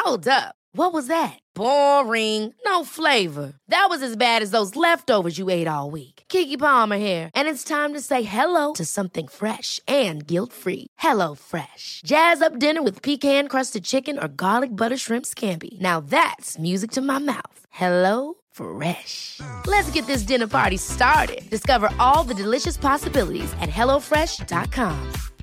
Hold up. What was that? Boring. No flavor. That was as bad as those leftovers you ate all week. Keke Palmer here, and it's time to say hello to something fresh and guilt-free. Hello Fresh. Jazz up dinner with pecan-crusted chicken or garlic butter shrimp scampi. Now that's music to my mouth. Hello Fresh. Let's get this dinner party started. Discover all the delicious possibilities at hellofresh.com.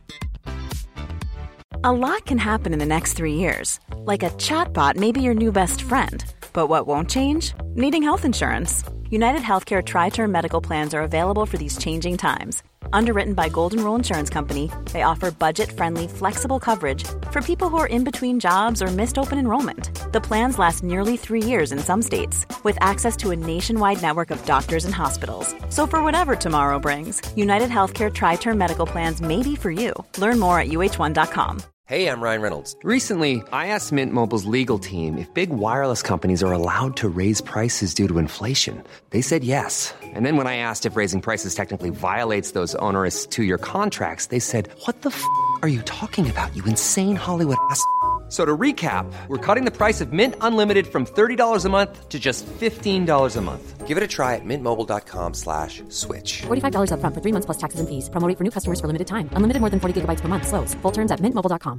A lot can happen in the next 3 years. Like a chatbot may be your new best friend. But what won't change? Needing health insurance. United Healthcare Tri-Term Medical Plans are available for these changing times. Underwritten by Golden Rule Insurance Company, they offer budget-friendly, flexible coverage for people who are in between jobs or missed open enrollment. The plans last nearly 3 years in some states, with access to a nationwide network of doctors and hospitals. So for whatever tomorrow brings, United Healthcare Tri-Term Medical Plans may be for you. Learn more at uh1.com. Hey, I'm Ryan Reynolds. Recently, I asked Mint Mobile's legal team if big wireless companies are allowed to raise prices due to inflation. They said yes. And then when I asked if raising prices technically violates those onerous two-year contracts, they said, what the f*** are you talking about, you insane Hollywood ass f- So to recap, we're cutting the price of Mint Unlimited from $30 a month to just $15 a month. Give it a try at mintmobile.com/switch. $45 up front for 3 months plus taxes and fees. Promo rate for new customers for limited time. Unlimited more than 40 gigabytes per month. Slows full terms at mintmobile.com.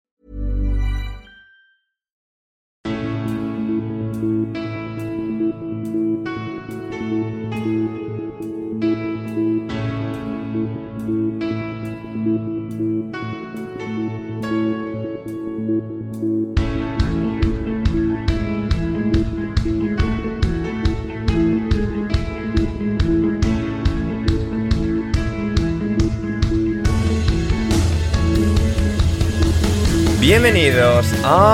Bienvenidos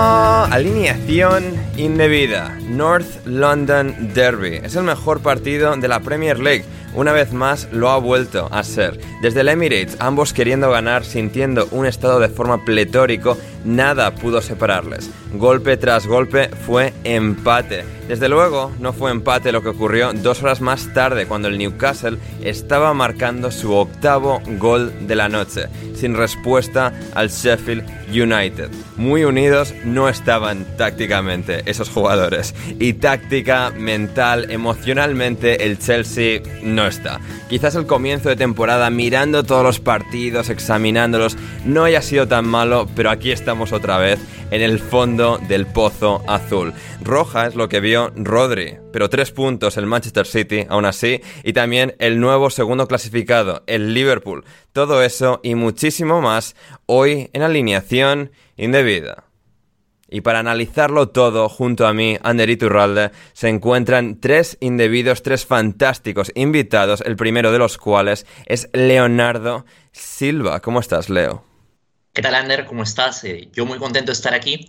a Alineación Indebida. North London Derby. Es el mejor partido de la Premier League. Una vez más lo ha vuelto a ser. Desde el Emirates, ambos queriendo ganar, sintiendo un estado de forma pletórico, nada pudo separarles. Golpe tras golpe fue empate. Desde luego, no fue empate lo que ocurrió 2 horas más tarde, cuando el Newcastle estaba marcando su 8º gol de la noche, sin respuesta al Sheffield United. Muy unidos no estaban tácticamente esos jugadores, y táctica, mental, emocionalmente el Chelsea no está. Quizás el comienzo de temporada, mirando todos los partidos, examinándolos, no haya sido tan malo, pero aquí estamos otra vez en el fondo del pozo azul. Roja es lo que vio Rodri, pero 3 puntos el Manchester City, aún así, y también el nuevo segundo clasificado, el Liverpool. Todo eso y muchísimo más hoy en Alineación Indebida. Y para analizarlo todo, junto a mí, Ander Iturralde, se encuentran 3 indebidos, 3 fantásticos invitados, el primero de los cuales es Leonardo Silva. ¿Cómo estás, Leo? ¿Qué tal, Ander? ¿Cómo estás? Yo muy contento de estar aquí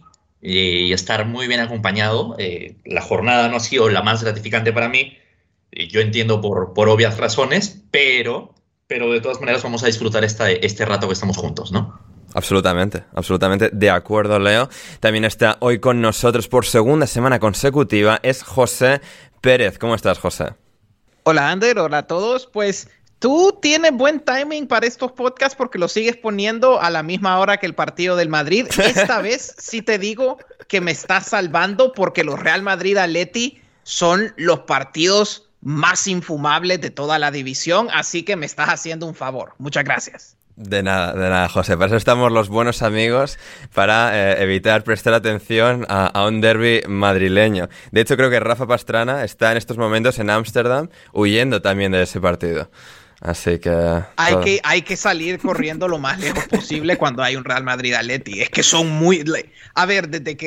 y estar muy bien acompañado. La jornada no ha sido la más gratificante para mí, yo entiendo por obvias razones, pero de todas maneras vamos a disfrutar este rato que estamos juntos, ¿no? Absolutamente de acuerdo, Leo. También está hoy con nosotros por segunda semana consecutiva, es José Pérez. ¿Cómo estás, José? Hola, Ander, hola a todos. Pues tú tienes buen timing para estos podcasts porque lo sigues poniendo a la misma hora que el partido del Madrid. Esta vez sí te digo que me estás salvando porque los Real Madrid-Atleti son los partidos más infumables de toda la división, así que me estás haciendo un favor. Muchas gracias. De nada, José. Para eso estamos los buenos amigos, para evitar prestar atención a un derbi madrileño. De hecho, creo que Rafa Pastrana está en estos momentos en Ámsterdam huyendo también de ese partido. Así que hay que salir corriendo lo más lejos posible cuando hay un Real Madrid-Atleti. Es que son muy... A ver,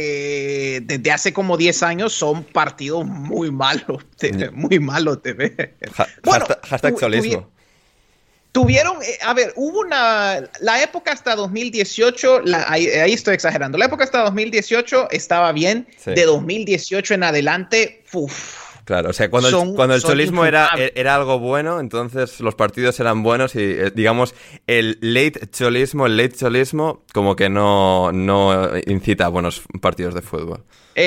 desde hace como 10 años son partidos muy malos. Muy malos de ver. Hashtag cholismo. Tuvieron, hubo la época hasta 2018, ahí estoy exagerando, la época hasta 2018 estaba bien, sí. De 2018 en adelante, Claro, o sea, cuando el cholismo era algo bueno, entonces los partidos eran buenos y, digamos, el late cholismo como que no incita a buenos partidos de fútbol.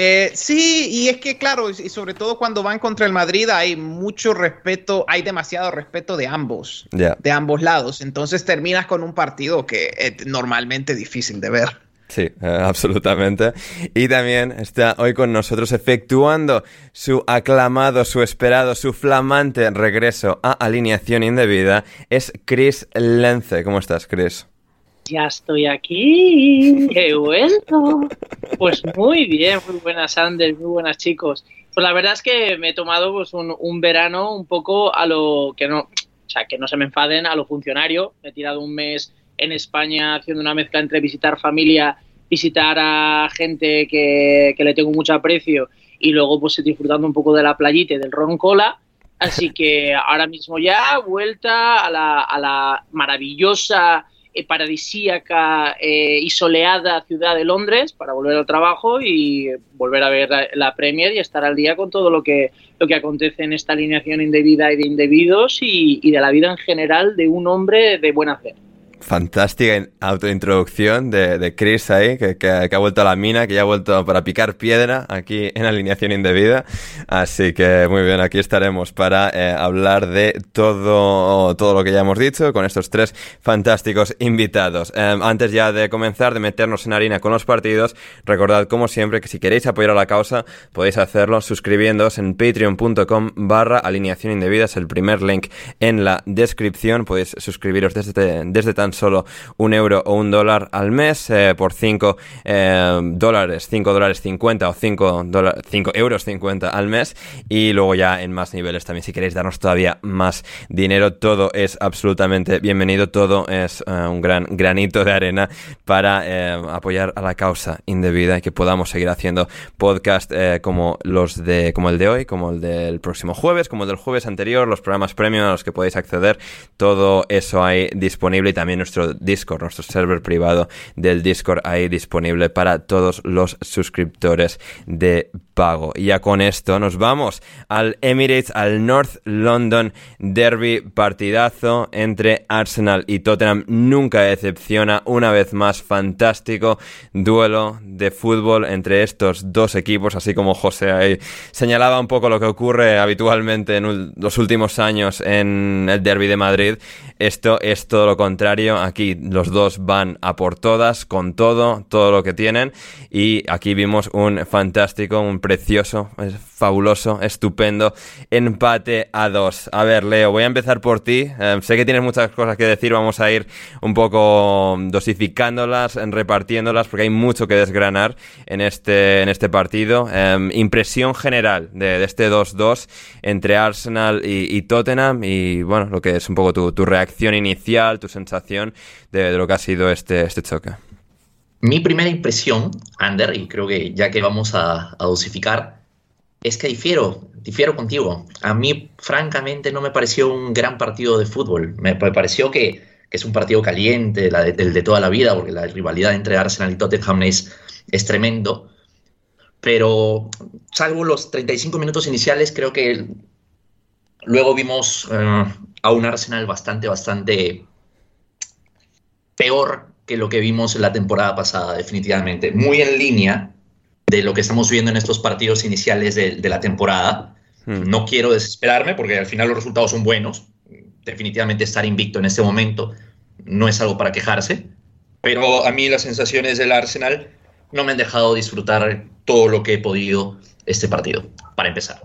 Sí, y es que claro, y sobre todo cuando van contra el Madrid hay mucho respeto, hay demasiado respeto de ambos lados, entonces terminas con un partido que es normalmente difícil de ver. Sí, absolutamente. Y también está hoy con nosotros efectuando su aclamado, su esperado, su flamante regreso a Alineación Indebida, es Chris Lence. ¿Cómo estás, Chris? Ya estoy aquí, he vuelto. Pues muy bien, muy buenas, Ander, muy buenas, chicos. Pues la verdad es que me he tomado pues un verano un poco a lo que no, o sea, que no se me enfaden, a lo funcionario. Me he tirado un mes en España haciendo una mezcla entre visitar familia, visitar a gente que le tengo mucho aprecio y luego pues disfrutando un poco de la playita y del ron cola. Así que ahora mismo ya vuelta a la maravillosa, paradisíaca y soleada ciudad de Londres para volver al trabajo y volver a ver la Premier y estar al día con todo lo que acontece en esta alineación indebida y de indebidos y de la vida en general de un hombre de buen hacer. Fantástica autointroducción de Chris ahí, que ha vuelto a la mina, que ya ha vuelto para picar piedra aquí en Alineación Indebida. Así que muy bien, aquí estaremos para hablar de todo lo que ya hemos dicho con estos tres fantásticos invitados. Antes ya de comenzar, de meternos en harina con los partidos, recordad como siempre que si queréis apoyar a la causa podéis hacerlo suscribiéndoos en patreon.com/alineación indebida. Es el primer link en la descripción. Podéis suscribiros desde tan solo €1 o $1 al mes por $5, $5.50 o €5.50 al mes, y luego ya en más niveles también si queréis darnos todavía más dinero. Todo es absolutamente bienvenido, todo es un gran granito de arena para apoyar a la causa indebida y que podamos seguir haciendo podcast como el de hoy, como el del próximo jueves, como el del jueves anterior, los programas premium a los que podéis acceder, todo eso ahí disponible, y también nuestro Discord, nuestro server privado del Discord ahí disponible para todos los suscriptores de pago. Y ya con esto nos vamos al Emirates, al North London Derby, partidazo entre Arsenal y Tottenham. Nunca decepciona, una vez más fantástico duelo de fútbol entre estos dos equipos, así como José ahí señalaba un poco lo que ocurre habitualmente en los últimos años en el Derby de Madrid. Esto es todo lo contrario. Aquí los dos van a por todas, con todo lo que tienen, y aquí vimos un fantástico, un precioso, fabuloso, estupendo empate a 2. A ver, Leo, voy a empezar por ti. Sé que tienes muchas cosas que decir, vamos a ir un poco dosificándolas, repartiéndolas, porque hay mucho que desgranar en este partido. Impresión general de este 2-2 entre Arsenal y Tottenham, y bueno, lo que es un poco tu reacción inicial, tu sensación de lo que ha sido este choque. Mi primera impresión, Ander, y creo que ya que vamos a dosificar, es que difiero contigo. A mí, francamente, no me pareció un gran partido de fútbol. Me pareció que es un partido caliente, el de toda la vida, porque la rivalidad entre Arsenal y Tottenham es tremendo. Pero, salvo los 35 minutos iniciales, creo que luego vimos a un Arsenal bastante peor que lo que vimos en la temporada pasada, definitivamente. Muy en línea de lo que estamos viendo en estos partidos iniciales de la temporada. No quiero desesperarme porque al final los resultados son buenos. Definitivamente estar invicto en este momento no es algo para quejarse. Pero a mí las sensaciones del Arsenal no me han dejado disfrutar todo lo que he podido este partido, para empezar.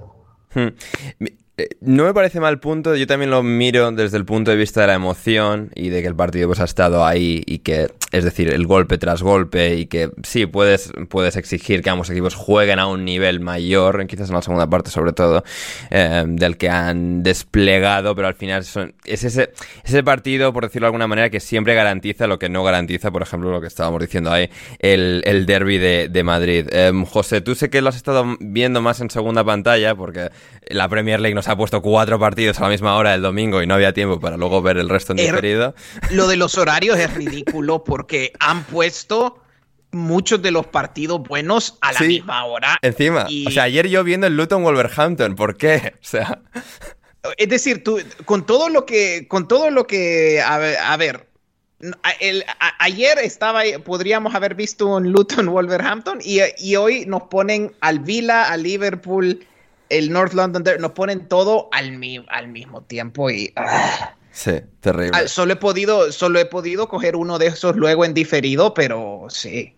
No me parece mal punto, yo también lo miro desde el punto de vista de la emoción y de que el partido pues ha estado ahí, y que, es decir, el golpe tras golpe, y que sí, puedes exigir que ambos equipos jueguen a un nivel mayor, quizás en la segunda parte sobre todo, del que han desplegado, pero al final es ese partido, por decirlo de alguna manera, que siempre garantiza lo que no garantiza, por ejemplo, lo que estábamos diciendo ahí, el derbi de Madrid. José, tú sé que lo has estado viendo más en segunda pantalla, porque la Premier League nos ha puesto 4 partidos a la misma hora el domingo y no había tiempo para luego ver el resto en diferido. Lo de los horarios es ridículo porque han puesto muchos de los partidos buenos a la misma hora. Encima, o sea, ayer yo viendo el Luton Wolverhampton, ¿por qué? O sea, es decir, tú con todo lo que a ver, ayer podríamos haber visto un Luton Wolverhampton y hoy nos ponen al Villa, al Liverpool, el North London, nos ponen todo al mismo tiempo y sí, terrible. Solo he podido coger uno de esos luego en diferido, pero sí.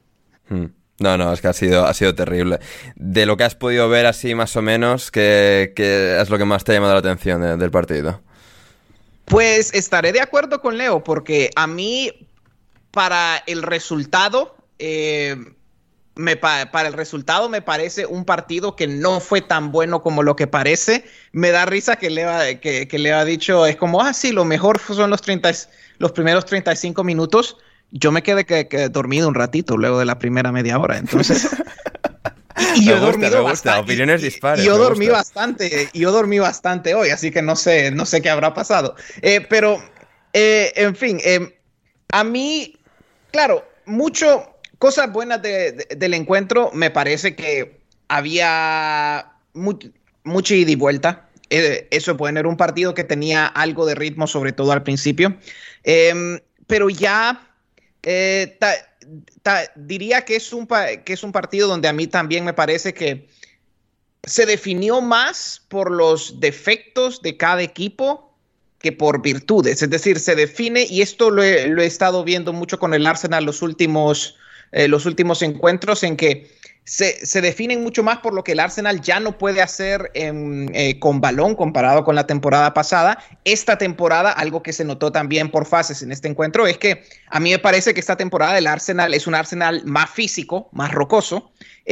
No, es que ha sido terrible. De lo que has podido ver así más o menos, ¿qué es lo que más te ha llamado la atención del partido? Pues estaré de acuerdo con Leo, porque a mí, para el resultado, para el resultado me parece un partido que no fue tan bueno como lo que parece. Me da risa que Leo ha dicho, es como, sí, lo mejor son los primeros 35 minutos. Yo me quedé dormido un ratito luego de la primera media hora, entonces... Y yo he dormido bastante. Opiniones dispares. Y yo dormí bastante hoy, así que no sé qué habrá pasado. Pero, en fin, a mí, claro, cosas buenas del encuentro. Me parece que había mucha ida y vuelta. Eso es bueno, era un partido que tenía algo de ritmo, sobre todo al principio. Pero ya... diría que es un partido donde a mí también me parece que se definió más por los defectos de cada equipo que por virtudes. Es decir, se define, y esto lo he estado viendo mucho con el Arsenal los últimos encuentros, en que se definen mucho más por lo que el Arsenal ya no puede hacer con balón comparado con la temporada pasada. Esta temporada, algo que se notó también por fases en este encuentro, es que a mí me parece que esta temporada el Arsenal es un Arsenal más físico, más rocoso.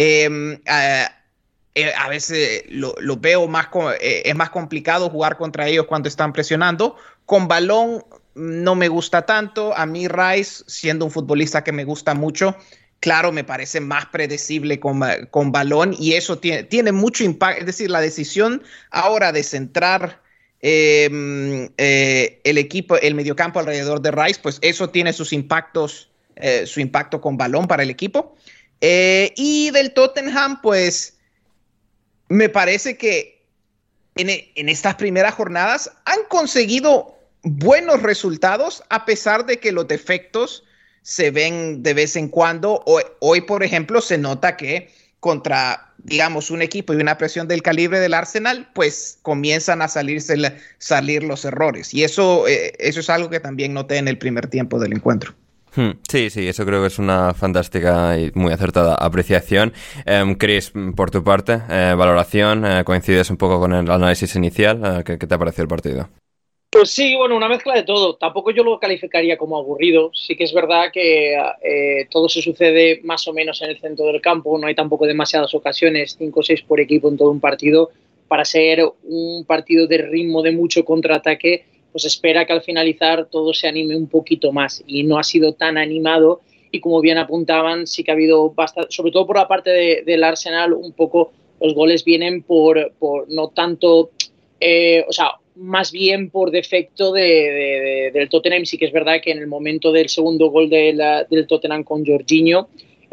A veces lo veo es más complicado jugar contra ellos cuando están presionando. Con balón no me gusta tanto. A mí Rice, siendo un futbolista que me gusta mucho, claro, me parece más predecible con balón, y eso tiene mucho impacto. Es decir, la decisión ahora de centrar el mediocampo alrededor de Rice, pues eso tiene su impacto con balón para el equipo. Y del Tottenham, pues me parece que en estas primeras jornadas han conseguido buenos resultados, a pesar de que los defectos se ven de vez en cuando. Hoy, por ejemplo, se nota que contra, digamos, un equipo y una presión del calibre del Arsenal, pues comienzan a salir los errores. Y eso es algo que también noté en el primer tiempo del encuentro. Sí, eso creo que es una fantástica y muy acertada apreciación. Chris, por tu parte, valoración, ¿coincides un poco con el análisis inicial? ¿Qué te ha parecido el partido? Pues sí, bueno, una mezcla de todo. Tampoco yo lo calificaría como aburrido. Sí que es verdad que todo se sucede más o menos en el centro del campo. No hay tampoco demasiadas ocasiones, 5 o 6 por equipo en todo un partido. Para ser un partido de ritmo de mucho contraataque, pues espera que al finalizar todo se anime un poquito más. Y no ha sido tan animado. Y como bien apuntaban, sí que ha habido bastante, sobre todo por la parte del Arsenal, un poco los goles vienen por no tanto... más bien por defecto del Tottenham. Sí que es verdad que en el momento del segundo gol del Tottenham con Jorginho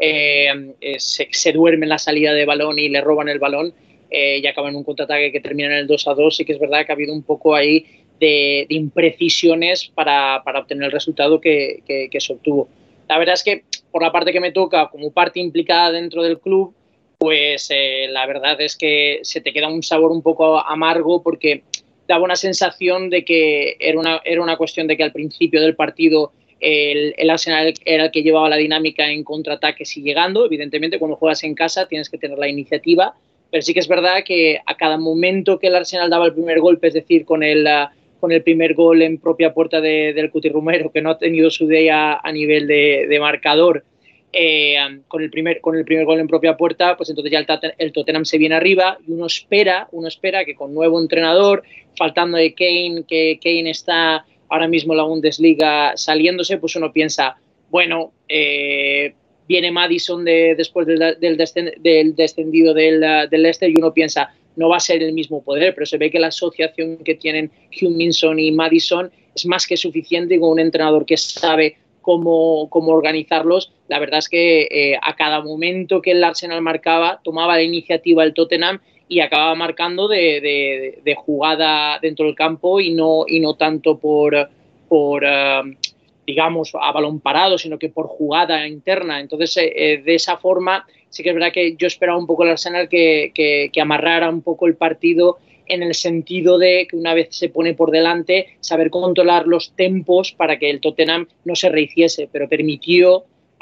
se duerme en la salida de balón y le roban el balón y acaba en un contraataque que termina en el 2-2. Sí que es verdad que ha habido un poco ahí de imprecisiones para obtener el resultado que se obtuvo. La verdad es que por la parte que me toca, como parte implicada dentro del club, pues la verdad es que se te queda un sabor un poco amargo, porque daba una sensación de que era una cuestión de que al principio del partido el Arsenal era el que llevaba la dinámica en contraataques y llegando. Evidentemente, cuando juegas en casa tienes que tener la iniciativa, pero sí que es verdad que a cada momento que el Arsenal daba el primer golpe, es decir, con el primer gol en propia puerta del Cuti Romero, que no ha tenido su día a nivel de marcador, con el primer gol en propia puerta, pues entonces ya el Tottenham se viene arriba y uno espera que con nuevo entrenador, faltando de Kane, que Kane está ahora mismo en la Bundesliga saliéndose, pues uno piensa, bueno, viene Maddison después del descendido del Leicester, y uno piensa, no va a ser el mismo poder, pero se ve que la asociación que tienen Heung-min Son y Maddison es más que suficiente, con un entrenador que sabe cómo organizarlos. La verdad es que a cada momento que el Arsenal marcaba, tomaba la iniciativa el Tottenham y acababa marcando de jugada dentro del campo, y no tanto por digamos, a balón parado, sino que por jugada interna. Entonces, de esa forma, sí que es verdad que yo esperaba un poco el Arsenal que amarrara un poco el partido, en el sentido de que una vez se pone por delante, saber controlar los tempos para que el Tottenham no se rehiciese, pero permitió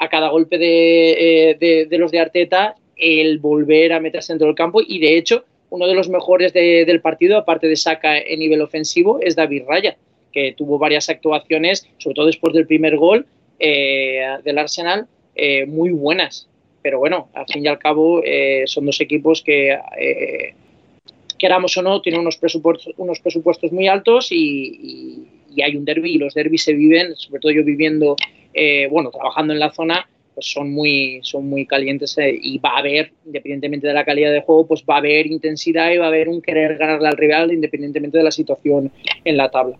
a cada golpe de los de Arteta el volver a meterse dentro del campo, y de hecho uno de los mejores del partido, aparte de Saka en nivel ofensivo, es David Raya, que tuvo varias actuaciones, sobre todo después del primer gol del Arsenal, muy buenas. Pero bueno, al fin y al cabo son dos equipos que, queramos o no, tienen unos presupuestos muy altos y hay un derbi, y los derbis se viven, sobre todo yo viviendo, trabajando en la zona, pues son muy calientes, y va a haber, independientemente de la calidad de juego, pues va a haber intensidad y va a haber un querer ganarle al rival independientemente de la situación en la tabla.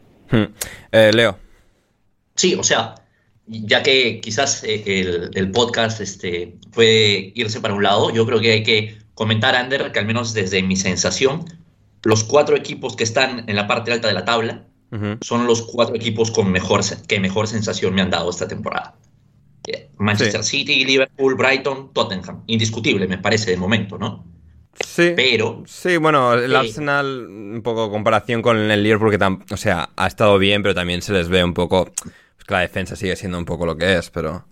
Leo. Sí, o sea, ya que quizás el podcast puede irse para un lado, yo creo que hay que comentar, Ander, que al menos desde mi sensación, los 4 equipos que están en la parte alta de la tabla son los 4 equipos que mejor sensación me han dado esta temporada. Manchester City, Liverpool, Brighton, Tottenham. Indiscutible, me parece, de momento, ¿no? Sí. Pero... Sí, bueno, el Arsenal, un poco comparación con el Liverpool, que ha estado bien, pero también se les ve un poco... Pues que la defensa sigue siendo un poco lo que es, pero...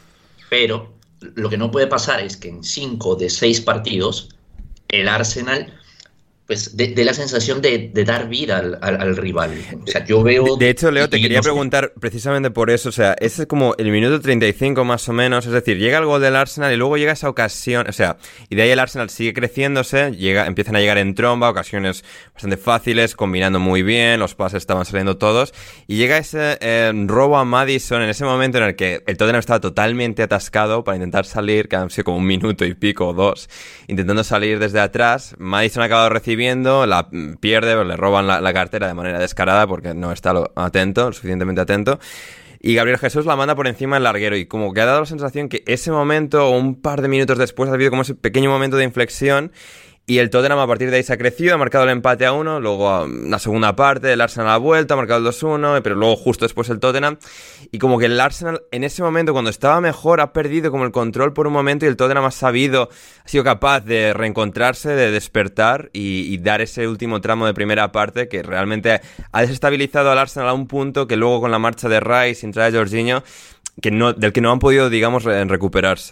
Pero lo que no puede pasar es que en 5 de 6 partidos el Arsenal... pues de la sensación de dar vida al rival. O sea, yo veo... De hecho, Leo, te quería preguntar precisamente por eso. O sea, ese es como el minuto 35 más o menos. Es decir, llega el gol del Arsenal y luego llega esa ocasión. O sea, y de ahí el Arsenal sigue creciéndose. Empiezan a llegar en tromba, ocasiones bastante fáciles, combinando muy bien. Los pases estaban saliendo todos. Y llega ese robo a Maddison en ese momento en el que el Tottenham estaba totalmente atascado para intentar salir, que han sido como un minuto y pico o 2, intentando salir desde atrás. Maddison ha acabado recibiendo, la pierde, le roban la cartera de manera descarada porque no está lo suficientemente atento, y Gabriel Jesús la manda por encima del larguero, y como que ha dado la sensación que ese momento o un par de minutos después ha habido como ese pequeño momento de inflexión. Y el Tottenham a partir de ahí se ha crecido, ha marcado el empate a 1, luego la segunda parte el Arsenal ha vuelto, ha marcado el 2-1, pero luego justo después el Tottenham. Y como que el Arsenal en ese momento, cuando estaba mejor, ha perdido como el control por un momento, y el Tottenham ha sido capaz de reencontrarse, de despertar y dar ese último tramo de primera parte que realmente ha desestabilizado al Arsenal a un punto que luego con la marcha de Rice, sin traer a Jorginho, del que no han podido, digamos, recuperarse.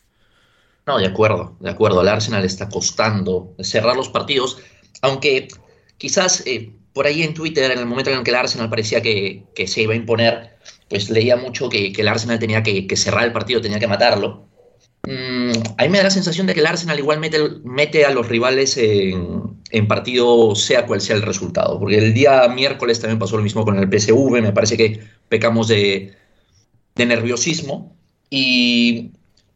No, de acuerdo. Al Arsenal está costando cerrar los partidos, aunque quizás por ahí en Twitter, en el momento en el que el Arsenal parecía que se iba a imponer, pues leía mucho que el Arsenal tenía que cerrar el partido, tenía que matarlo. A mí me da la sensación de que el Arsenal igual mete a los rivales en partido, sea cual sea el resultado, porque el día miércoles también pasó lo mismo con el PSV, me parece que pecamos de nerviosismo, y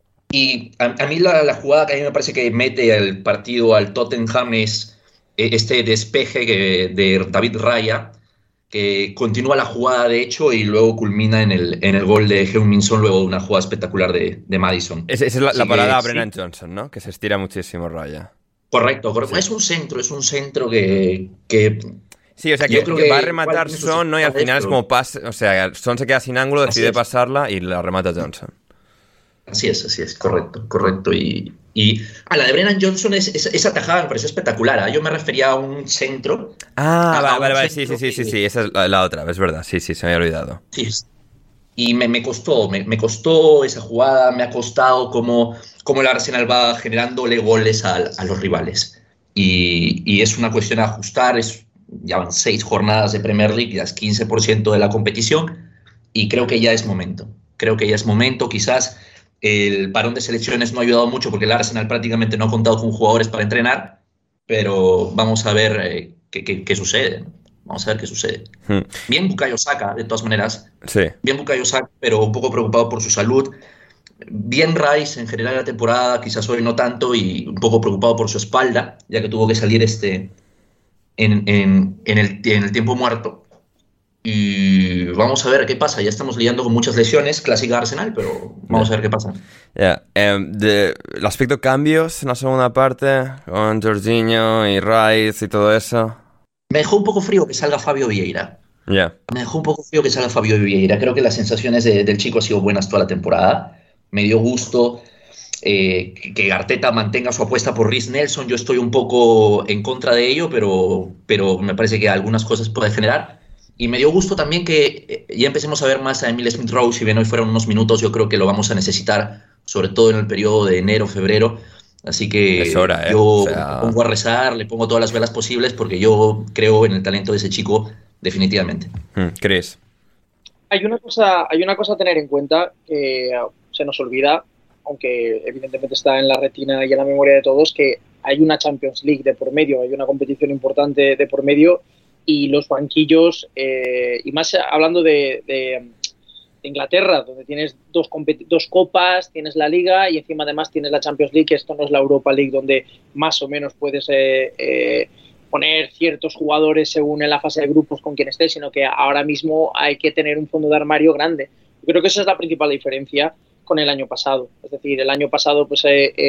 a mí la jugada que a mí me parece que mete el partido al Tottenham es este despeje de David Raya, que continúa la jugada de hecho y luego culmina en el gol de Heung-min Son, luego de una jugada espectacular de Maddison. Esa es la parada a Brennan Johnson, ¿no? Que se estira muchísimo Raya. Correcto. Sí. Es un centro que sí, o sea, que va a rematar Son, ¿no? Y al final es como pase, o sea, Son se queda sin ángulo, decide pasarla y la remata Johnson. Así es, correcto. Y la de Brennan Johnson, esa tajada me pareció espectacular. Yo me refería a un centro. Vale, sí, esa es la otra, es verdad, sí, se me había olvidado. Sí, y me costó esa jugada, me ha costado cómo el Arsenal va generándole goles a los rivales. Y es una cuestión de ajustar, ya van 6 jornadas de Premier League, ya es 15% de la competición, y creo que ya es momento. Quizás el parón de selecciones no ha ayudado mucho porque el Arsenal prácticamente no ha contado con jugadores para entrenar, pero vamos a ver qué sucede. Vamos a ver qué sucede. Bien Bukayo Saka, de todas maneras. Sí. Bien Bukayo Saka, pero un poco preocupado por su salud. Bien Rice en general la temporada, quizás hoy no tanto, y un poco preocupado por su espalda, ya que tuvo que salir en el tiempo muerto. Y vamos a ver qué pasa. Ya estamos lidiando con muchas lesiones, clásica Arsenal, pero vamos a ver qué pasa. El aspecto cambios en la segunda parte, con Jorginho y Rice y todo eso. Me dejó un poco frío que salga Fabio Vieira. Creo que las sensaciones del chico han sido buenas toda la temporada. Me dio gusto que Arteta mantenga su apuesta por Reiss Nelson. Yo estoy un poco en contra de ello, pero me parece que algunas cosas puede generar. Y me dio gusto también que ya empecemos a ver más a Emile Smith Rowe. Si bien hoy fueron unos minutos, yo creo que lo vamos a necesitar, sobre todo en el periodo de enero, febrero. Así que es hora, yo me pongo a rezar, le pongo todas las velas posibles, porque yo creo en el talento de ese chico definitivamente. Chris. Hay una cosa a tener en cuenta que se nos olvida, aunque evidentemente está en la retina y en la memoria de todos, que hay una Champions League de por medio, hay una competición importante de por medio, y los banquillos, y más hablando de Inglaterra, donde tienes dos copas, tienes la Liga y encima además tienes la Champions League, que esto no es la Europa League, donde más o menos puedes poner ciertos jugadores según en la fase de grupos con quien estés, sino que ahora mismo hay que tener un fondo de armario grande. Yo creo que esa es la principal diferencia con el año pasado. Es decir, el año pasado, pues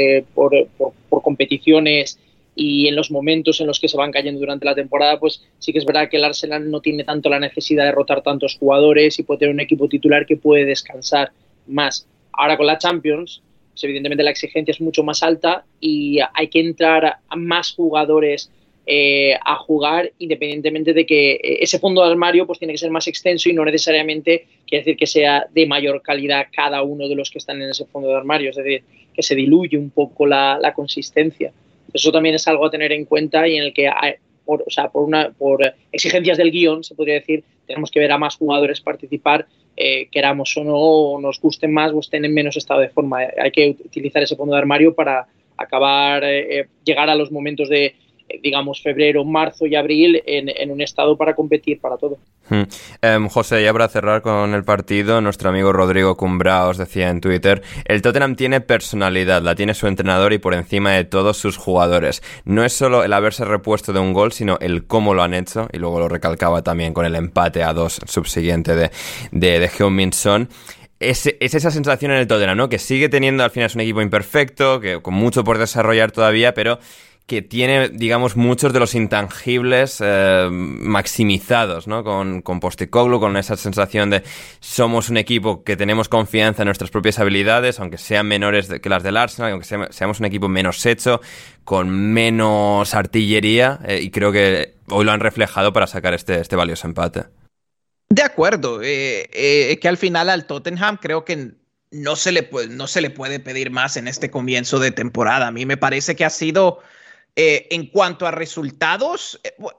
por competiciones y en los momentos en los que se van cayendo durante la temporada, pues sí que es verdad que el Arsenal no tiene tanto la necesidad de rotar tantos jugadores y puede tener un equipo titular que puede descansar más. Ahora con la Champions, pues evidentemente la exigencia es mucho más alta y hay que entrar a más jugadores a jugar, independientemente de que ese fondo de armario pues tiene que ser más extenso y no necesariamente quiere decir que sea de mayor calidad cada uno de los que están en ese fondo de armario, es decir, que se diluye un poco la consistencia. Eso también es algo a tener en cuenta y en el que por exigencias del guión, se podría decir, tenemos que ver a más jugadores participar, queramos o no, nos gusten más o estén en menos estado de forma. Hay que utilizar ese fondo de armario para acabar, llegar a los momentos de, digamos, febrero, marzo y abril en un estado para competir para todo. José, ya para cerrar con el partido, nuestro amigo Rodrigo Cumbrá os decía en Twitter: el Tottenham tiene personalidad, la tiene su entrenador y por encima de todos sus jugadores. No es solo el haberse repuesto de un gol, sino el cómo lo han hecho, y luego lo recalcaba también con el empate a 2 subsiguiente de Heung-min Son. Es esa sensación en el Tottenham, ¿no? Que sigue teniendo, al final es un equipo imperfecto, que con mucho por desarrollar todavía, pero que tiene, digamos, muchos de los intangibles maximizados, ¿no? Con Postecoglou, con esa sensación de somos un equipo que tenemos confianza en nuestras propias habilidades, aunque sean menores que las del Arsenal, aunque seamos un equipo menos hecho, con menos artillería, y creo que hoy lo han reflejado para sacar este valioso empate. De acuerdo, que al final al Tottenham creo que no se le puede pedir más en este comienzo de temporada. A mí me parece que ha sido... en cuanto a resultados,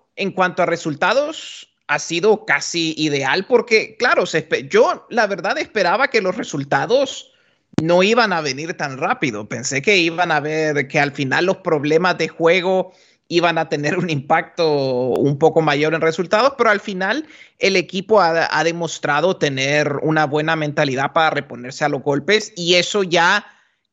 ha sido casi ideal porque, claro, yo la verdad esperaba que los resultados no iban a venir tan rápido. Pensé que iban a ver que al final los problemas de juego iban a tener un impacto un poco mayor en resultados, pero al final el equipo ha demostrado tener una buena mentalidad para reponerse a los golpes y ya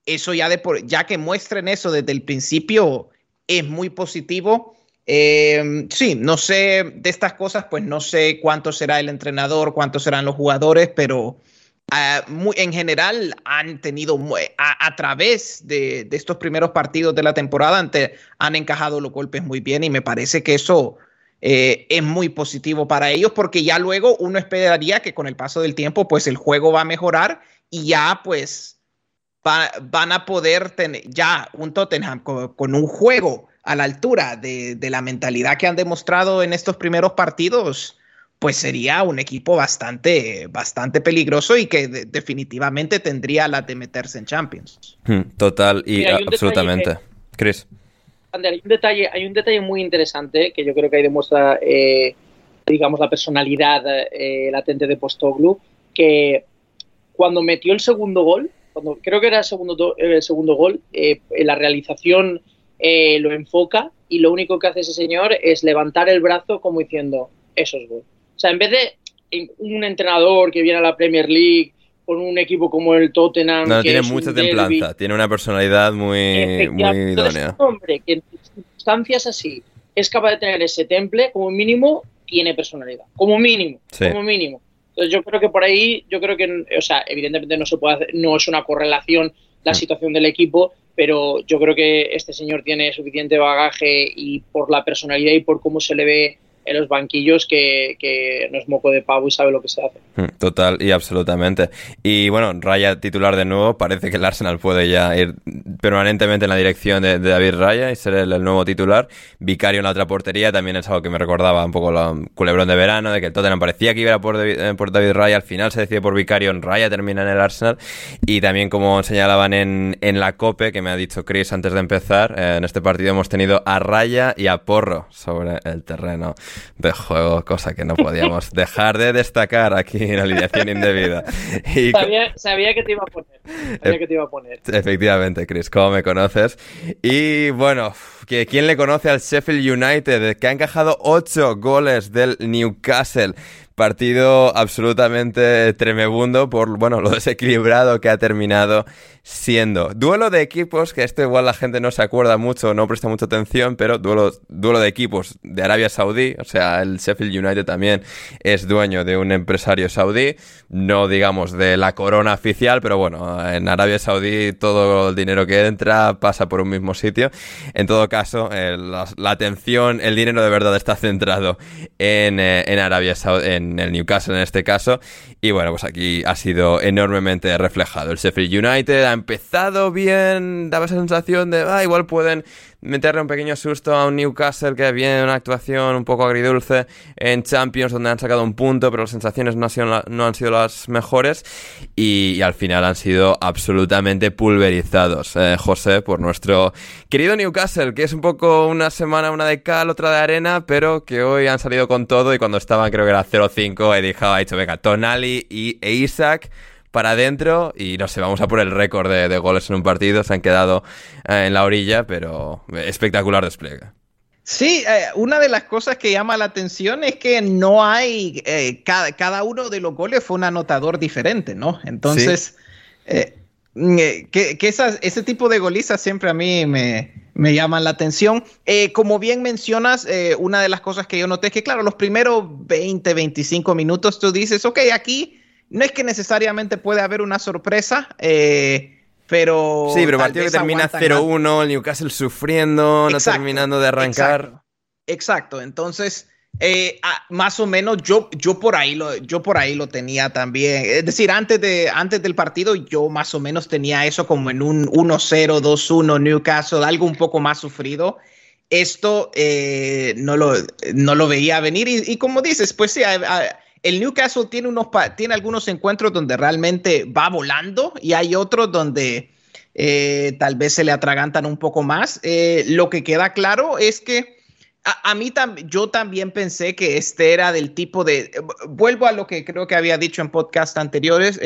que muestren eso desde el principio es muy positivo. Sí, no sé de estas cosas, pues no sé cuánto será el entrenador, cuántos serán los jugadores, pero en general han tenido, a través de estos primeros partidos de la temporada, han encajado los golpes muy bien y me parece que eso es muy positivo para ellos porque ya luego uno esperaría que con el paso del tiempo pues el juego va a mejorar y ya pues van a poder tener ya un Tottenham con un juego a la altura de la mentalidad que han demostrado en estos primeros partidos, pues sería un equipo bastante peligroso y que definitivamente tendría la de meterse en Champions. Total y absolutamente. Chris. Ander, hay un detalle muy interesante que yo creo que ahí demuestra, digamos, la personalidad latente de Postecoglou, que cuando metió el segundo gol, creo que era el segundo gol, la realización lo enfoca y lo único que hace ese señor es levantar el brazo como diciendo, eso es gol. O sea, en vez de un entrenador que viene a la Premier League con un equipo como el Tottenham... No, tiene mucha templanza, tiene una personalidad muy idónea. Un hombre que en circunstancias así es capaz de tener ese temple, como mínimo, tiene personalidad. Como mínimo, sí. Como mínimo. Entonces yo creo que por ahí, o sea, evidentemente no se puede hacer, no es una correlación la situación del equipo, pero yo creo que este señor tiene suficiente bagaje y por la personalidad y por cómo se le ve en los banquillos que no es moco de pavo y sabe lo que se hace. Total y absolutamente. Y bueno, Raya titular de nuevo, parece que el Arsenal puede ya ir permanentemente en la dirección de David Raya y ser el nuevo titular. Vicario en la otra portería también es algo que me recordaba un poco la culebrón de verano, de que el Tottenham parecía que iba a ir por David Raya, al final se decide por Vicario, Raya termina en el Arsenal. Y también, como señalaban en la COPE, que me ha dicho Chris antes de empezar, en este partido hemos tenido a Raya y a Porro sobre el terreno de juego, cosa que no podíamos dejar de destacar aquí en alineación indebida. Y sabía que te iba a poner. Efectivamente, Chris, ¿cómo me conoces? Y bueno, ¿quién le conoce al Sheffield United, que ha encajado 8 goles del Newcastle? Partido absolutamente tremebundo por, bueno, lo desequilibrado que ha terminado siendo. Duelo de equipos, que esto igual la gente no se acuerda mucho, no presta mucha atención, pero duelo de equipos de Arabia Saudí, o sea, el Sheffield United también es dueño de un empresario saudí, no digamos de la corona oficial, pero bueno, en Arabia Saudí todo el dinero que entra pasa por un mismo sitio. En todo caso, la atención, el dinero de verdad está centrado en Arabia Saudí, en el Newcastle en este caso, y bueno, pues aquí ha sido enormemente reflejado. El Sheffield United ha empezado bien, daba esa sensación de igual pueden meterle un pequeño susto a un Newcastle que viene de una actuación un poco agridulce en Champions, donde han sacado un punto, pero las sensaciones no han sido las mejores, y al final han sido absolutamente pulverizados, José, por nuestro querido Newcastle, que es un poco una semana una de cal, otra de arena, pero que hoy han salido con todo, y cuando estaban, creo que era 0-5, Eddie Howe ha dicho, venga, Tonali e Isak para adentro, y no sé, vamos a por el récord de goles en un partido. Se han quedado en la orilla, pero espectacular despliegue. Sí, una de las cosas que llama la atención es que no hay, cada uno de los goles fue un anotador diferente, ¿no? Entonces, ¿sí? Ese tipo de golizas siempre a mí me llaman la atención. Como bien mencionas, una de las cosas que yo noté es que, claro, los primeros 20, 25 minutos tú dices, ok, aquí no es que necesariamente puede haber una sorpresa, pero... Sí, pero partido que termina 0-1, el Newcastle sufriendo, no terminando de arrancar. Exacto. Entonces, más o menos yo por ahí lo tenía también. Es decir, antes del partido yo más o menos tenía eso como en un 1-0, 2-1 Newcastle, algo un poco más sufrido. Esto no lo veía venir, y como dices, pues sí, el Newcastle tiene algunos encuentros donde realmente va volando, y hay otros donde tal vez se le atragantan un poco más. Lo que queda claro es que yo también pensé que este era del tipo de... Vuelvo a lo que creo que había dicho en podcast anteriores.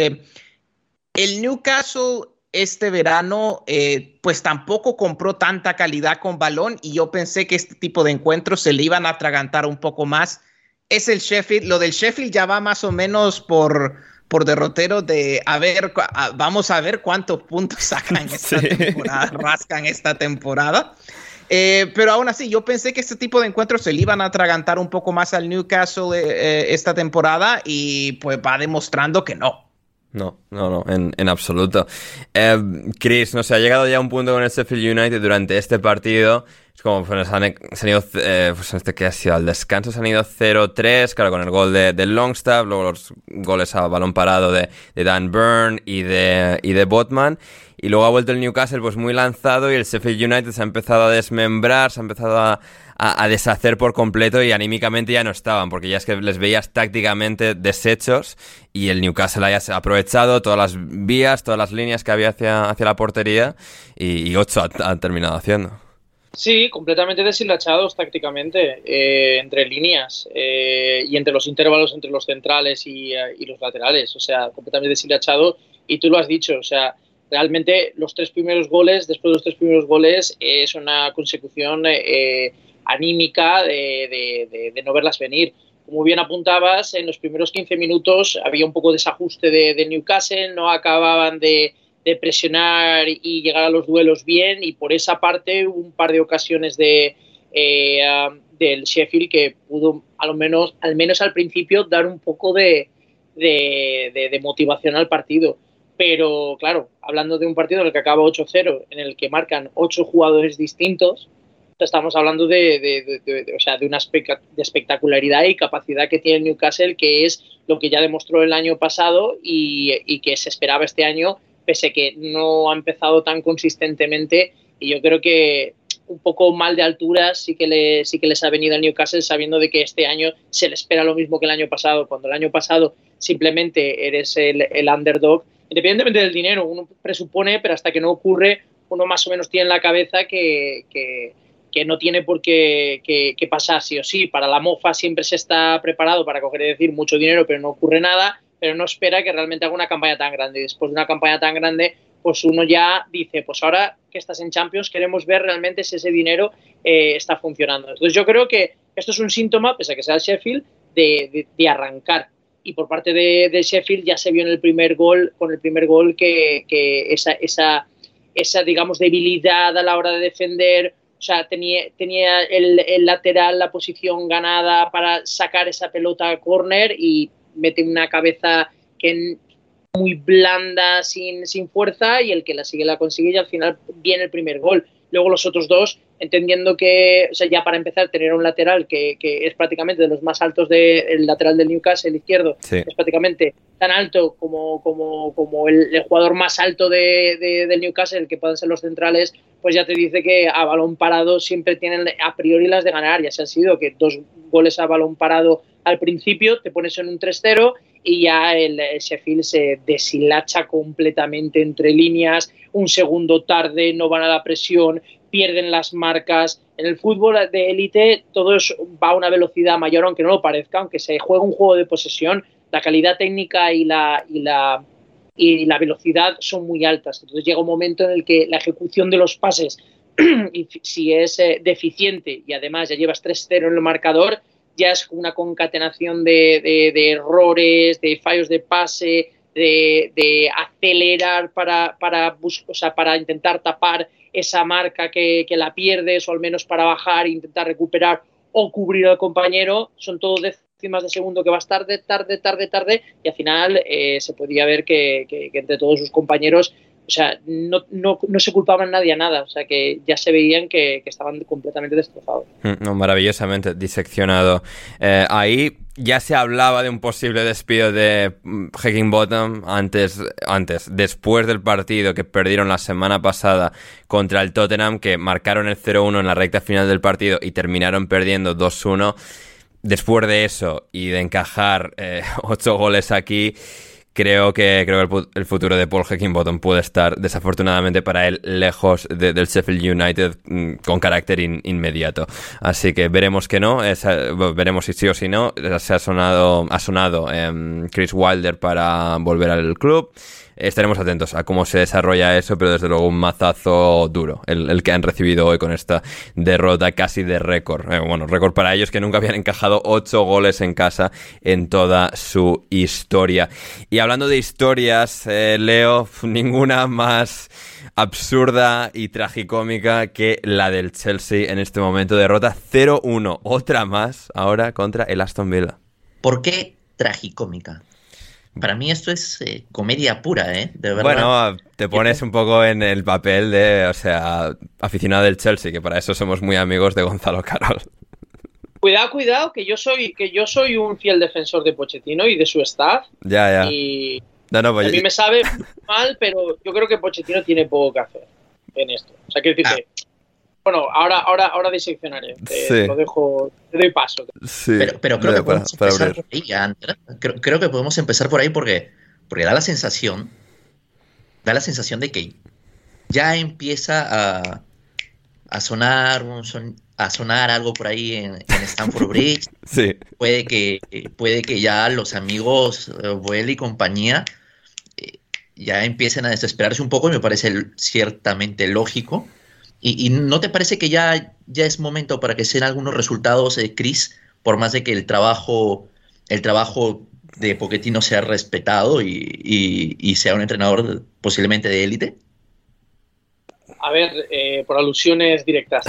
El Newcastle este verano pues tampoco compró tanta calidad con balón, y yo pensé que este tipo de encuentros se le iban a atragantar un poco más. Es el Sheffield. Lo del Sheffield ya va más o menos por derrotero de vamos a ver cuántos puntos sacan esta temporada, rascan esta temporada. Pero aún así, yo pensé que este tipo de encuentros se le iban a atragantar un poco más al Newcastle esta temporada, y pues va demostrando que no. No, en absoluto. Chris, no sé, ha llegado ya un punto con el Sheffield United durante este partido. Es como, pues, se han ido, pues este que ha sido al descanso, se han ido 0-3, claro, con el gol de Longstaff, luego los goles a balón parado de Dan Burn y de Botman. Y luego ha vuelto el Newcastle pues muy lanzado, y el Sheffield United se ha empezado a desmembrar, se ha empezado a deshacer por completo, y anímicamente ya no estaban, porque ya es que les veías tácticamente deshechos, y el Newcastle haya aprovechado todas las vías, todas las líneas que había hacia la portería, y 8 han terminado haciendo. Sí, completamente deshilachados tácticamente, entre líneas y entre los intervalos entre los centrales y los laterales, o sea, completamente deshilachado, y tú lo has dicho, o sea, realmente después de los 3 primeros goles, es una consecución anímica de no verlas venir. Como bien apuntabas, en los primeros 15 minutos había un poco de desajuste de Newcastle, no acababan de presionar y llegar a los duelos bien, y por esa parte hubo un par de ocasiones del Sheffield que pudo al menos al principio dar un poco de motivación al partido. Pero claro, hablando de un partido en el que acaba 8-0, en el que marcan 8 jugadores distintos, estamos hablando de una espectacularidad y capacidad que tiene el Newcastle, que es lo que ya demostró el año pasado y que se esperaba este año, pese a que no ha empezado tan consistentemente, y yo creo que un poco mal de altura sí que les ha venido al Newcastle, sabiendo de que este año se le espera lo mismo que el año pasado, cuando el año pasado simplemente eres el underdog, independientemente del dinero, uno presupone, pero hasta que no ocurre, uno más o menos tiene en la cabeza que no tiene por qué pasar sí o sí. Para la mofa siempre se está preparado para coger y decir mucho dinero, pero no ocurre nada, pero no espera que realmente haga una campaña tan grande. Y después de una campaña tan grande, pues uno ya dice, pues ahora que estás en Champions, queremos ver realmente si ese dinero está funcionando. Entonces yo creo que esto es un síntoma, pese a que sea el Sheffield, de arrancar. Y por parte de Sheffield ya se vio en el primer gol, que esa digamos, debilidad a la hora de defender. O sea, tenía el lateral la posición ganada para sacar esa pelota a córner y mete una cabeza que muy blanda, sin fuerza, y el que la sigue la consigue, y al final viene el primer gol. Luego los otros dos, entendiendo que, o sea, ya para empezar, tener un lateral que es prácticamente de los más altos el lateral del Newcastle, el izquierdo, sí, es prácticamente tan alto como el jugador más alto del Newcastle, que puedan ser los centrales, pues ya te dice que a balón parado siempre tienen a priori las de ganar. Ya se han sido que 2 goles a balón parado al principio, te pones en un 3-0 y ya el Sheffield se deshilacha completamente entre líneas, un segundo tarde, no van a la presión, pierden las marcas. En el fútbol de élite todo va a una velocidad mayor, aunque no lo parezca, aunque se juegue un juego de posesión, la calidad técnica y la velocidad son muy altas. Entonces llega un momento en el que la ejecución de los pases, y si es deficiente y además ya llevas 3-0 en el marcador, ya es una concatenación de errores, de fallos de pase, de acelerar para intentar tapar esa marca que la pierdes, o al menos para bajar e intentar recuperar o cubrir al compañero. Son todos décimas de segundo que vas tarde, y al final se podía ver que entre todos sus compañeros, o sea, no se culpaban nadie a nada, o sea, que ya se veían que estaban completamente destrozados. Maravillosamente diseccionado. Ahí ya se hablaba de un posible despido de Heckingbottom después del partido que perdieron la semana pasada contra el Tottenham, que marcaron el 0-1 en la recta final del partido y terminaron perdiendo 2-1. Después de eso y de encajar 8 goles aquí, creo que el futuro de Paul Heckingbottom puede estar, desafortunadamente para él, lejos del Sheffield United con carácter inmediato. Así que veremos que no, veremos si sí o si no. Ha sonado Chris Wilder para volver al club. Estaremos atentos a cómo se desarrolla eso, pero desde luego un mazazo duro el que han recibido hoy con esta derrota casi de récord. Récord para ellos, que nunca habían encajado 8 goles en casa en toda su historia. Y hablando de historias, Leo, ninguna más absurda y tragicómica que la del Chelsea en este momento. Derrota 0-1, otra más ahora contra el Aston Villa. ¿Por qué tragicómica? Para mí esto es comedia pura, de verdad. Bueno, te pones un poco en el papel de, aficionado del Chelsea, que para eso somos muy amigos de Gonzalo Carol. Cuidado, que yo soy un fiel defensor de Pochettino y de su staff. Ya. Y pues a mí me sabe mal, pero yo creo que Pochettino tiene poco que hacer en esto. O sea, quiero decirte, bueno, ahora diseccionaré. Sí. Lo dejo, te doy paso. Sí. Pero creo que podemos empezar por ahí, Ander. Creo que podemos empezar por ahí porque da la sensación de que ya empieza a sonar algo por ahí en Stamford Bridge. Sí. Puede que ya los amigos Boel y compañía ya empiecen a desesperarse un poco, y me parece ciertamente lógico. ¿Y no te parece que ya es momento para que sean algunos resultados, Chris, por más de que el trabajo de Pochettino sea respetado y sea un entrenador posiblemente de élite? A ver, por alusiones directas.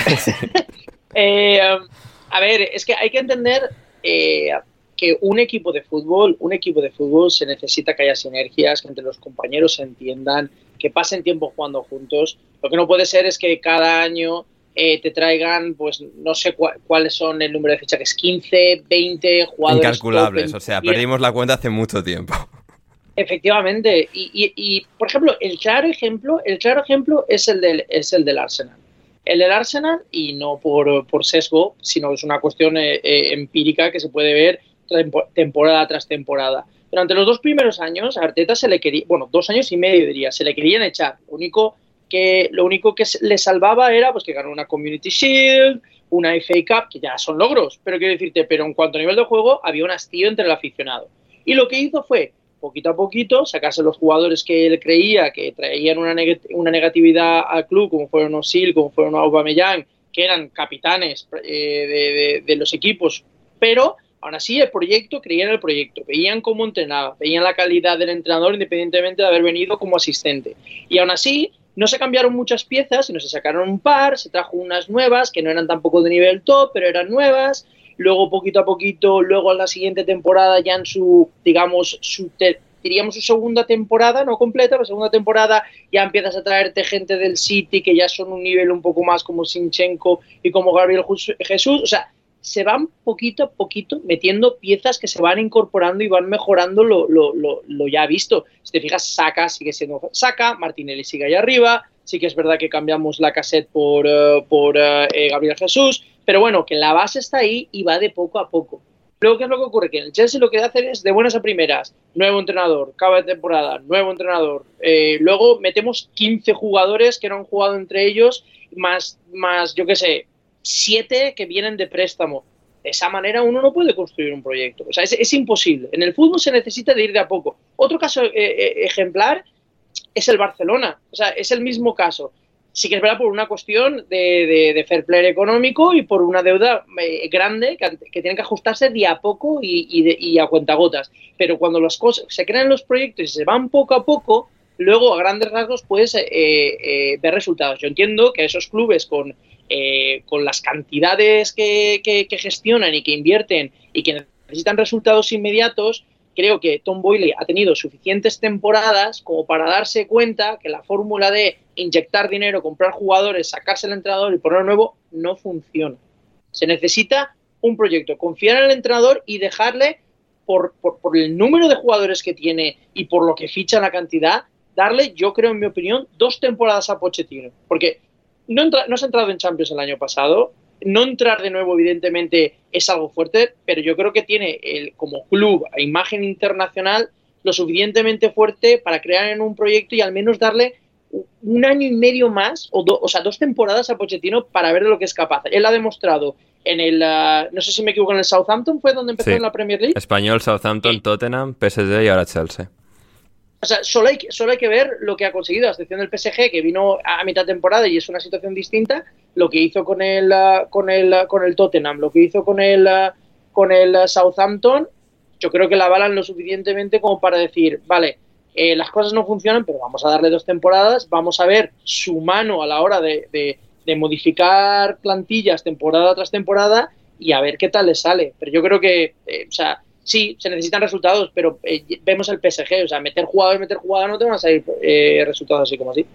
A ver, es que hay que entender que un equipo de fútbol se necesita que haya sinergias, que entre los compañeros se entiendan, que pasen tiempo jugando juntos. Lo que no puede ser es que cada año te traigan, pues no sé cuáles son el número de fichajes, 15, 20 jugadores. Incalculables, perdimos la cuenta hace mucho tiempo. Efectivamente, y por ejemplo, el claro ejemplo es el del Arsenal. El del Arsenal, y no por sesgo, sino es una cuestión empírica que se puede ver temporada tras temporada. Durante los 2 primeros años, a Arteta se le quería, 2 años y medio diría, se le querían echar. Lo único que le salvaba era pues que ganó una Community Shield, una FA Cup, que ya son logros, pero quiero decirte, pero en cuanto a nivel de juego, había un hastío entre el aficionado. Y lo que hizo fue, poquito a poquito, sacarse los jugadores que él creía que traían una negatividad al club, como fueron Özil, como fueron Aubameyang, que eran capitanes de los equipos, pero aún así creían en el proyecto, veían cómo entrenaba, veían la calidad del entrenador independientemente de haber venido como asistente. Y aún así no se cambiaron muchas piezas, sino se sacaron un par, se trajo unas nuevas que no eran tampoco de nivel top, pero eran nuevas. Luego, poquito a poquito, luego en la siguiente temporada, ya en su segunda temporada, no completa, la segunda temporada ya empiezas a traerte gente del City que ya son un nivel un poco más como Zinchenko y como Gabriel Jesús. O sea, se van poquito a poquito metiendo piezas que se van incorporando y van mejorando lo ya visto. Si te fijas, Saka sigue siendo Saka, Martinelli sigue ahí arriba, sí que es verdad que cambiamos Lacazette por Gabriel Jesús, pero bueno, que la base está ahí y va de poco a poco. Luego, ¿qué es lo que ocurre? Que en el Chelsea lo que hacen es de buenas a primeras, nuevo entrenador, cada temporada, nuevo entrenador. Luego metemos 15 jugadores que no han jugado entre ellos, más yo qué sé, 7 que vienen de préstamo. De esa manera uno no puede construir un proyecto. O sea, es imposible. En el fútbol se necesita de ir de a poco. Otro caso ejemplar es el Barcelona. O sea, es el mismo caso. Sí que es verdad por una cuestión de fair play económico y por una deuda grande que tienen que ajustarse de a poco y a cuentagotas. Pero cuando las cosas se crean los proyectos y se van poco a poco, luego a grandes rasgos puedes ver resultados. Yo entiendo que esos clubes con las cantidades que gestionan y que invierten y que necesitan resultados inmediatos, creo que Tom Boehly ha tenido suficientes temporadas como para darse cuenta que la fórmula de inyectar dinero, comprar jugadores, sacarse el entrenador y ponerlo nuevo no funciona. Se necesita un proyecto, confiar en el entrenador y dejarle, por el número de jugadores que tiene y por lo que ficha la cantidad, darle, yo creo, en mi opinión, 2 temporadas a Pochettino. Porque no has entrado en Champions el año pasado. No entrar de nuevo, evidentemente, es algo fuerte, pero yo creo que tiene como club a imagen internacional lo suficientemente fuerte para crear en un proyecto y al menos darle 1 año y medio más, o sea, 2 temporadas a Pochettino para ver de lo que es capaz. Él ha demostrado en no sé si me equivoco, en el Southampton fue donde empezó en la Premier League. Español, Southampton, Tottenham, PSG y ahora Chelsea. O sea, solo hay que ver lo que ha conseguido, a excepción del PSG, que vino a mitad de temporada y es una situación distinta, lo que hizo con el Tottenham, lo que hizo con el Southampton. Yo creo que la avalan lo suficientemente como para decir, vale, las cosas no funcionan, pero vamos a darle 2 temporadas, vamos a ver su mano a la hora de modificar plantillas temporada tras temporada y a ver qué tal le sale. Pero yo creo que, sí, se necesitan resultados, pero vemos el PSG, o sea, meter jugador, no te van a salir resultados así como así.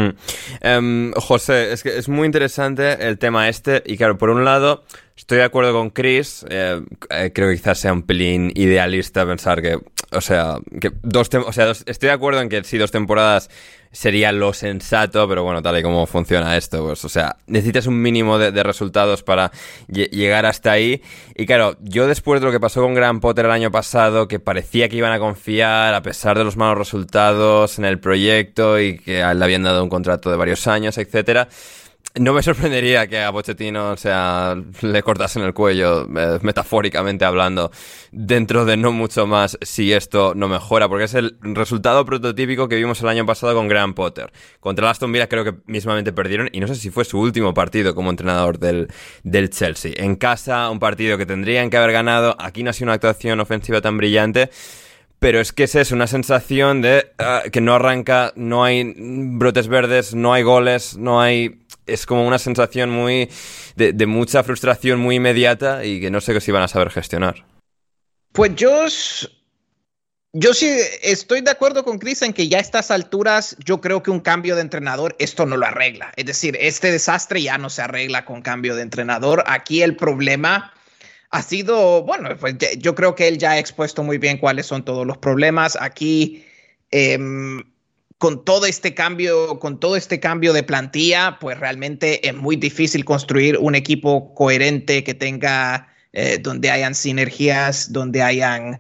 José, es que es muy interesante el tema este, y claro, por un lado, estoy de acuerdo con Chris, creo que quizás sea un pelín idealista pensar que, estoy de acuerdo en que sí, 2 temporadas sería lo sensato, pero bueno, tal y como funciona esto, pues, o sea, necesitas un mínimo de resultados para llegar hasta ahí. Y claro, yo después de lo que pasó con Graham Potter el año pasado, que parecía que iban a confiar a pesar de los malos resultados en el proyecto y que le habían dado un contrato de varios años, etcétera, no me sorprendería que a Pochettino, o sea, le cortasen el cuello, metafóricamente hablando, dentro de no mucho más si esto no mejora, porque es el resultado prototípico que vimos el año pasado con Graham Potter. Contra el Aston Villa creo que mismamente perdieron, y no sé si fue su último partido como entrenador del Chelsea. En casa, un partido que tendrían que haber ganado, aquí no ha sido una actuación ofensiva tan brillante, pero es que es una sensación de que no arranca, no hay brotes verdes, no hay goles, no hay... Es como una sensación muy de mucha frustración muy inmediata y que no sé si van a saber gestionar. Pues yo sí estoy de acuerdo con Chris en que ya a estas alturas yo creo que un cambio de entrenador esto no lo arregla. Es decir, este desastre ya no se arregla con cambio de entrenador. Aquí el problema ha sido, bueno, pues yo creo que él ya ha expuesto muy bien cuáles son todos los problemas. Aquí, con todo este cambio de plantilla, pues realmente es muy difícil construir un equipo coherente que tenga, donde hayan sinergias, donde hayan,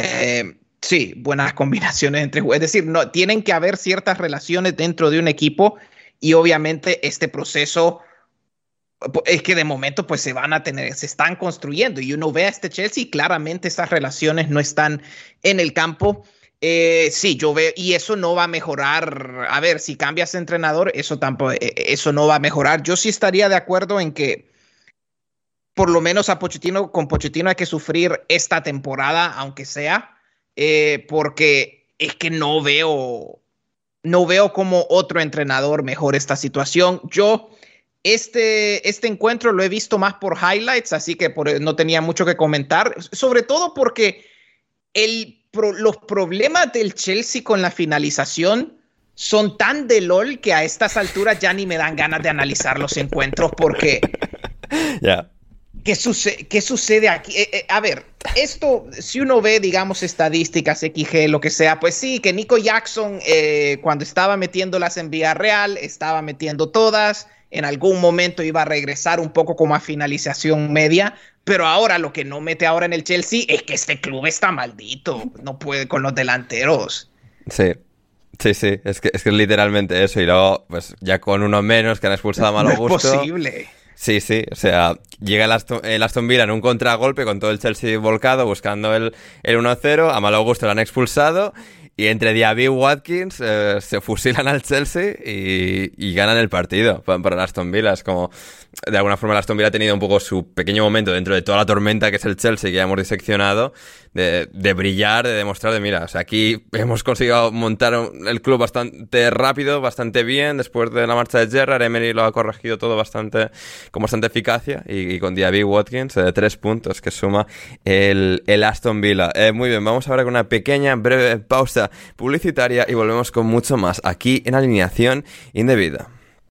buenas combinaciones entre jugadores. Es decir, no, tienen que haber ciertas relaciones dentro de un equipo y obviamente este proceso es que de momento pues se están construyendo y uno ve a este Chelsea, claramente esas relaciones no están en el campo. Sí, yo veo, y eso no va a mejorar. A ver, si cambias de entrenador, eso no va a mejorar. Yo sí estaría de acuerdo en que por lo menos con Pochettino hay que sufrir esta temporada, aunque sea, porque es que no veo cómo otro entrenador mejore esta situación. Yo este encuentro lo he visto más por highlights, así que no tenía mucho que comentar, sobre todo porque los problemas del Chelsea con la finalización son tan de LOL que a estas alturas ya ni me dan ganas de analizar los encuentros porque... Ya. ¿Qué sucede aquí? A ver, esto, si uno ve, digamos, estadísticas, XG, lo que sea, pues sí, que Nico Jackson, cuando estaba metiéndolas en Villarreal, estaba metiendo todas, en algún momento iba a regresar un poco como a finalización media, pero ahora lo que no mete ahora en el Chelsea es que este club está maldito, no puede con los delanteros. Sí. Sí, es que es literalmente eso, y luego, pues ya con uno menos que han expulsado a Malo Gusto. No es posible. Sí, o sea, llega el Aston Villa en un contragolpe con todo el Chelsea volcado buscando el 1-0, a Malo Gusto lo han expulsado y entre Diaby y Watkins se fusilan al Chelsea y ganan el partido para el Aston Villa. Es como, de alguna forma el Aston Villa ha tenido un poco su pequeño momento dentro de toda la tormenta que es el Chelsea, que ya hemos diseccionado, de brillar, de demostrar, mira, o sea, aquí hemos conseguido montar el club bastante rápido, bastante bien, después de la marcha de Gerrard. Emery lo ha corregido todo con bastante eficacia, y con Diaby y Watkins, 3 puntos que suma el Aston Villa. Muy bien, vamos ahora con una pequeña, breve pausa publicitaria y volvemos con mucho más aquí en Alineación Indebida.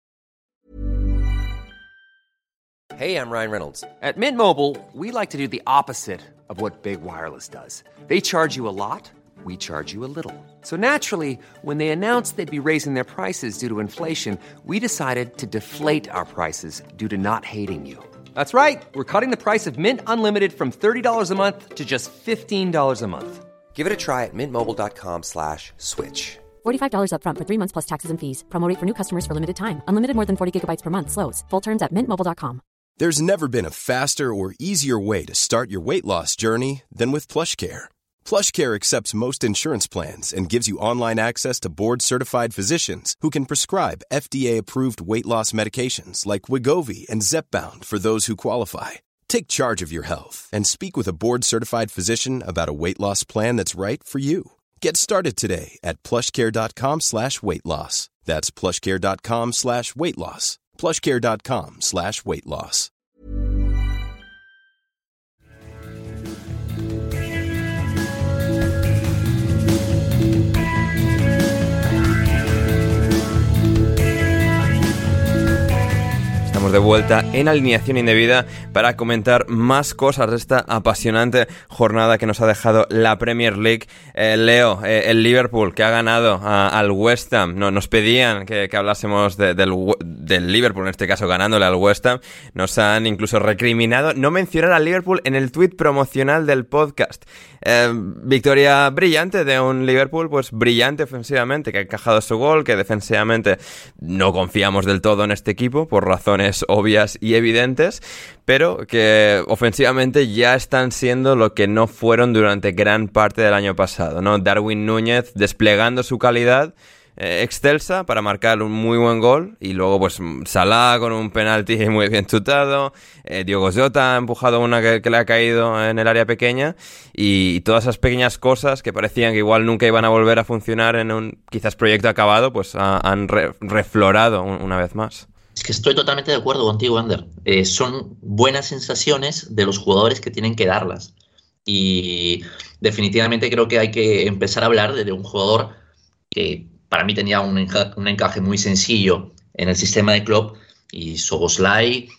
Hey, I'm Ryan Reynolds. At Mint Mobile, we like to do the opposite of what Big Wireless does. They charge you a lot, we charge you a little. So naturally, when they announced they'd be raising their prices due to inflation, we decided to deflate our prices due to not hating you. That's right. We're cutting the price of Mint Unlimited from $30 a month to just $15 a month. Give it a try at mintmobile.com/switch. $45 up front for 3 months plus taxes and fees. Promo rate for new customers for limited time. Unlimited more than 40 gigabytes per month. Slows full terms at mintmobile.com. There's never been a faster or easier way to start your weight loss journey than with PlushCare. PlushCare accepts most insurance plans and gives you online access to board-certified physicians who can prescribe FDA-approved weight loss medications like Wegovy and Zepbound for those who qualify. Take charge of your health and speak with a board-certified physician about a weight loss plan that's right for you. Get started today at plushcare.com/weightloss. That's plushcare.com/weightloss. plushcare.com/weightloss. Estamos de vuelta en Alineación Indebida para comentar más cosas de esta apasionante jornada que nos ha dejado la Premier League. Leo, el Liverpool que ha ganado al West Ham. No, nos pedían que hablásemos del Liverpool, en este caso ganándole al West Ham. Nos han incluso recriminado no mencionar al Liverpool en el tuit promocional del podcast. Victoria brillante de un Liverpool, pues brillante ofensivamente, que ha encajado su gol, que defensivamente no confiamos del todo en este equipo por razones obvias y evidentes, pero que ofensivamente ya están siendo lo que no fueron durante gran parte del año pasado, ¿no? Darwin Núñez desplegando su calidad excelsa para marcar un muy buen gol, y luego pues Salah con un penalti muy bien chutado, Diogo Jota ha empujado una que le ha caído en el área pequeña, y todas esas pequeñas cosas que parecían que igual nunca iban a volver a funcionar en un quizás proyecto acabado, pues han reflorado una vez más. Es que estoy totalmente de acuerdo contigo, Ander. Son buenas sensaciones de los jugadores que tienen que darlas, y definitivamente creo que hay que empezar a hablar de un jugador que para mí tenía un encaje muy sencillo en el sistema de Klopp, y Szoboszlai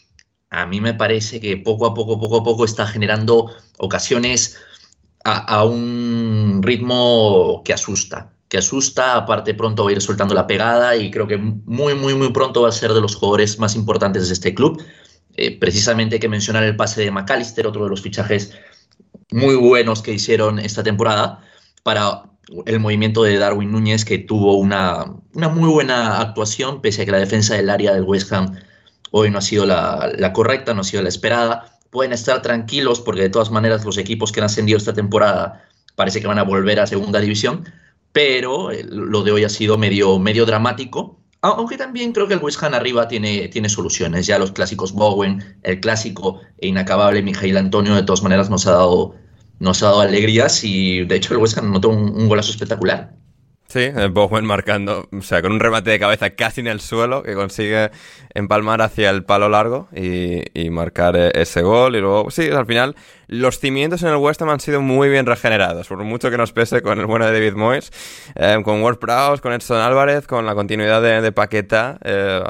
a mí me parece que poco a poco está generando ocasiones a un ritmo que asusta. Aparte pronto va a ir soltando la pegada y creo que muy pronto va a ser de los jugadores más importantes de este club. Precisamente hay que mencionar el pase de McAllister, otro de los fichajes muy buenos que hicieron esta temporada, para el movimiento de Darwin Núñez, que tuvo una muy buena actuación, pese a que la defensa del área del West Ham hoy no ha sido la correcta, no ha sido la esperada. Pueden estar tranquilos porque de todas maneras los equipos que han ascendido esta temporada parece que van a volver a segunda división, pero lo de hoy ha sido medio dramático, aunque también creo que el West Ham arriba tiene soluciones. Ya los clásicos Bowen, el clásico e inacabable Mijail Antonio, de todas maneras nos ha dado alegrías, y de hecho el West Ham anotó un golazo espectacular. Sí, Bowen marcando, o sea, con un remate de cabeza casi en el suelo, que consigue empalmar hacia el palo largo y marcar ese gol. Y luego, sí, al final, los cimientos en el West Ham han sido muy bien regenerados, por mucho que nos pese con el bueno de David Moyes, con Ward-Prowse, con Edson Álvarez, con la continuidad de Paquetá,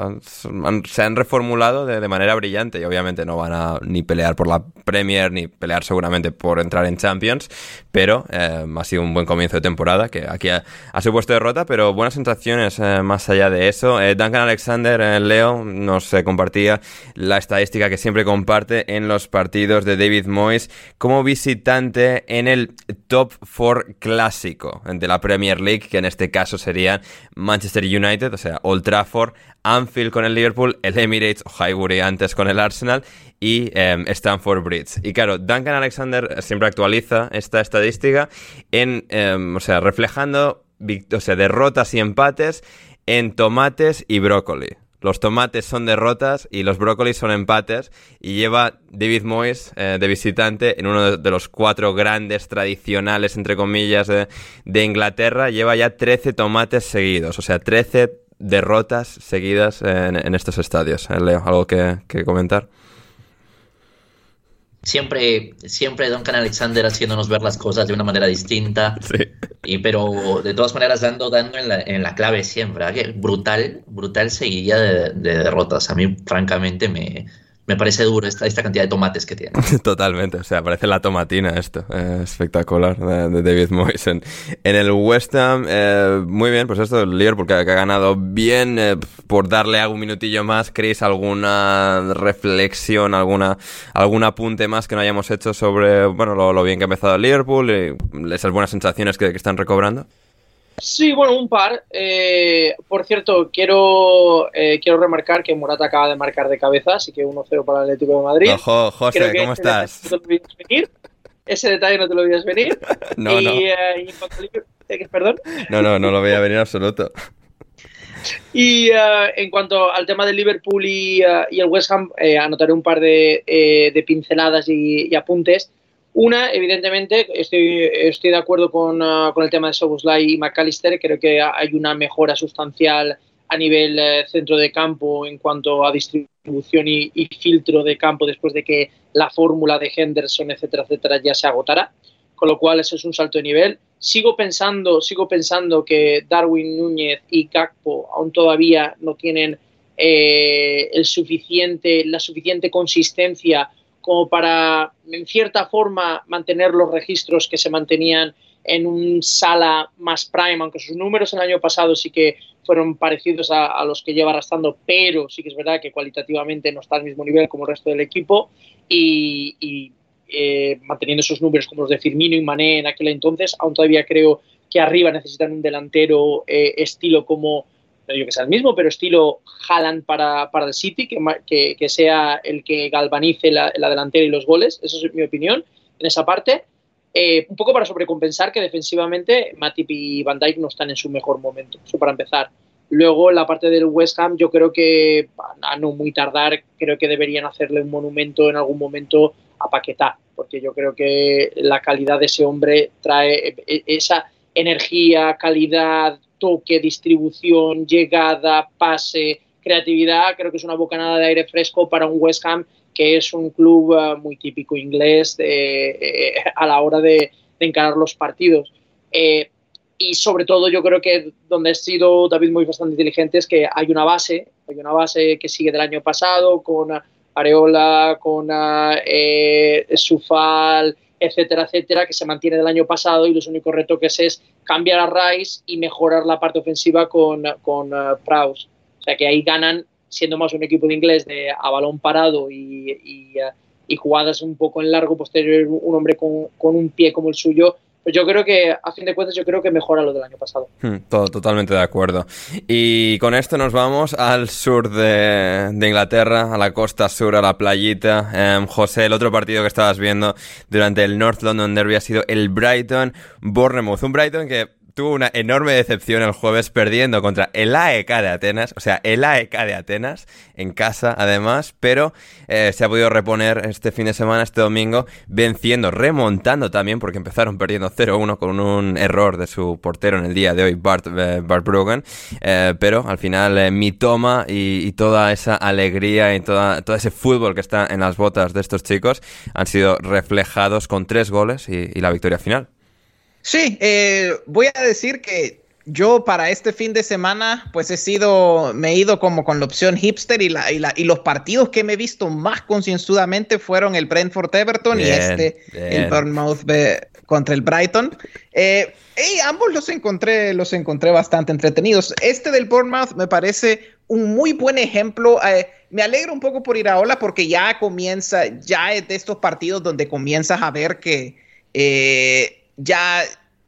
se han reformulado de manera brillante, y obviamente no van a ni pelear por la Premier, ni pelear seguramente por entrar en Champions, pero ha sido un buen comienzo de temporada, que aquí ha supuesto derrota, pero buenas sensaciones más allá de eso. Duncan Alexander, Leo, nos compartía la estadística que siempre comparte en los partidos de David Moyes como visitante en el top 4 clásico de la Premier League, que en este caso serían Manchester United, o sea, Old Trafford, Anfield con el Liverpool, el Emirates o Highbury antes con el Arsenal, y Stamford Bridge. Y claro, Duncan Alexander siempre actualiza esta estadística reflejando derrotas y empates en tomates y brócoli. Los tomates son derrotas y los brócolis son empates, y lleva David Moyes de visitante en uno de los 4 grandes tradicionales, entre comillas, de Inglaterra. Lleva ya 13 tomates seguidos, o sea, 13 derrotas seguidas en estos estadios. Leo, ¿algo que comentar? Siempre Duncan Alexander haciéndonos ver las cosas de una manera distinta, sí. Pero de todas maneras dando en la clave siempre. Brutal seguidilla de derrotas. A mí, francamente, me parece duro esta cantidad de tomates que tiene. Totalmente, o sea, parece la tomatina esto. Espectacular de David Moyes en el West Ham. Muy bien, pues esto, el Liverpool que ha ganado bien. Por darle algún minutillo más, Chris, ¿alguna reflexión, algún apunte más que no hayamos hecho sobre lo bien que ha empezado el Liverpool y esas buenas sensaciones que están recobrando? Sí, bueno, un par. Por cierto, quiero remarcar que Morata acaba de marcar de cabeza, así que 1-0 para el Atlético de Madrid. Ojo, José, ¿cómo estás? Ese detalle no te lo veías venir. No. ¿Perdón? No lo veía venir en absoluto. Y en cuanto al tema del Liverpool y el West Ham, anotaré un par de pinceladas y apuntes. Una, evidentemente, estoy de acuerdo con el tema de Szoboszlai y McAllister. Creo que hay una mejora sustancial a nivel centro de campo en cuanto a distribución y filtro de campo después de que la fórmula de Henderson, etcétera, ya se agotara. Con lo cual, eso es un salto de nivel. Sigo pensando que Darwin Núñez y Gakpo aún todavía no tienen la suficiente consistencia como para, en cierta forma, mantener los registros que se mantenían en un Salah más prime, aunque sus números el año pasado sí que fueron parecidos a los que lleva arrastrando, pero sí que es verdad que cualitativamente no está al mismo nivel como el resto del equipo, y manteniendo esos números como los de Firmino y Mané en aquel entonces, aún todavía creo que arriba necesitan un delantero estilo como, no digo que sea el mismo, pero estilo Haaland para el City, que sea el que galvanice la delantera y los goles. Esa es mi opinión en esa parte. Un poco para sobrecompensar que defensivamente Matip y Van Dijk no están en su mejor momento. Eso para empezar. Luego, en la parte del West Ham, yo creo que, a no muy tardar, creo que deberían hacerle un monumento en algún momento a Paquetá, porque yo creo que la calidad de ese hombre trae esa energía, calidad, toque, distribución, llegada, pase, creatividad. Creo que es una bocanada de aire fresco para un West Ham, que es un club muy típico inglés a la hora de encarar los partidos. Y sobre todo yo creo que donde ha sido David muy bastante inteligente es que hay una base que sigue del año pasado, con Areola, con Sufal, etcétera, etcétera, que se mantiene del año pasado, y los únicos retoques es cambiar a Rice y mejorar la parte ofensiva con Prowse. O sea que ahí ganan, siendo más un equipo de inglés a balón parado y jugadas un poco en largo posterior, un hombre con un pie como el suyo. Pues yo creo que, a fin de cuentas, mejora lo del año pasado. Totalmente de acuerdo. Y con esto nos vamos al sur de Inglaterra, a la costa sur, a la playita. José, el otro partido que estabas viendo durante el North London Derby ha sido el Brighton-Bournemouth. Un Brighton que tuvo una enorme decepción el jueves perdiendo contra el AEK de Atenas, o sea, el AEK de Atenas, en casa además, pero se ha podido reponer este fin de semana, este domingo, venciendo, remontando también, porque empezaron perdiendo 0-1 con un error de su portero en el día de hoy, Bart Bruggen, pero al final Mitoma y toda esa alegría y todo ese fútbol que está en las botas de estos chicos han sido reflejados con 3 goles y la victoria final. Sí, voy a decir que yo para este fin de semana pues me he ido como con la opción hipster y los partidos que me he visto más concienzudamente fueron el Brentford-Everton y el Bournemouth contra el Brighton. Ambos los encontré bastante entretenidos. Este del Bournemouth me parece un muy buen ejemplo. Me alegro un poco por Iraola porque ya es de estos partidos donde comienzas a ver que ya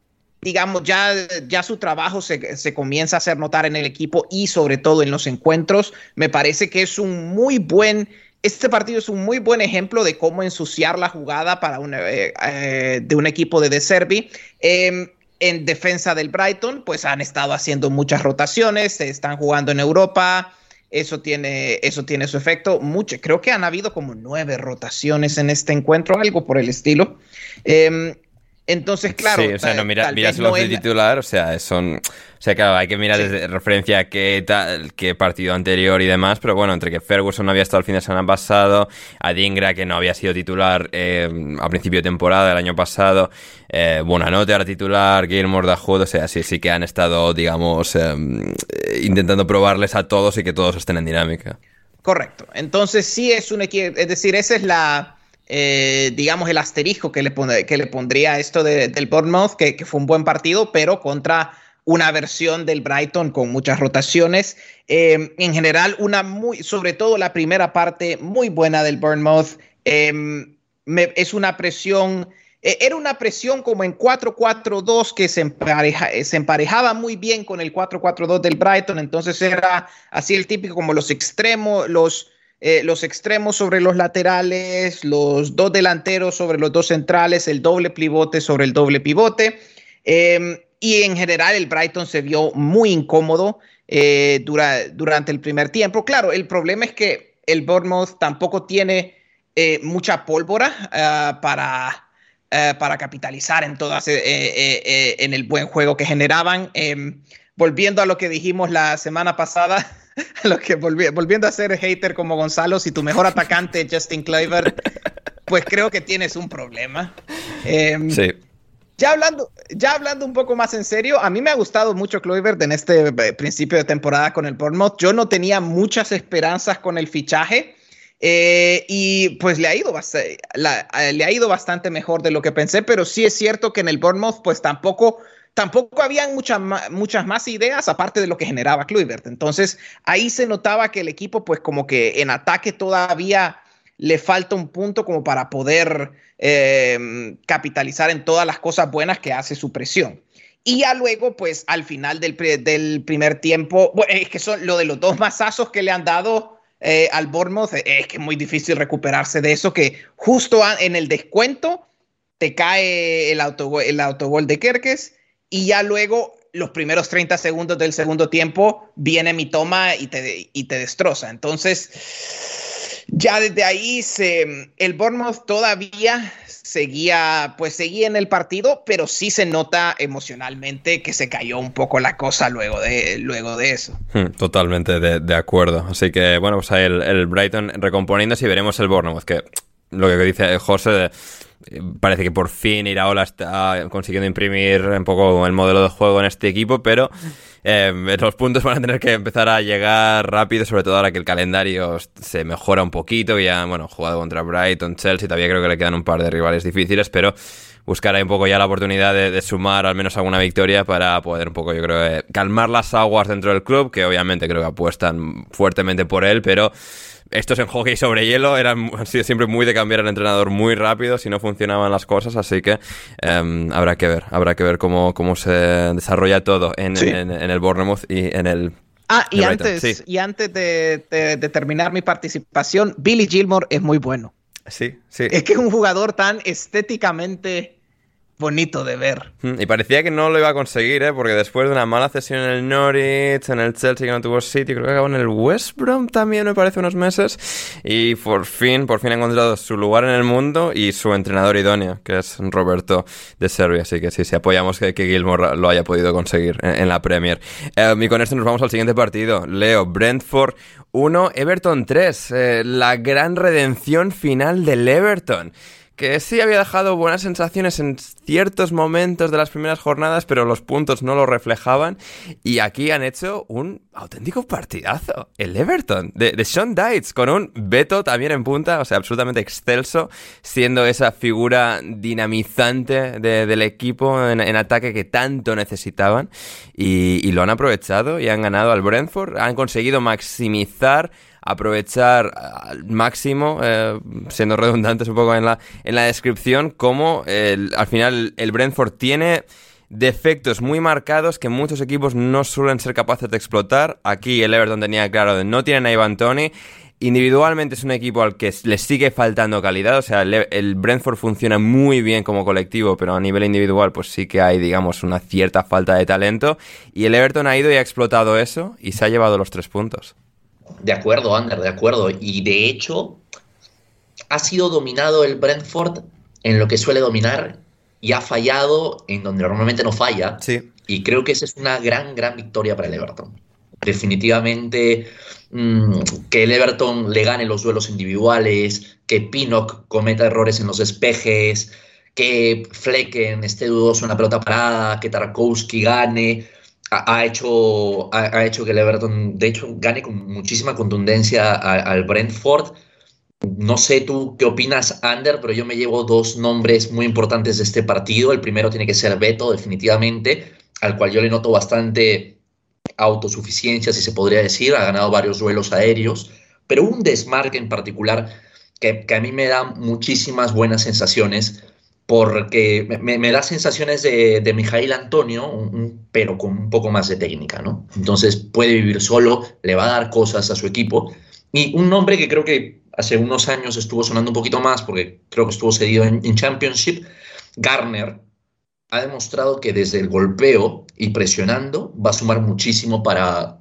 su trabajo se comienza a hacer notar en el equipo y sobre todo en los encuentros. Me parece que este partido es un muy buen ejemplo de cómo ensuciar la jugada para de un equipo de De Zerbi. En defensa del Brighton, pues han estado haciendo muchas rotaciones, se están jugando en Europa. Eso tiene su efecto. Creo que han habido como 9 rotaciones en este encuentro, algo por el estilo. Entonces, claro. Sí, o sea, miras los de titular, o sea, claro, hay que mirar desde referencia a qué partido anterior y demás, pero bueno, entre que Ferguson no había estado el fin de semana pasado, Adingra, que no había sido titular a principio de temporada del año pasado, Buonanotte era titular, Gilmour, Dahoud, o sea, sí que han estado, digamos, intentando probarles a todos y que todos estén en dinámica. Correcto. Entonces, sí es un equipo, es decir, esa es digamos, el asterisco que le pondría a esto del Bournemouth, que fue un buen partido, pero contra una versión del Brighton con muchas rotaciones. En general, sobre todo la primera parte, muy buena del Bournemouth. Es una presión, era una presión como en 4-4-2 que se emparejaba muy bien con el 4-4-2 del Brighton, entonces era así el típico como los extremos sobre los laterales, los 2 delanteros sobre los 2 centrales, el doble pivote sobre el doble pivote. Y en general el Brighton se vio muy incómodo durante el primer tiempo. Claro, el problema es que el Bournemouth tampoco tiene mucha pólvora para capitalizar en el buen juego que generaban. Volviendo a lo que dijimos la semana pasada, volviendo a ser hater como Gonzalo, si tu mejor atacante es Justin Kluivert, pues creo que tienes un problema. Sí. Ya hablando un poco más en serio, a mí me ha gustado mucho Kluivert en este principio de temporada con el Bournemouth. Yo no tenía muchas esperanzas con el fichaje y pues le ha ido bastante mejor de lo que pensé, pero sí es cierto que en el Bournemouth pues tampoco habían muchas más ideas aparte de lo que generaba Kluivert. Entonces ahí se notaba que el equipo pues como que en ataque todavía le falta un punto como para poder capitalizar en todas las cosas buenas que hace su presión. Y ya luego, pues al final del primer tiempo, bueno, es que son lo de los 2 mazazos que le han dado al Bournemouth, es que es muy difícil recuperarse de eso, que justo en el descuento te cae el autogol de Kerkez y ya luego los primeros 30 segundos del segundo tiempo viene Mitoma y te destroza. Entonces, ya desde ahí el Bournemouth todavía seguía en el partido, pero sí se nota emocionalmente que se cayó un poco la cosa luego de eso. Totalmente de acuerdo. Así que, bueno, pues ahí el Brighton recomponiéndose y veremos el Bournemouth, que lo que dice José Parece que por fin Iraola está consiguiendo imprimir un poco el modelo de juego en este equipo, pero los puntos van a tener que empezar a llegar rápido, sobre todo ahora que el calendario se mejora un poquito, que ya, bueno, jugado contra Brighton, Chelsea, todavía creo que le quedan un par de rivales difíciles, pero buscar ahí un poco ya la oportunidad de sumar al menos alguna victoria para poder un poco, yo creo, calmar las aguas dentro del club, que obviamente creo que apuestan fuertemente por él, pero estos en hockey sobre hielo han sido siempre muy de cambiar al entrenador muy rápido si no funcionaban las cosas, así que habrá que ver cómo se desarrolla todo en el Bournemouth y en el... Y antes de terminar mi participación, Billy Gilmour es muy bueno. Sí. Es que es un jugador tan estéticamente bonito de ver. Y parecía que no lo iba a conseguir, porque después de una mala cesión en el Norwich, en el Chelsea que no tuvo sitio, creo que acabó en el West Brom también, me parece, unos meses, y por fin ha encontrado su lugar en el mundo y su entrenador idóneo, que es Roberto de Serbia, así que sí, apoyamos que Gilmour lo haya podido conseguir en la Premier. Y con esto nos vamos al siguiente partido. Leo, Brentford 1, Everton 3, la gran redención final del Everton, que sí había dejado buenas sensaciones en ciertos momentos de las primeras jornadas, pero los puntos no lo reflejaban, y aquí han hecho un auténtico partidazo. El Everton de Sean Dyche, con un Beto también en punta, o sea, absolutamente excelso, siendo esa figura dinamizante del equipo en ataque que tanto necesitaban, y lo han aprovechado y han ganado al Brentford. Han conseguido aprovechar al máximo, siendo redundantes un poco en la descripción, como al final el Brentford tiene defectos muy marcados que muchos equipos no suelen ser capaces de explotar. Aquí el Everton tenía claro de no tienen a Ivan Toney. Individualmente es un equipo al que le sigue faltando calidad, o sea, el Brentford funciona muy bien como colectivo, pero a nivel individual pues sí que hay, digamos, una cierta falta de talento, y el Everton ha ido y ha explotado eso y se ha llevado los 3 puntos. De acuerdo, Ander, de acuerdo. Y de hecho, ha sido dominado el Brentford en lo que suele dominar y ha fallado en donde normalmente no falla. Sí. Y creo que esa es una gran victoria para el Everton. Definitivamente que el Everton le gane los duelos individuales, que Pinnock cometa errores en los despejes, que Flecken esté dudoso en la pelota parada, que Tarkowski gane... Ha hecho que el Everton, de hecho, gane con muchísima contundencia al Brentford. No sé tú qué opinas, Ander, pero yo me llevo 2 nombres muy importantes de este partido. El primero tiene que ser Beto, definitivamente, al cual yo le noto bastante autosuficiencia, si se podría decir. Ha ganado varios duelos aéreos, pero un desmarque en particular que a mí me da muchísimas buenas sensaciones, porque me da sensaciones de Mijail Antonio, pero con un poco más de técnica, ¿no? Entonces puede vivir solo, le va a dar cosas a su equipo. Y un nombre que creo que hace unos años estuvo sonando un poquito más, porque creo que estuvo cedido en Championship, Garner, ha demostrado que desde el golpeo y presionando va a sumar muchísimo para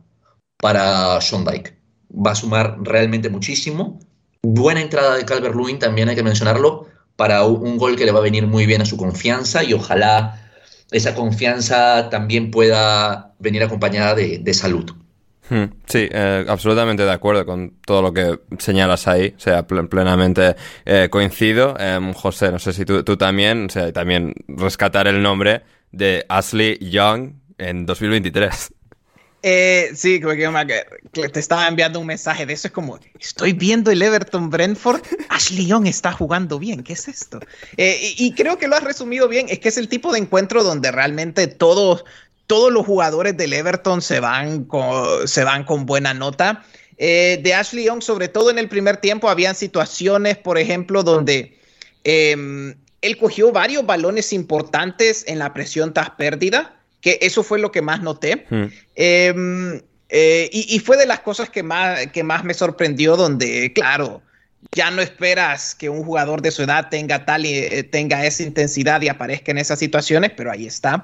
Sean Dyche. Va a sumar realmente muchísimo. Buena entrada de Calvert-Lewin, también hay que mencionarlo, para un gol que le va a venir muy bien a su confianza, y ojalá esa confianza también pueda venir acompañada de salud. Sí, absolutamente de acuerdo con todo lo que señalas ahí, o sea, plenamente coincido. José, no sé si tú también, o sea, también rescatar el nombre de Ashley Young en 2023. Sí, que te estaba enviando un mensaje de eso. Es como, estoy viendo el Everton Brentford, Ashley Young está jugando bien, ¿qué es esto? Y creo que lo has resumido bien. Es que es el tipo de encuentro donde realmente todos los jugadores del Everton se van con buena nota. De Ashley Young, sobre todo en el primer tiempo, habían situaciones, por ejemplo, donde él cogió varios balones importantes en la presión tras pérdida, que eso fue lo que más noté. Y fue de las cosas que más me sorprendió, donde, claro, ya no esperas que un jugador de su edad tenga esa intensidad y aparezca en esas situaciones, pero ahí está.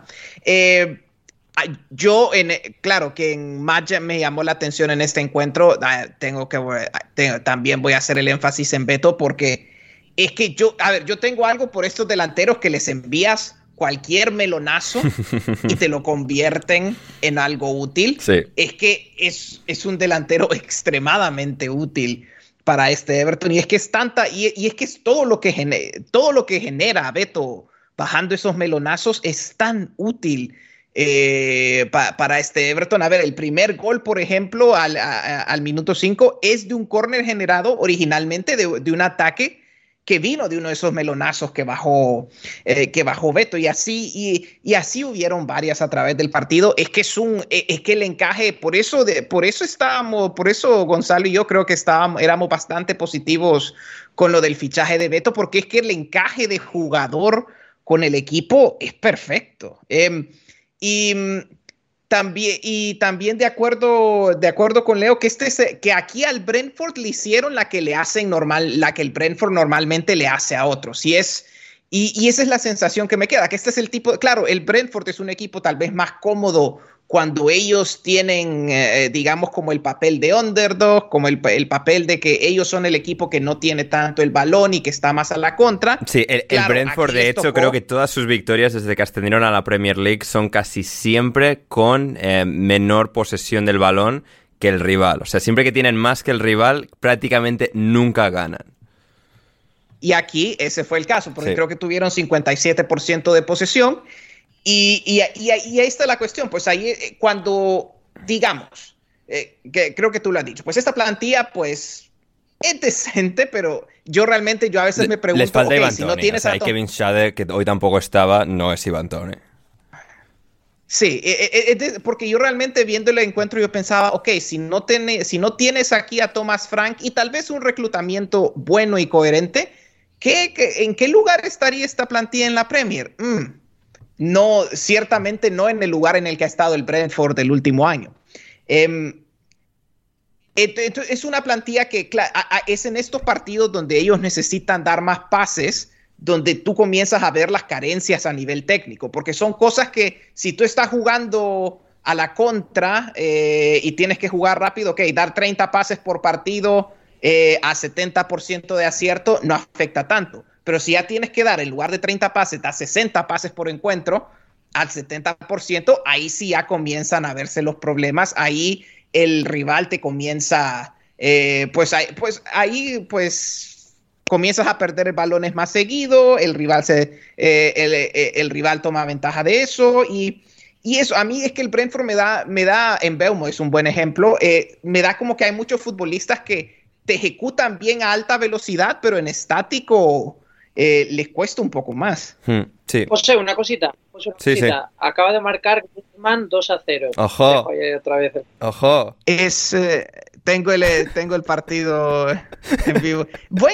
Claro que en Match me llamó la atención en este encuentro. También voy a hacer el énfasis en Beto, porque es que yo tengo algo por estos delanteros que les envías cualquier melonazo y te lo convierten en algo útil. Sí. Es que es un delantero extremadamente útil para este Everton, y es que es tanta, y es que es todo lo que genera Beto bajando esos melonazos es tan útil para este Everton. A ver, el primer gol, por ejemplo, al minuto 5 es de un córner generado originalmente de un ataque que vino de uno de esos melonazos que bajó Beto, y así hubieron varias a través del partido. Es que el encaje, por eso Gonzalo y yo creo que éramos bastante positivos con lo del fichaje de Beto, porque es que el encaje de jugador con el equipo es perfecto. También de acuerdo con Leo, que aquí al Brentford le hicieron la que el Brentford normalmente le hace a otros. Y esa es la sensación que me queda, que este es el tipo, claro, el Brentford es un equipo tal vez más cómodo cuando ellos tienen, digamos, como el papel de underdog, como el papel de que ellos son el equipo que no tiene tanto el balón y que está más a la contra. Sí, el Brentford, de hecho, creo que todas sus victorias desde que ascendieron a la Premier League son casi siempre con menor posesión del balón que el rival. O sea, siempre que tienen más que el rival, prácticamente nunca ganan. Y aquí ese fue el caso, porque creo que tuvieron 57% de posesión. Y ahí está la cuestión, pues ahí cuando, digamos, que creo que tú lo has dicho, pues esta plantilla, pues, es decente, pero yo a veces me pregunto, les falta Ivan si Toney, no tienes hay Kevin Schade, que hoy tampoco estaba, no es Ivan Toney. Sí, porque yo realmente viendo el encuentro yo pensaba, ok, si no tienes aquí a Thomas Frank y tal vez un reclutamiento bueno y coherente, ¿en qué lugar estaría esta plantilla en la Premier? No, ciertamente no en el lugar en el que ha estado el Brentford del último año. Es una plantilla que es en estos partidos donde ellos necesitan dar más pases, donde tú comienzas a ver las carencias a nivel técnico, porque son cosas que si tú estás jugando a la contra y tienes que jugar rápido, ok, dar 30 pases por partido a 70% de acierto no afecta tanto. Pero si ya tienes que dar, en lugar de 30 pases, da 60 pases por encuentro, al 70%, ahí sí ya comienzan a verse los problemas. Ahí el rival te comienza, ahí comienzas a perder balones más seguido, el rival toma ventaja de eso, y eso, a mí es que el Brentford me da en Mbeumo es un buen ejemplo, me da como que hay muchos futbolistas que te ejecutan bien a alta velocidad, pero en estático les cuesta un poco más. Sí. José, una cosita. Sí. Acaba de marcar Griezmann 2-0. Ojo. Otra vez. Ojo. Tengo el partido en vivo.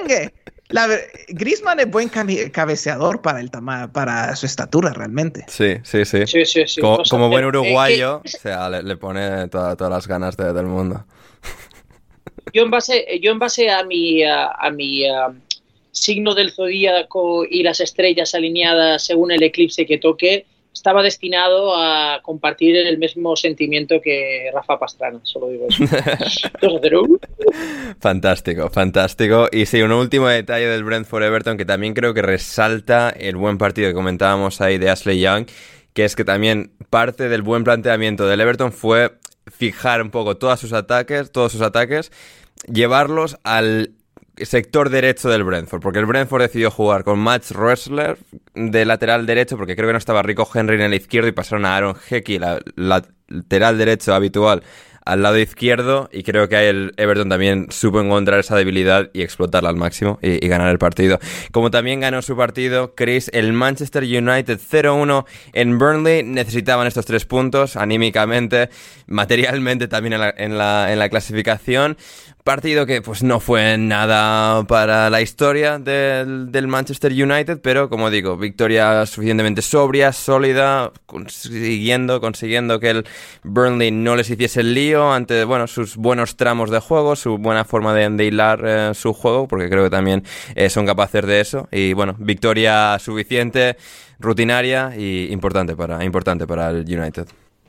Griezmann es buen cabeceador para su estatura, realmente. Sí. Sí. Como buen uruguayo, o sea, le pone todas las ganas del mundo. Yo en base a mi signo del zodíaco y las estrellas alineadas según el eclipse que toque, estaba destinado a compartir el mismo sentimiento que Rafa Pastrana, solo digo eso. 2-0. Fantástico. Y sí, un último detalle del Brentford Everton que también creo que resalta el buen partido que comentábamos ahí de Ashley Young, que es que también parte del buen planteamiento del Everton fue fijar un poco todos sus ataques, llevarlos al sector derecho del Brentford, porque el Brentford decidió jugar con Max Roessler de lateral derecho, porque creo que no estaba Rico Henry en el izquierdo, y pasaron a Aaron Hickey, lateral derecho habitual, al lado izquierdo, y creo que ahí el Everton también supo encontrar esa debilidad y explotarla al máximo y ganar el partido. Como también ganó su partido, Chris, el Manchester United 0-1 en Burnley. Necesitaban estos 3 puntos anímicamente, materialmente también en la clasificación. Partido que pues no fue nada para la historia del Manchester United, pero como digo, victoria suficientemente sobria, sólida, consiguiendo que el Burnley no les hiciese el lío ante sus buenos tramos de juego, su buena forma de hilar su juego, porque creo que también son capaces de eso. Y bueno, victoria suficiente, rutinaria y importante para el United.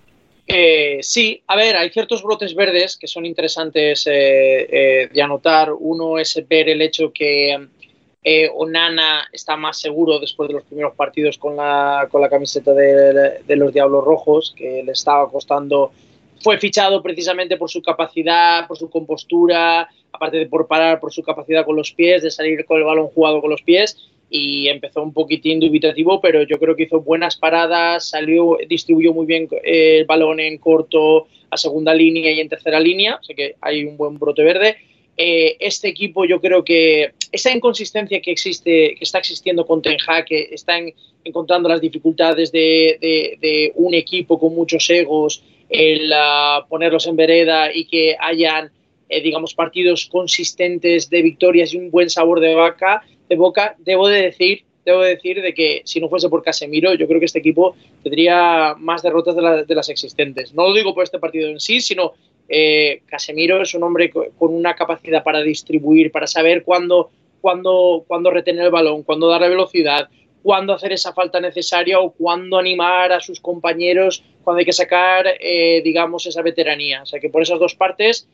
Sí, a ver, hay ciertos brotes verdes que son interesantes de anotar. Uno es ver el hecho que Onana está más seguro después de los primeros partidos con la camiseta de los Diablos Rojos, que le estaba costando fue fichado precisamente por su capacidad, por su compostura, aparte de por parar, por su capacidad con los pies, de salir con el balón jugado con los pies, y empezó un poquitín dubitativo, pero yo creo que hizo buenas paradas, distribuyó muy bien el balón en corto, a segunda línea y en tercera línea, o sea que hay un buen brote verde. Este equipo, yo creo que esa inconsistencia que está existiendo con Ten Hag, que están encontrando las dificultades de un equipo con muchos egos, el ponerlos en vereda y que hayan, digamos, partidos consistentes de victorias y un buen sabor de boca, debo de decir de que si no fuese por Casemiro, yo creo que este equipo tendría más derrotas de las existentes. No lo digo por este partido en sí, sino Casemiro es un hombre con una capacidad para distribuir, para saber cuándo retener el balón, cuándo darle velocidad, cuándo hacer esa falta necesaria o cuándo animar a sus compañeros, cuando hay que sacar, digamos, esa veteranía. O sea que por esas dos partes,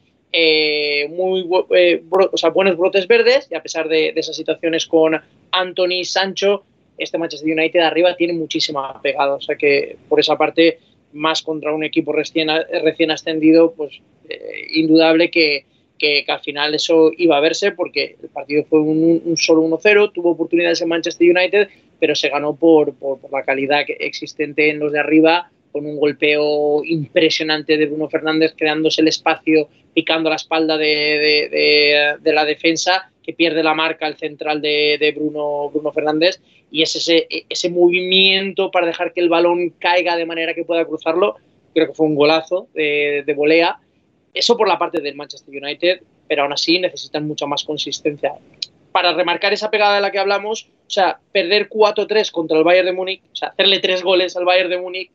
buenos brotes verdes, y a pesar de esas situaciones con Antony, Sancho, este Manchester United arriba tiene muchísima pegada. O sea que por esa parte, más contra un equipo recién ascendido, pues indudable que al final eso iba a verse, porque el partido fue un solo 1-0, tuvo oportunidades en Manchester United, pero se ganó por la calidad existente en los de arriba, con un golpeo impresionante de Bruno Fernández, creándose el espacio, picando la espalda de la defensa, que pierde la marca el central de Bruno Fernández, y es ese movimiento para dejar que el balón caiga de manera que pueda cruzarlo. Creo que fue un golazo de volea. Eso por la parte del Manchester United, pero aún así necesitan mucha más consistencia. Para remarcar esa pegada de la que hablamos, o sea, perder 4-3 contra el Bayern de Múnich, o sea, hacerle 3 goles al Bayern de Múnich,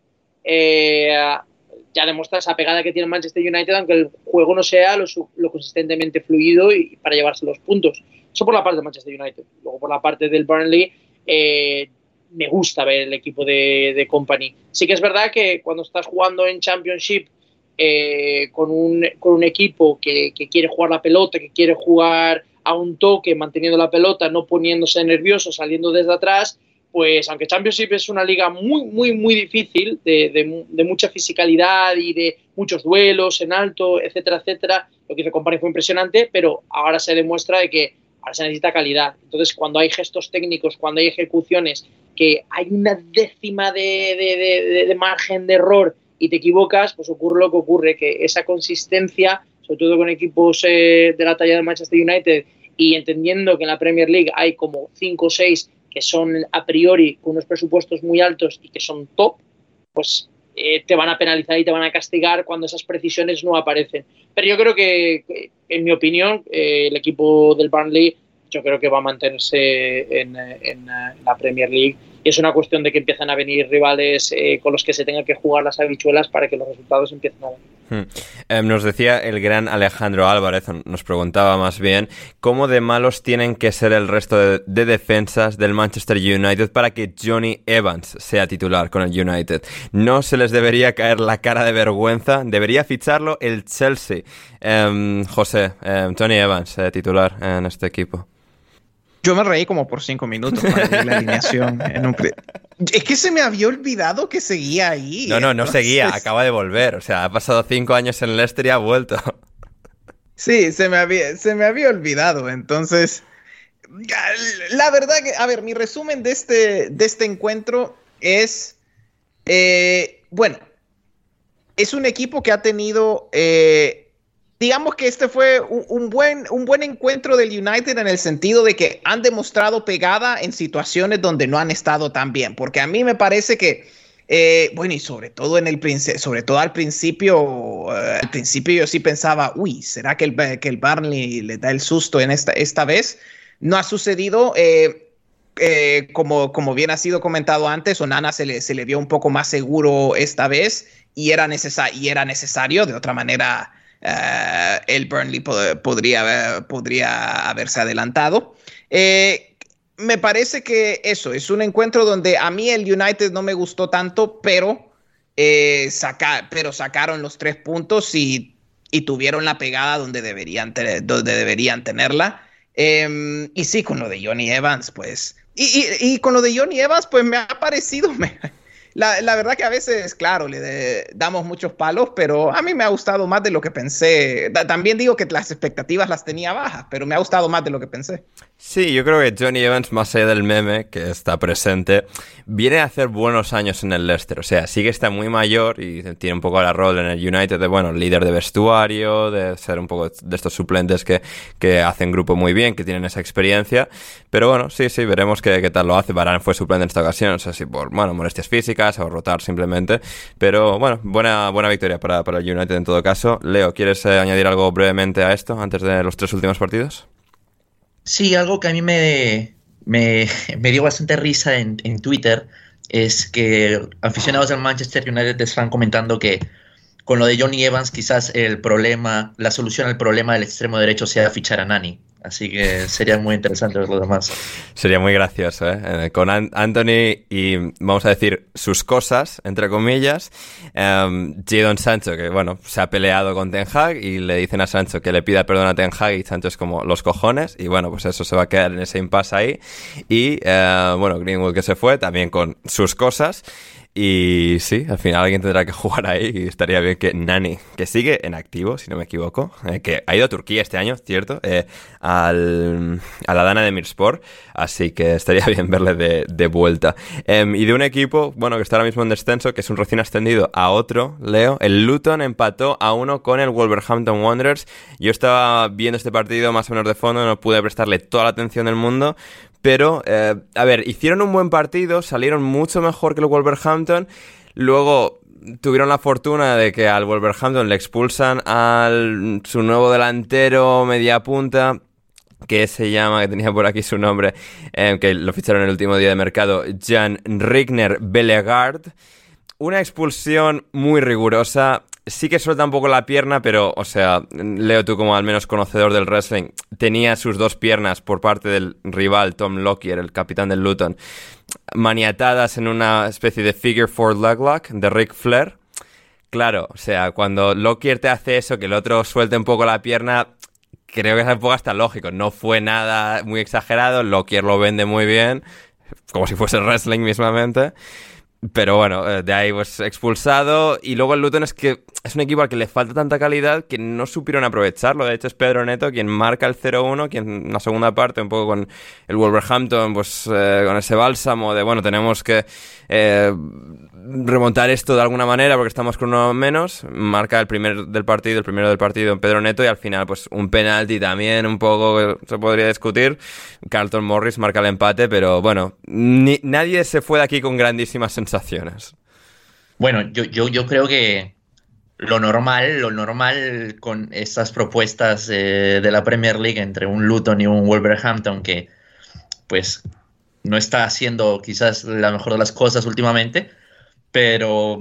ya demuestra esa pegada que tiene el Manchester United, aunque el juego no sea lo consistentemente fluido y para llevarse los puntos. Eso por la parte del Manchester United. Luego por la parte del Burnley, me gusta ver el equipo de Kompany. Sí que es verdad que cuando estás jugando en Championship con un equipo que quiere jugar la pelota, que quiere jugar a un toque, manteniendo la pelota, no poniéndose nervioso, saliendo desde atrás, pues aunque Championship es una liga muy, muy, muy difícil, de mucha fisicalidad y de muchos duelos en alto, etcétera, etcétera, lo que hizo Kompany fue impresionante, pero ahora se demuestra de que ahora se necesita calidad. Entonces, cuando hay gestos técnicos, cuando hay ejecuciones, que hay una décima de margen de error y te equivocas, pues ocurre lo que ocurre, que esa consistencia, sobre todo con equipos de la talla del Manchester United, y entendiendo que en la Premier League hay como 5 o 6 que son a priori con unos presupuestos muy altos y que son top, pues te van a penalizar y te van a castigar cuando esas precisiones no aparecen. Pero yo creo que en mi opinión, el equipo del Burnley, yo creo que va a mantenerse en la Premier League, y es una cuestión de que empiezan a venir rivales con los que se tengan que jugar las habichuelas para que los resultados empiecen a venir. Nos decía el gran Alejandro Álvarez, nos preguntaba más bien, ¿cómo de malos tienen que ser el resto de defensas del Manchester United para que Jonny Evans sea titular con el United? ¿No se les debería caer la cara de vergüenza? ¿Debería ficharlo el Chelsea? José, Jonny Evans, titular en este equipo. Yo me reí como por 5 minutos para la alineación. Es que se me había olvidado que seguía ahí. No seguía, acaba de volver. O sea, ha pasado 5 años en Leicester y ha vuelto. Sí, se me había olvidado. Entonces, la verdad que, a ver, mi resumen de este encuentro es, bueno, es un equipo que ha tenido... digamos que este fue un buen encuentro del United en el sentido de que han demostrado pegada en situaciones donde no han estado tan bien. Porque a mí me parece que, bueno, y sobre todo al principio yo sí pensaba, uy, ¿será que el Burnley le da el susto en esta vez? No ha sucedido. Como bien ha sido comentado antes, Onana se le vio un poco más seguro esta vez y era necesario, de otra manera... el Burnley podría haberse adelantado. Me parece que eso es un encuentro donde a mí el United no me gustó tanto, pero sacaron los 3 puntos y tuvieron la pegada donde deberían tenerla. Y sí, con lo de Jonny Evans, pues... Y con lo de Jonny Evans, pues me ha parecido... La verdad que a veces, claro, damos muchos palos, pero a mí me ha gustado más de lo que pensé. También digo que las expectativas las tenía bajas, pero me ha gustado más de lo que pensé. Sí, yo creo que Johnny Evans, más allá del meme que está presente, viene a hacer buenos años en el Leicester. O sea, sí que está muy mayor y tiene un poco la rol en el United de, bueno, líder de vestuario, de ser un poco de estos suplentes que hacen grupo muy bien, que tienen esa experiencia. Pero bueno, sí, veremos qué tal lo hace. Varane fue suplente en esta ocasión, no sé si por, bueno, molestias físicas o rotar simplemente. Pero bueno, buena victoria para el United en todo caso. Leo, ¿quieres añadir algo brevemente a esto antes de los 3 últimos partidos? Sí, algo que a mí me dio bastante risa en Twitter es que aficionados del Manchester United están comentando que con lo de Johnny Evans quizás la solución al problema del extremo derecho sea fichar a Nani. Así que sería muy interesante ver lo demás. Sería muy gracioso, ¿eh? Con Anthony y, vamos a decir, sus cosas, entre comillas. Jadon Sancho, que, bueno, se ha peleado con Ten Hag y le dicen a Sancho que le pida perdón a Ten Hag y Sancho es como los cojones. Y, bueno, pues eso se va a quedar en ese impasse ahí. Y, bueno, Greenwood que se fue también con sus cosas. Y sí, al final alguien tendrá que jugar ahí y estaría bien que Nani, que sigue en activo, si no me equivoco, que ha ido a Turquía este año, ¿cierto? A la Dana de Mirspor, así que estaría bien verle de vuelta. Y de un equipo, bueno, que está ahora mismo en descenso, que es un recién ascendido a otro, Leo, el Luton empató a 1 con el Wolverhampton Wanderers. Yo estaba viendo este partido más o menos de fondo, no pude prestarle toda la atención del mundo, pero, a ver, hicieron un buen partido, salieron mucho mejor que el Wolverhampton, luego tuvieron la fortuna de que al Wolverhampton le expulsan a su nuevo delantero media punta, que tenía por aquí su nombre, que lo ficharon el último día de mercado, Jan Rigner Bellegaard. Una expulsión muy rigurosa. Sí que suelta un poco la pierna, pero, o sea, Leo, tú como al menos conocedor del wrestling, tenía sus 2 piernas por parte del rival Tom Lockyer, el capitán del Luton, maniatadas en una especie de figure 4 leg lock de Ric Flair. Claro, o sea, cuando Lockyer te hace eso, que el otro suelte un poco la pierna, creo que es un poco hasta lógico. No fue nada muy exagerado, Lockyer lo vende muy bien, como si fuese wrestling mismamente. Pero bueno, de ahí pues expulsado. Y luego el Luton es que es un equipo al que le falta tanta calidad que no supieron aprovecharlo. De hecho es Pedro Neto quien marca el 0-1, quien en la segunda parte, un poco con el Wolverhampton, pues con ese bálsamo de, bueno, tenemos que remontar esto de alguna manera porque estamos con uno menos. Marca el primero del partido en Pedro Neto, y al final pues un penalti también un poco se podría discutir. Carlton Morris marca el empate, pero bueno, nadie se fue de aquí con grandísimas sensaciones. Bueno, yo creo que lo normal con estas propuestas de la Premier League entre un Luton y un Wolverhampton que pues no está haciendo quizás la mejor de las cosas últimamente, pero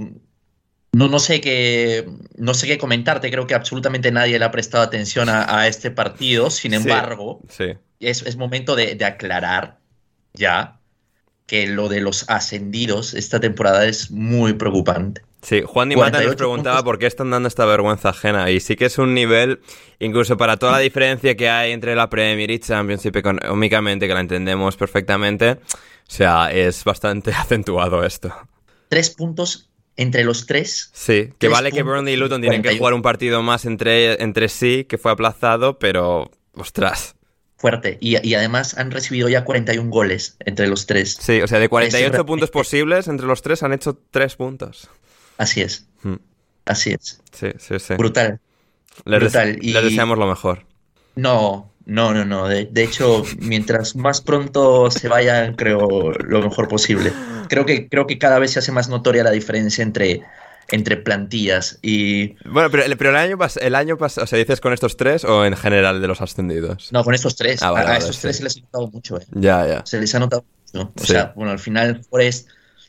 no sé qué comentarte. Creo que absolutamente nadie le ha prestado atención a este partido. Sin embargo, sí. Es momento de aclarar ya que lo de los ascendidos esta temporada es muy preocupante. Sí, Juan Di Mata nos preguntaba por qué están dando esta vergüenza ajena, y sí que es un nivel, incluso para toda la diferencia que hay entre la Premier y Championship económicamente, que la entendemos perfectamente, o sea, es bastante acentuado esto. 3 puntos entre los 3. Sí, que vale que Burnley y Luton tienen que jugar un partido más entre sí, que fue aplazado, pero, ostras. Fuerte, y además han recibido ya 41 goles entre los 3. Sí, o sea, de 48 puntos posibles, entre los 3 han hecho 3 puntos. Así es. Así es. Sí. Brutal. Les deseamos lo mejor. No. De hecho, mientras más pronto se vayan, creo lo mejor posible. Creo que cada vez se hace más notoria la diferencia entre plantillas y... Bueno, pero el año pasado, o sea, ¿dices con estos 3 o en general de los ascendidos? No, con estos 3. Vale, a estos 3 se les ha notado mucho. Ya. Se les ha notado mucho. O sea, bueno, al final Forest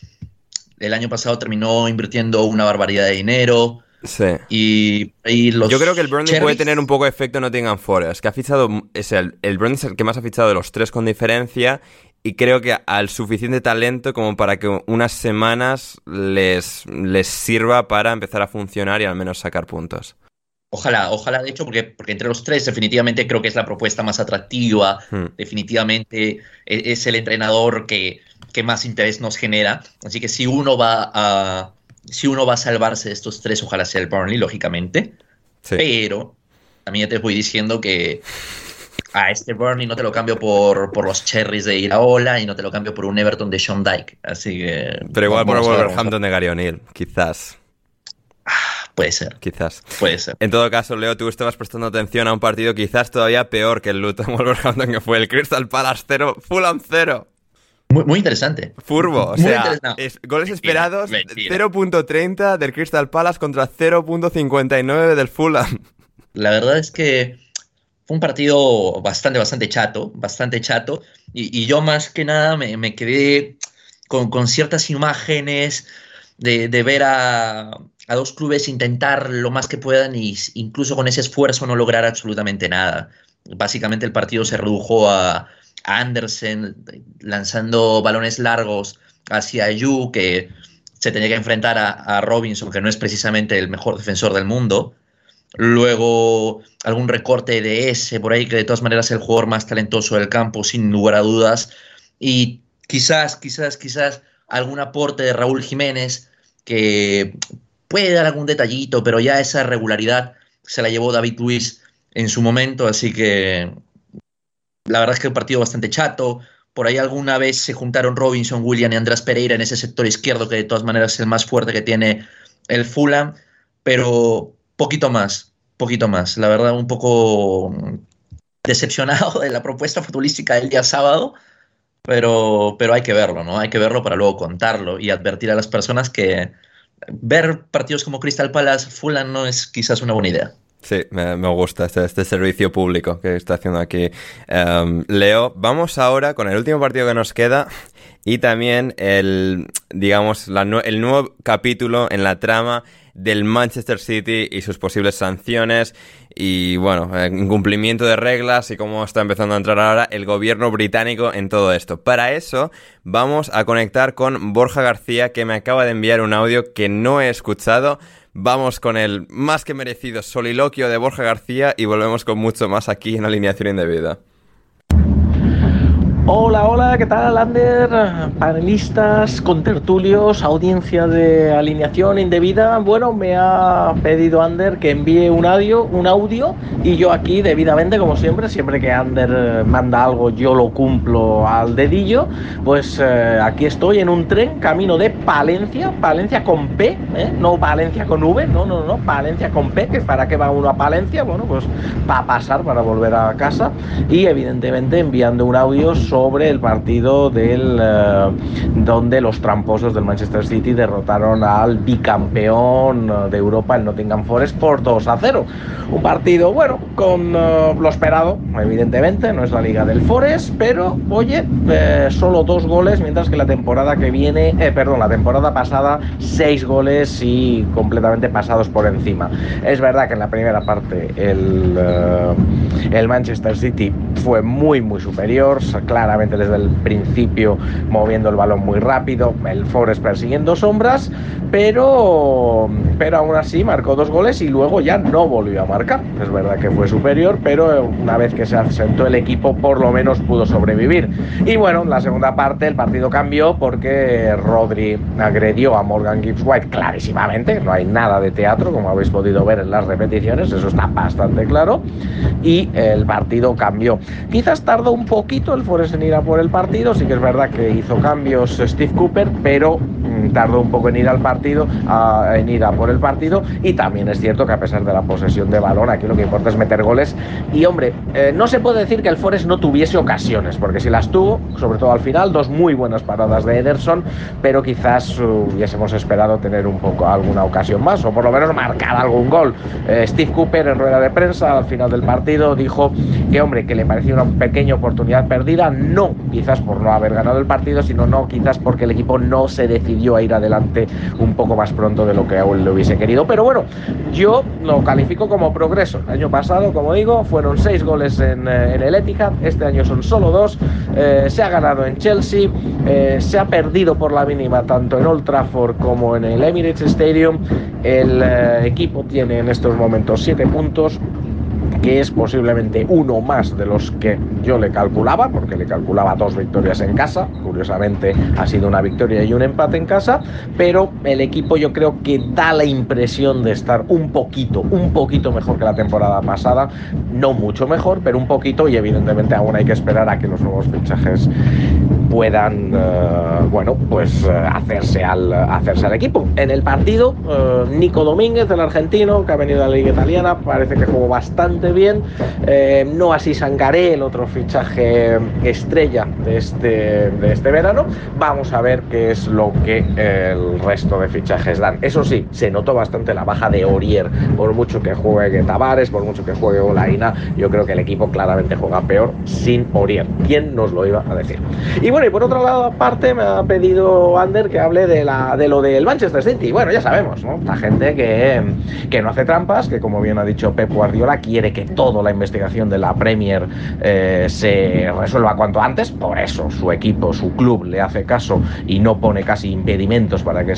el año pasado terminó invirtiendo una barbaridad de dinero. Sí. Y los Yo creo que el Burnley puede tener un poco de efecto Nottingham Forest, que ha fichado... el Burnley es el que más ha fichado de los 3 con diferencia, y creo que al suficiente talento como para que unas semanas les sirva para empezar a funcionar y al menos sacar puntos. Ojalá, de hecho, porque entre los 3 definitivamente creo que es la propuesta más atractiva. Definitivamente es el entrenador que que más interés nos genera. Así que si uno va a salvarse de estos tres, ojalá sea el Burnley, lógicamente. Sí. Pero también te voy diciendo que a este Burnley no te lo cambio por los Cherries de Iraola y no te lo cambio por un Everton de Sean Dyche. Así que... Pero igual por el Wolverhampton de Gary O'Neill, quizás. Puede ser. Quizás. Puede ser. En todo caso, Leo, tú estabas prestando atención a un partido quizás todavía peor que el Luton Wolverhampton, que fue el Crystal Palace 0, Fulham 0. Muy interesante. Furbo, o sea, goles esperados, 0.30 del Crystal Palace contra 0.59 del Fulham. La verdad es que fue un partido bastante chato, y yo más que nada me quedé con ciertas imágenes de ver a dos clubes intentar lo más que puedan y incluso con ese esfuerzo no lograr absolutamente nada. Básicamente el partido se redujo a Andersen lanzando balones largos hacia Yu, que se tenía que enfrentar a Robinson, que no es precisamente el mejor defensor del mundo. Luego algún recorte de ese por ahí, que de todas maneras es el jugador más talentoso del campo, sin lugar a dudas. Y quizás algún aporte de Raúl Jiménez, que puede dar algún detallito, pero ya esa regularidad se la llevó David Luiz en su momento, así que la verdad es que el partido bastante chato. Por ahí alguna vez se juntaron Robinson, Willian y Andrés Pereira en ese sector izquierdo, que de todas maneras es el más fuerte que tiene el Fulham, pero poquito más. La verdad, un poco decepcionado de la propuesta futbolística del día sábado, pero hay que verlo, ¿no? Hay que verlo para luego contarlo y advertir a las personas que ver partidos como Crystal Palace, Fulham no es quizás una buena idea. Sí, me gusta este servicio público que está haciendo aquí Leo. Vamos ahora con el último partido que nos queda y también el nuevo capítulo en la trama del Manchester City y sus posibles sanciones y, bueno, incumplimiento de reglas y cómo está empezando a entrar ahora el gobierno británico en todo esto. Para eso vamos a conectar con Borja García, que me acaba de enviar un audio que no he escuchado. Vamos con el más que merecido soliloquio de Borja García y volvemos con mucho más aquí en Alineación Indebida. Hola, ¿qué tal, Ander? Panelistas, contertulios, audiencia de Alineación Indebida. Bueno, me ha pedido Ander que envíe un audio y yo aquí, debidamente, como siempre que Ander manda algo, yo lo cumplo al dedillo. Pues aquí estoy en un tren, camino de Palencia con P, no Palencia con V, no, Palencia con P, que para qué va uno a Palencia, bueno, pues para pasar, para volver a casa, y evidentemente enviando un audio sobre el partido donde los tramposos del Manchester City derrotaron al bicampeón de Europa, el Nottingham Forest, por 2-0. Un partido, bueno, con lo esperado, evidentemente, no es la liga del Forest, pero, oye, solo 2 goles, mientras que la temporada pasada, 6 goles y completamente pasados por encima. Es verdad que en la primera parte el Manchester City fue muy superior, claramente desde el principio moviendo el balón muy rápido, el Forest persiguiendo sombras, pero aún así marcó 2 goles y luego ya no volvió a marcar. Es verdad que fue superior, pero una vez que se asentó el equipo por lo menos pudo sobrevivir. Y bueno, en la segunda parte el partido cambió porque Rodri agredió a Morgan Gibbs-White clarísimamente, no hay nada de teatro, como habéis podido ver en las repeticiones, eso está bastante claro, y el partido cambió. Quizás tardó un poquito el Forest en ir a por el partido, sí que es verdad que hizo cambios Steve Cooper, pero tardó un poco en ir a por el partido, y también es cierto que a pesar de la posesión de balón, aquí lo que importa es meter goles, y hombre, no se puede decir que el Forest no tuviese ocasiones, porque sí las tuvo, sobre todo al final, 2 muy buenas paradas de Ederson, pero quizás hubiésemos esperado tener un poco alguna ocasión más, o por lo menos marcar algún gol. Steve Cooper en rueda de prensa al final del partido dijo que, hombre, que le parecía una pequeña oportunidad perdida, no quizás por no haber ganado el partido, sino quizás porque el equipo no se decidió a ir adelante un poco más pronto de lo que aún le hubiese querido. Pero bueno, yo lo califico como progreso. El año pasado, como digo, fueron 6 goles en el Etihad, este año son solo 2, se ha ganado en Chelsea, se ha perdido por la mínima tanto en Old Trafford como en el Emirates Stadium. El equipo tiene en estos momentos 7 puntos, que es posiblemente uno más de los que yo le calculaba, porque le calculaba 2 victorias en casa. Curiosamente ha sido una victoria y un empate en casa, pero el equipo yo creo que da la impresión de estar un poquito mejor que la temporada pasada, no mucho mejor, pero un poquito, y evidentemente aún hay que esperar a que los nuevos fichajes puedan hacerse al equipo. En el partido, Nico Domínguez, el argentino que ha venido a la Liga Italiana, parece que jugó bastante bien, no así Sangaré, el otro fichaje estrella de este verano. Vamos a ver qué es lo que el resto de fichajes dan. Eso sí, se notó bastante la baja de Aurier, por mucho que juegue Tavares, por mucho que juegue Olaina, yo creo que el equipo claramente juega peor sin Aurier. ¿Quién nos lo iba a decir? Y bueno, y por otro lado, aparte, me ha pedido Ander que hable de lo del Manchester City. Bueno, ya sabemos, ¿no? La gente que no hace trampas, que como bien ha dicho Pep Guardiola, quiere que toda la investigación de la Premier se resuelva cuanto antes. Por eso su equipo, su club le hace caso y no pone casi impedimentos para que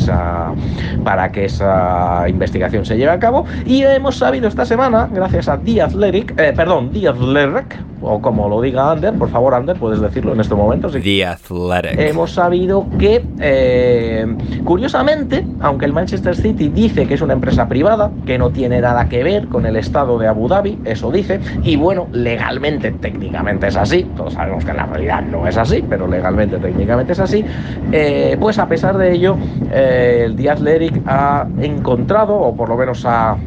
esa investigación se lleve a cabo. Y hemos sabido esta semana, gracias a The Athletic, o como lo diga Ander, por favor Ander, puedes decirlo en este momento. ¿Sí? The Athletic. Hemos sabido que, curiosamente, aunque el Manchester City dice que es una empresa privada, que no tiene nada que ver con el estado de Abu Dhabi, eso dice, y bueno, legalmente, técnicamente es así, todos sabemos que en la realidad no es así, pero legalmente, técnicamente es así, pues a pesar de ello, el The Athletic ha encontrado, o por lo menos ha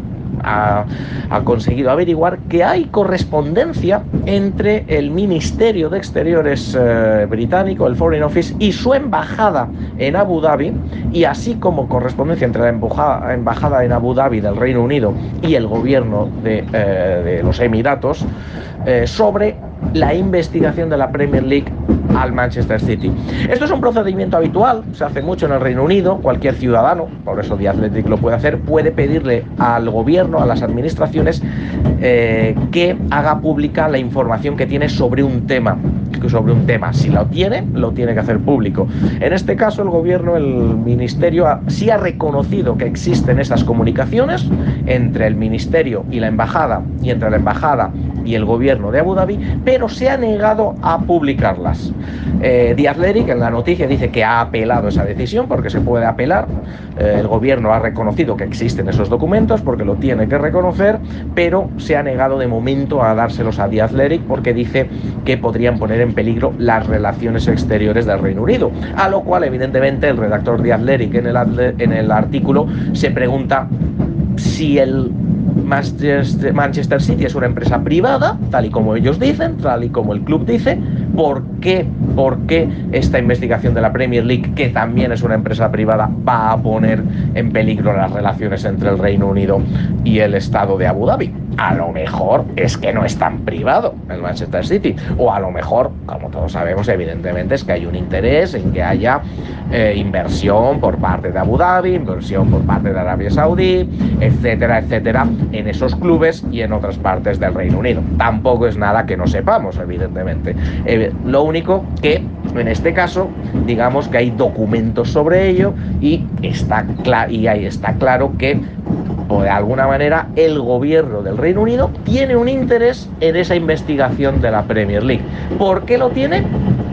conseguido averiguar que hay correspondencia entre el Ministerio de Exteriores británico, el Foreign Office, y su embajada en Abu Dhabi, y así como correspondencia entre la embajada en Abu Dhabi del Reino Unido y el gobierno de los Emiratos sobre la investigación de la Premier League al Manchester City. Esto es un procedimiento habitual, se hace mucho en el Reino Unido. Cualquier ciudadano, por eso The Athletic lo puede hacer, puede pedirle al gobierno, a las administraciones, que haga pública la información que tiene sobre un tema. Si lo tiene que hacer público. En este caso, el gobierno, el ministerio, sí ha reconocido que existen esas comunicaciones entre el ministerio y la embajada, y entre la embajada y el gobierno de Abu Dhabi, pero se ha negado a publicarlas. The Athletic en la noticia dice que ha apelado esa decisión, porque se puede apelar. El gobierno ha reconocido que existen esos documentos porque lo tiene que reconocer, pero se ha negado de momento a dárselos a The Athletic porque dice que podrían poner en peligro las relaciones exteriores del Reino Unido, a lo cual evidentemente el redactor de Athletic en el artículo se pregunta si el Manchester City es una empresa privada, tal y como ellos dicen, tal y como el club dice. ¿Por qué esta investigación de la Premier League, que también es una empresa privada, va a poner en peligro las relaciones entre el Reino Unido y el Estado de Abu Dhabi? A lo mejor es que no es tan privado el Manchester City, o a lo mejor, como todos sabemos, evidentemente es que hay un interés en que haya inversión por parte de Abu Dhabi, inversión por parte de Arabia Saudí, etcétera, etcétera, en esos clubes y en otras partes del Reino Unido. Tampoco es nada que no sepamos, evidentemente. Lo único que, en este caso, digamos que hay documentos sobre ello y ahí está claro que, de alguna manera, el gobierno del Reino Unido tiene un interés en esa investigación de la Premier League. ¿Por qué lo tiene?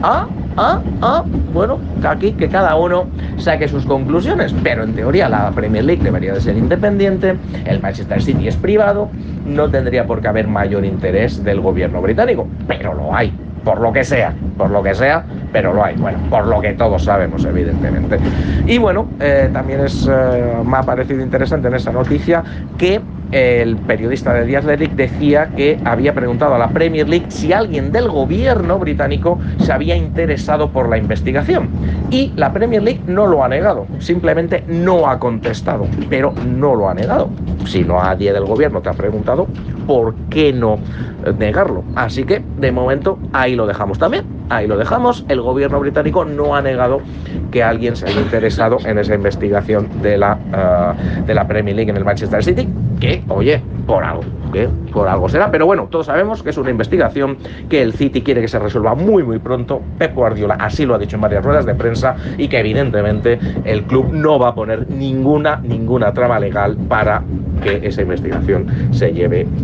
Bueno, aquí que cada uno saque sus conclusiones, pero en teoría la Premier League debería de ser independiente, el Manchester City es privado, no tendría por qué haber mayor interés del gobierno británico, pero lo hay. Por lo que sea, pero lo hay. Bueno, por lo que todos sabemos, evidentemente. Y bueno, también me ha parecido interesante en esa noticia que el periodista de The Athletic decía que había preguntado a la Premier League si alguien del gobierno británico se había interesado por la investigación. Y la Premier League no lo ha negado, simplemente no ha contestado, pero no lo ha negado. Si nadie del gobierno te ha preguntado, ¿por qué no negarlo? Así que, de momento, ahí lo dejamos también. Ahí lo dejamos. El gobierno británico no ha negado que alguien se haya interesado en esa investigación de la Premier League en el Manchester City, que, oye, por algo será. Pero bueno, todos sabemos que es una investigación que el City quiere que se resuelva muy, muy pronto. Pep Guardiola así lo ha dicho en varias ruedas de prensa, y que evidentemente el club no va a poner ninguna trama legal para que esa investigación se lleve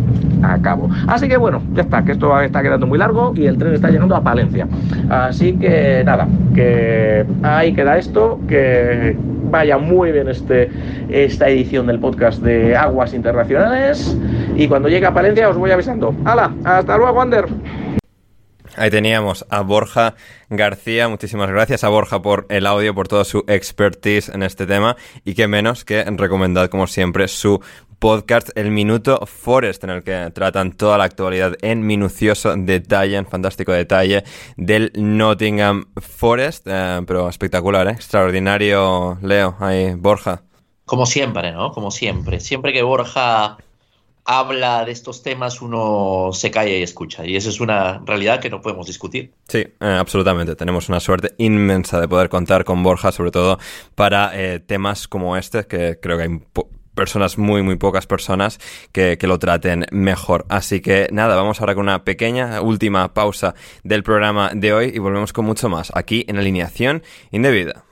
a cabo. Así que bueno, ya está, que esto está quedando muy largo y el tren está llegando a Palencia. Así que nada, que ahí queda esto, que vaya muy bien esta edición del podcast de Aguas Internacionales, y cuando llegue a Palencia os voy avisando. ¡Hala! ¡Hasta luego, Ander! Ahí teníamos a Borja García. Muchísimas gracias a Borja por el audio, por toda su expertise en este tema, y qué menos que recomendad, como siempre, su podcast El Minuto Forest, en el que tratan toda la actualidad en minucioso detalle, en fantástico detalle, del Nottingham Forest, pero espectacular, extraordinario, Leo, ahí, Borja. Como siempre, ¿no? Como siempre. Siempre que Borja habla de estos temas, uno se calla y escucha. Y eso es una realidad que no podemos discutir. Sí, absolutamente. Tenemos una suerte inmensa de poder contar con Borja, sobre todo para temas como este, que creo que hay personas, muy pocas personas que lo traten mejor. Así que nada, vamos ahora con una pequeña última pausa del programa de hoy y volvemos con mucho más aquí en Alineación Indebida.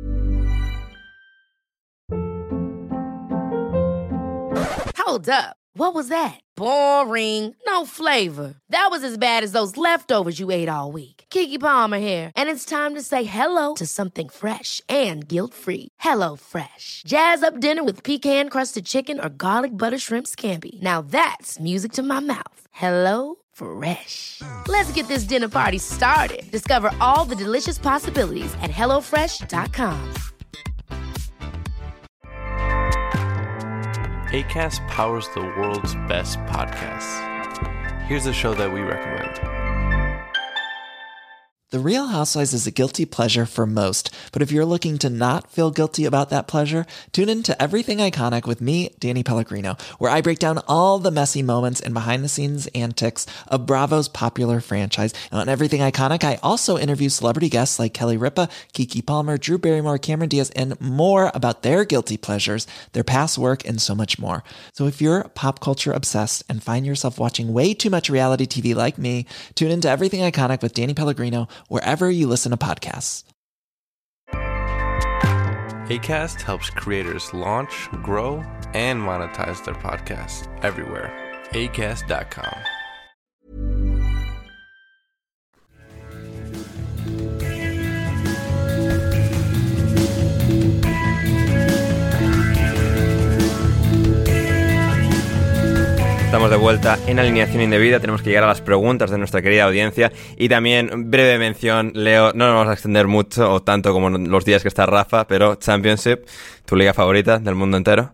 Hold up. What was that? Boring. No flavor. That was as bad as those leftovers you ate all week. Keke Palmer here, and it's time to say hello to something fresh and guilt-free. Hello Fresh. Jazz up dinner with pecan-crusted chicken or garlic butter shrimp scampi. Now that's music to my mouth. Hello Fresh. Let's get this dinner party started. Discover all the delicious possibilities at HelloFresh.com. Acast powers the world's best podcasts. Here's a show that we recommend. The Real Housewives is a guilty pleasure for most, but if you're looking to not feel guilty about that pleasure, tune in to Everything Iconic with me, Danny Pellegrino, where I break down all the messy moments and behind-the-scenes antics of Bravo's popular franchise. And on Everything Iconic, I also interview celebrity guests like Kelly Ripa, Keke Palmer, Drew Barrymore, Cameron Diaz, and more about their guilty pleasures, their past work, and so much more. So if you're pop culture obsessed and find yourself watching way too much reality TV like me, tune in to Everything Iconic with Danny Pellegrino, wherever you listen to podcasts. Acast helps creators launch, grow, and monetize their podcasts everywhere. Acast.com. Estamos de vuelta en Alineación Indebida. Tenemos que llegar a las preguntas de nuestra querida audiencia. Y también, breve mención, Leo, no nos vamos a extender mucho o tanto como los días que está Rafa, pero Championship, tu liga favorita del mundo entero.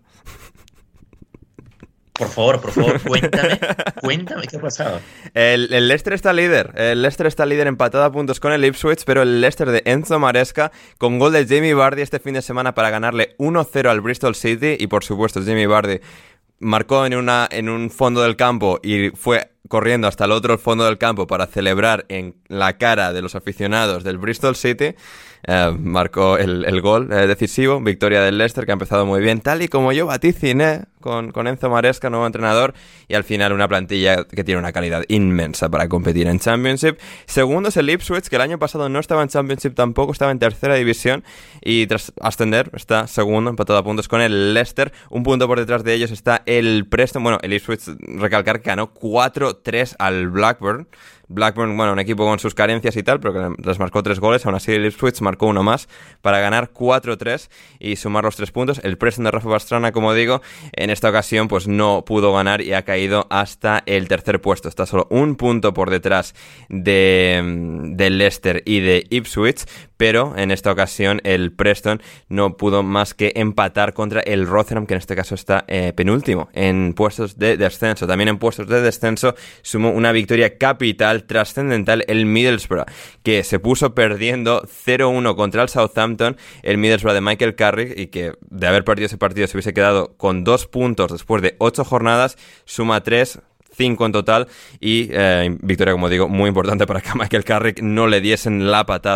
Por favor, cuéntame qué ha pasado. El Leicester está líder. El Leicester está líder empatado a puntos con el Ipswich, pero el Leicester de Enzo Maresca, con gol de Jamie Vardy este fin de semana para ganarle 1-0 al Bristol City. Y por supuesto, Jamie Vardy marcó en un fondo del campo y fue corriendo hasta el otro fondo del campo para celebrar en la cara de los aficionados del Bristol City. Marcó el gol decisivo, victoria del Leicester, que ha empezado muy bien, tal y como yo vaticiné con Enzo Maresca, nuevo entrenador, y al final una plantilla que tiene una calidad inmensa para competir en Championship. Segundo es el Ipswich, que el año pasado no estaba en Championship tampoco, estaba en tercera división, y tras ascender está segundo, empatado a puntos con el Leicester. Un punto por detrás de ellos está el Preston. Bueno, el Ipswich, recalcar que ganó 4-3 al Blackburn. Blackburn, bueno, un equipo con sus carencias y tal, pero que les marcó 3 goles. Aún así el Ipswich marcó uno más para ganar 4-3 y sumar los 3 puntos. El Preston de Rafa Pastrana, como digo, en esta ocasión pues no pudo ganar y ha caído hasta el tercer puesto. Está solo un punto por detrás de Leicester y de Ipswich, pero en esta ocasión el Preston no pudo más que empatar contra el Rotherham, que en este caso está penúltimo en puestos de descenso. También en puestos de descenso sumó una victoria capital, trascendental, el Middlesbrough, que se puso perdiendo 0-1 contra el Southampton, el Middlesbrough de Michael Carrick, y que de haber perdido ese partido se hubiese quedado con 2 puntos después de 8 jornadas, suma 3, 5 en total, y victoria, como digo, muy importante para que a Michael Carrick no le diesen la patada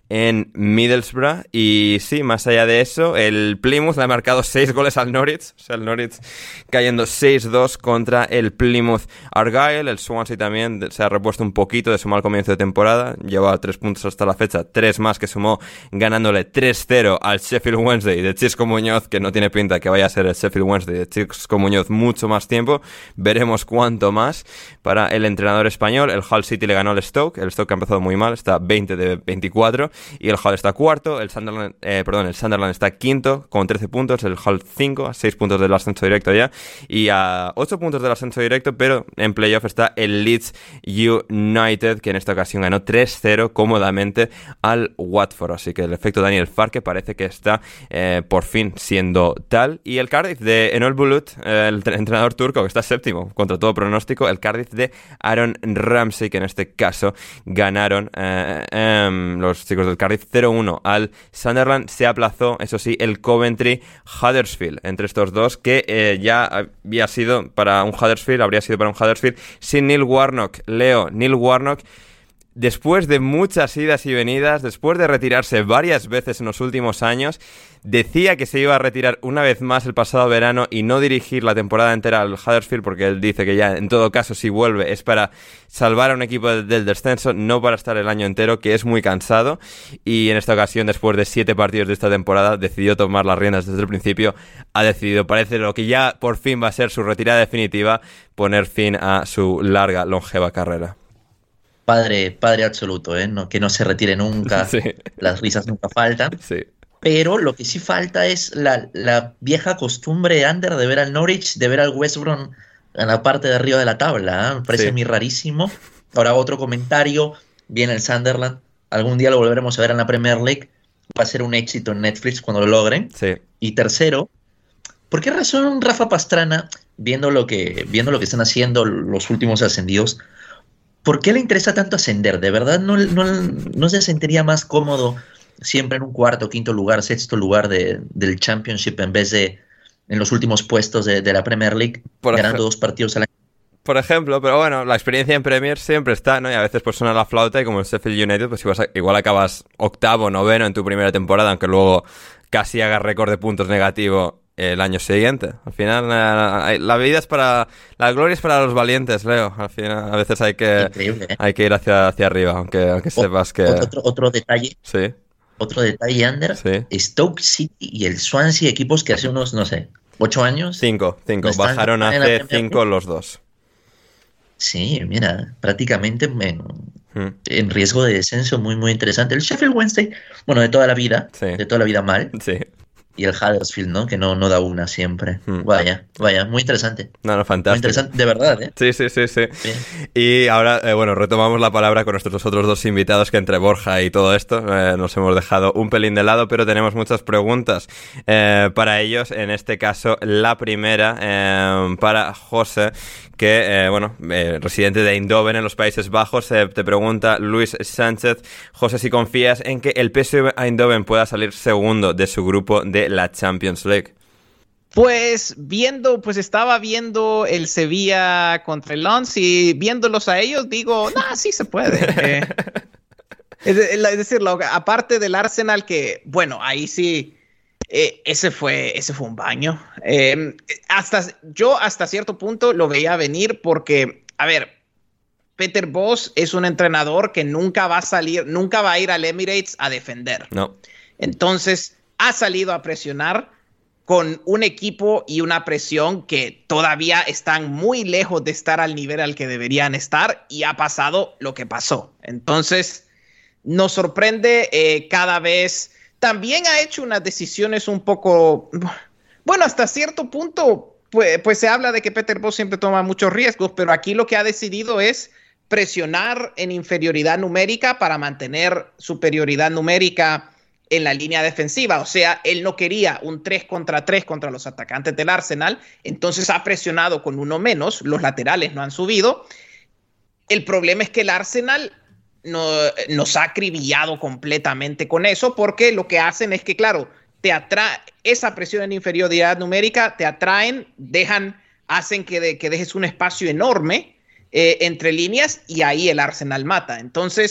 en Middlesbrough. Y sí, más allá de eso, el Plymouth le ha marcado 6 goles al Norwich. O sea, el Norwich cayendo 6-2 contra el Plymouth Argyle. El Swansea también se ha repuesto un poquito de su mal comienzo de temporada. Lleva 3 puntos hasta la fecha, 3 más que sumó ganándole 3-0 al Sheffield Wednesday de Xisco Muñoz, que no tiene pinta que vaya a ser el Sheffield Wednesday de Xisco Muñoz mucho más tiempo. Veremos cuánto más para el entrenador español. El Hull City le ganó al Stoke. El Stoke ha empezado muy mal, está 20 de 24 y el Hull está cuarto. El Sunderland está quinto con 13 puntos, el Hull 5, a 6 puntos del ascenso directo ya y a 8 puntos del ascenso directo, pero en playoff está el Leeds United, que en esta ocasión ganó 3-0 cómodamente al Watford. Así que el efecto Daniel Farke parece que está por fin siendo tal. Y el Cardiff de Enol Bulut, el entrenador turco, que está séptimo contra todo pronóstico, el Cardiff de Aaron Ramsey, que en este caso ganaron los chicos del Cardiff 0-1 al Sunderland. Se aplazó, eso sí, el Coventry Huddersfield entre estos dos, que ya habría sido para un Huddersfield sin Neil Warnock. Neil Warnock, después de muchas idas y venidas, después de retirarse varias veces en los últimos años, decía que se iba a retirar una vez más el pasado verano y no dirigir la temporada entera al Huddersfield, porque él dice que ya en todo caso si vuelve es para salvar a un equipo del descenso, no para estar el año entero, que es muy cansado. Y en esta ocasión, después de 7 partidos de esta temporada, decidió tomar las riendas desde el principio. Ha decidido, parece lo que ya por fin va a ser su retirada definitiva, poner fin a su larga, longeva carrera. Padre absoluto, ¿eh? No, que no se retire nunca, sí. Las risas nunca faltan. Sí. Pero lo que sí falta es la vieja costumbre de Ander de ver al Norwich, de ver al West Brom en la parte de arriba de la tabla, ¿eh? Me parece muy rarísimo. Ahora otro comentario, viene el Sunderland, algún día lo volveremos a ver en la Premier League, va a ser un éxito en Netflix cuando lo logren. Sí. Y tercero, ¿por qué razón Rafa Pastrana, viendo lo que están haciendo los últimos ascendidos, ¿por qué le interesa tanto ascender? ¿De verdad no se sentiría más cómodo siempre en un cuarto, quinto lugar, sexto lugar del Championship en vez de en los últimos puestos de la Premier League, ganando 2 partidos al año? Por ejemplo, pero bueno, la experiencia en Premier siempre está, ¿no? Y a veces pues suena la flauta y como el Sheffield United, pues igual acabas octavo, noveno en tu primera temporada, aunque luego casi hagas récord de puntos negativo el año siguiente. Al final, la vida es para... La gloria es para los valientes, Leo. Al final, a veces hay que ir hacia arriba, aunque sepas que... Otro detalle. Sí. Otro detalle, Ander. Sí. Stoke City y el Swansea, equipos que hace unos, no sé, 8 años... 5. Bajaron hace 5 los dos. Sí, mira, prácticamente en riesgo de descenso, muy, muy interesante. El Sheffield Wednesday, bueno, de toda la vida mal. Sí. Y el Huddersfield, ¿no? Que no da una siempre. Vaya, muy interesante. No, fantástico. Muy interesante, de verdad, ¿eh? Sí. Bien. Y ahora, retomamos la palabra con nuestros otros 2 invitados, que entre Borja y todo esto nos hemos dejado un pelín de lado, pero tenemos muchas preguntas para ellos. En este caso, la primera para José, que, residente de Eindhoven en los Países Bajos. Te pregunta Luis Sánchez: José, si confías en que el PSV Eindhoven pueda salir segundo de su grupo de la Champions League. Pues estaba viendo el Sevilla contra el Lens y viéndolos a ellos digo, sí se puede. Es decir, aparte del Arsenal, que bueno, ahí sí, ese fue un baño. Hasta cierto punto lo veía venir porque, a ver, Peter Bosz es un entrenador que nunca va a ir al Emirates a defender. No. Entonces ha salido a presionar con un equipo y una presión que todavía están muy lejos de estar al nivel al que deberían estar, y ha pasado lo que pasó. Entonces nos sorprende cada vez. También ha hecho unas decisiones un poco, bueno, hasta cierto punto, pues se habla de que Peter Bosz siempre toma muchos riesgos, pero aquí lo que ha decidido es presionar en inferioridad numérica para mantener superioridad numérica en la línea defensiva. O sea, él no quería un 3 contra 3 contra los atacantes del Arsenal, entonces ha presionado con uno menos, los laterales no han subido. El problema es que el Arsenal nos ha acribillado completamente con eso, porque lo que hacen es que, claro, esa presión en inferioridad numérica, te atraen, hacen que dejes un espacio enorme entre líneas, y ahí el Arsenal mata. Entonces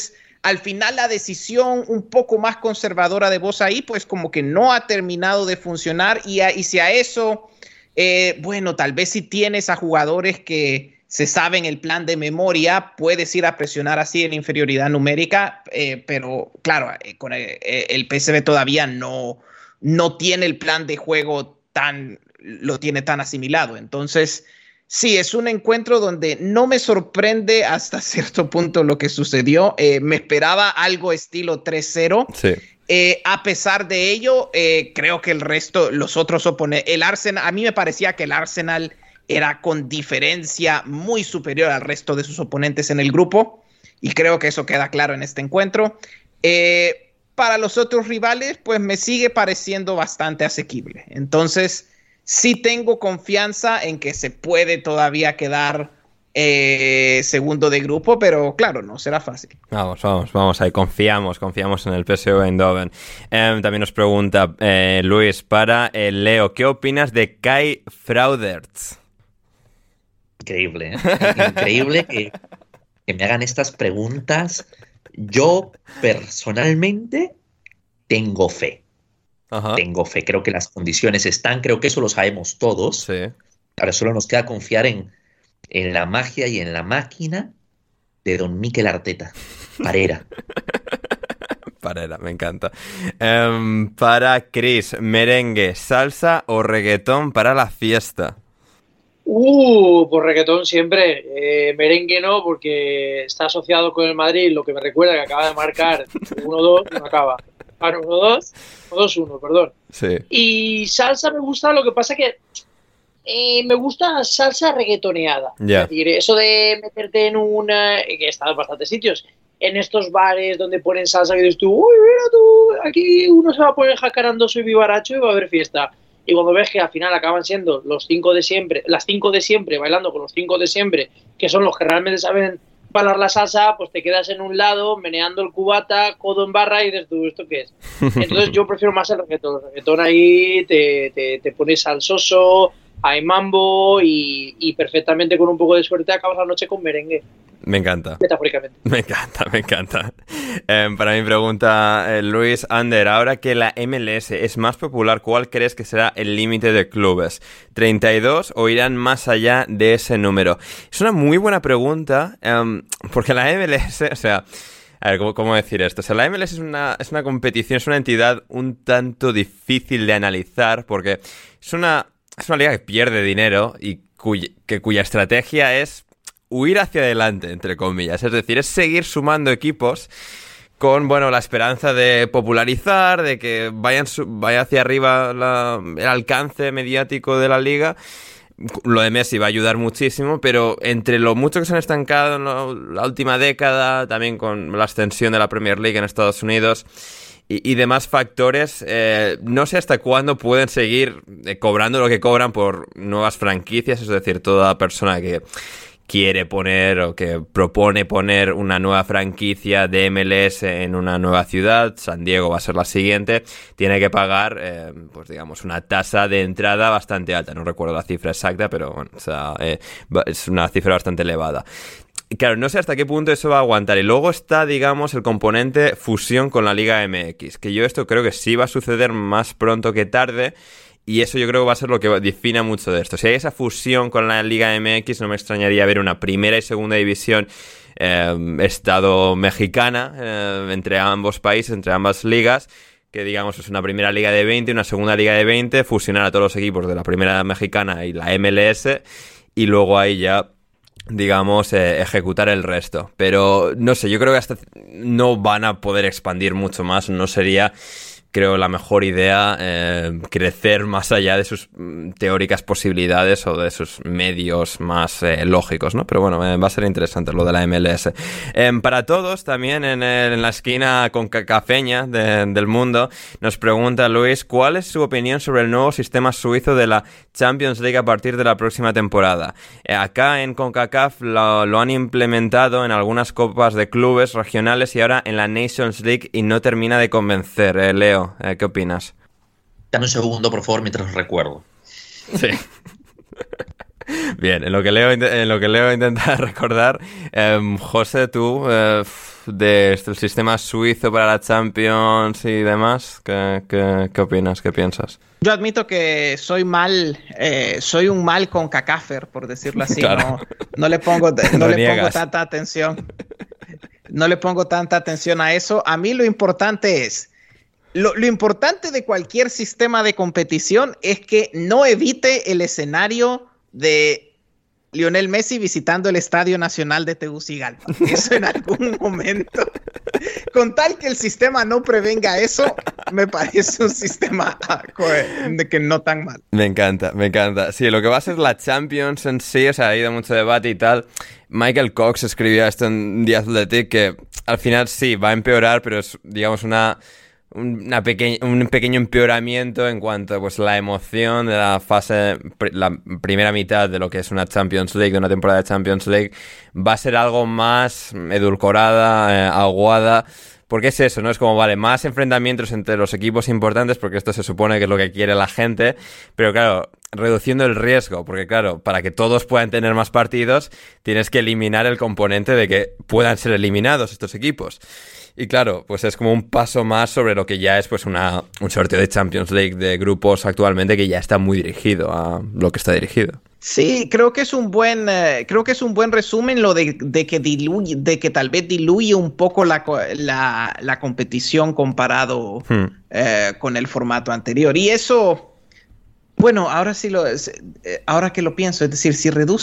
al final la decisión un poco más conservadora de Bosz ahí, pues como que no ha terminado de funcionar y si a eso, bueno, tal vez si tienes a jugadores que se saben el plan de memoria, puedes ir a presionar así en inferioridad numérica, pero claro, con el PSV todavía no tiene el plan de juego lo tiene tan asimilado. Entonces, sí, es un encuentro donde no me sorprende hasta cierto punto lo que sucedió. Me esperaba algo estilo 3-0. Sí. A pesar de ello, creo que el resto, los otros oponentes, el Arsenal, a mí me parecía que el Arsenal era con diferencia muy superior al resto de sus oponentes en el grupo, y creo que eso queda claro en este encuentro. Para los otros rivales, pues me sigue pareciendo bastante asequible. Entonces, sí tengo confianza en que se puede todavía quedar segundo de grupo, pero claro, no será fácil. Vamos, ahí confiamos en el PSV Eindhoven. También nos pregunta Luis para Leo, ¿qué opinas de Kai Frauderts? Increíble, ¿eh? Increíble que me hagan estas preguntas. Yo personalmente tengo fe. Ajá. Tengo fe, creo que las condiciones están, creo que eso lo sabemos todos. Sí. Ahora solo nos queda confiar en la magia y en la máquina de don Mikel Arteta. Parera, me encanta. Para Chris, merengue, salsa o reggaetón para la fiesta. Pues reggaetón siempre. Merengue no, porque está asociado con el Madrid, lo que me recuerda que acaba de marcar 1-2 y no acaba. 1-2, 2-1, perdón. Sí. Y salsa me gusta, lo que pasa que me gusta salsa reggaetoneada. Yeah. Es decir, eso de meterte en que he estado en bastantes sitios, en estos bares donde ponen salsa, que dices tú, uy, mira tú, aquí uno se va a poner jacarandoso y vivaracho y va a haber fiesta. Y cuando ves que al final acaban siendo las 5 de siempre, bailando con los 5 de siempre, que son los que realmente saben bailar la salsa, pues te quedas en un lado, meneando el cubata, codo en barra y dices tú, ¿esto qué es? Entonces yo prefiero más el reggaetón. El reggaetón ahí te pones salsoso, hay mambo y perfectamente con un poco de suerte acabas la noche con merengue. Me encanta. Metafóricamente. Me encanta. Para mi pregunta, Luis, Ander, ahora que la MLS es más popular, ¿cuál crees que será el límite de clubes? ¿32 o irán más allá de ese número? Es una muy buena pregunta, porque la MLS, o sea, a ver, ¿cómo decir esto? O sea, la MLS es una competición, es una entidad un tanto difícil de analizar, porque es una liga que pierde dinero y cuya estrategia es huir hacia adelante, entre comillas. Es decir, es seguir sumando equipos con, bueno, la esperanza de popularizar, de que vaya hacia arriba el alcance mediático de la liga. Lo de Messi va a ayudar muchísimo, pero entre lo mucho que se han estancado en la última década, también con la extensión de la Premier League en Estados Unidos y demás factores, no sé hasta cuándo pueden seguir cobrando lo que cobran por nuevas franquicias. Es decir, toda persona que quiere poner o que propone poner una nueva franquicia de MLS en una nueva ciudad, San Diego va a ser la siguiente, tiene que pagar, pues digamos, una tasa de entrada bastante alta. No recuerdo la cifra exacta, pero bueno, o sea, es una cifra bastante elevada. Claro, no sé hasta qué punto eso va a aguantar. Y luego está, digamos, el componente fusión con la Liga MX, que yo esto creo que sí va a suceder más pronto que tarde. Y eso yo creo que va a ser lo que defina mucho de esto. Si hay esa fusión con la Liga MX, no me extrañaría ver una primera y segunda división estado mexicana entre ambos países, entre ambas ligas, que digamos es una primera liga de 20 y una segunda liga de 20, fusionar a todos los equipos de la primera mexicana y la MLS, y luego ahí ya, digamos, ejecutar el resto. Pero no sé, yo creo que hasta no van a poder expandir mucho más, no sería, creo, la mejor idea crecer más allá de sus teóricas posibilidades o de sus medios más lógicos, ¿no? Pero bueno, va a ser interesante lo de la MLS. Para todos, también en la esquina concacafeña del mundo, nos pregunta Luis, ¿cuál es su opinión sobre el nuevo sistema suizo de la Champions League a partir de la próxima temporada? Acá en CONCACAF lo han implementado en algunas copas de clubes regionales y ahora en la Nations League y no termina de convencer. Leo, ¿qué opinas? Dame un segundo, por favor, mientras recuerdo. Sí. Bien, en lo que leo intentar recordar, José, tú, del sistema suizo para la Champions y demás, ¿qué opinas? ¿Qué piensas? Yo admito que soy un mal con CONCACAF, por decirlo así. Claro. No le pongo tanta atención. No le pongo tanta atención a eso. A mí lo importante es, lo importante de cualquier sistema de competición es que no evite el escenario de Lionel Messi visitando el Estadio Nacional de Tegucigalpa. Eso en algún momento. Con tal que el sistema no prevenga eso, me parece un sistema que no tan mal. Me encanta. Sí, lo que va a ser la Champions en sí, o sea, ha habido mucho debate y tal. Michael Cox escribía esto en The Athletic, que al final sí, va a empeorar, pero es, digamos, un pequeño empeoramiento en cuanto a pues, la emoción de la primera mitad de lo que es una Champions League, de una temporada de Champions League, va a ser algo más edulcorada, aguada. Porque es eso, ¿no? Es como, vale, más enfrentamientos entre los equipos importantes, porque esto se supone que es lo que quiere la gente, pero claro, reduciendo el riesgo, porque claro, para que todos puedan tener más partidos, tienes que eliminar el componente de que puedan ser eliminados estos equipos. Y claro, pues es como un paso más sobre lo que ya es pues un sorteo de Champions League de grupos actualmente que ya está muy dirigido a lo que está dirigido. Sí, creo que es un buen resumen lo de que tal vez diluye un poco la competición comparado con el formato anterior. Y eso, bueno, ahora que lo pienso, es decir,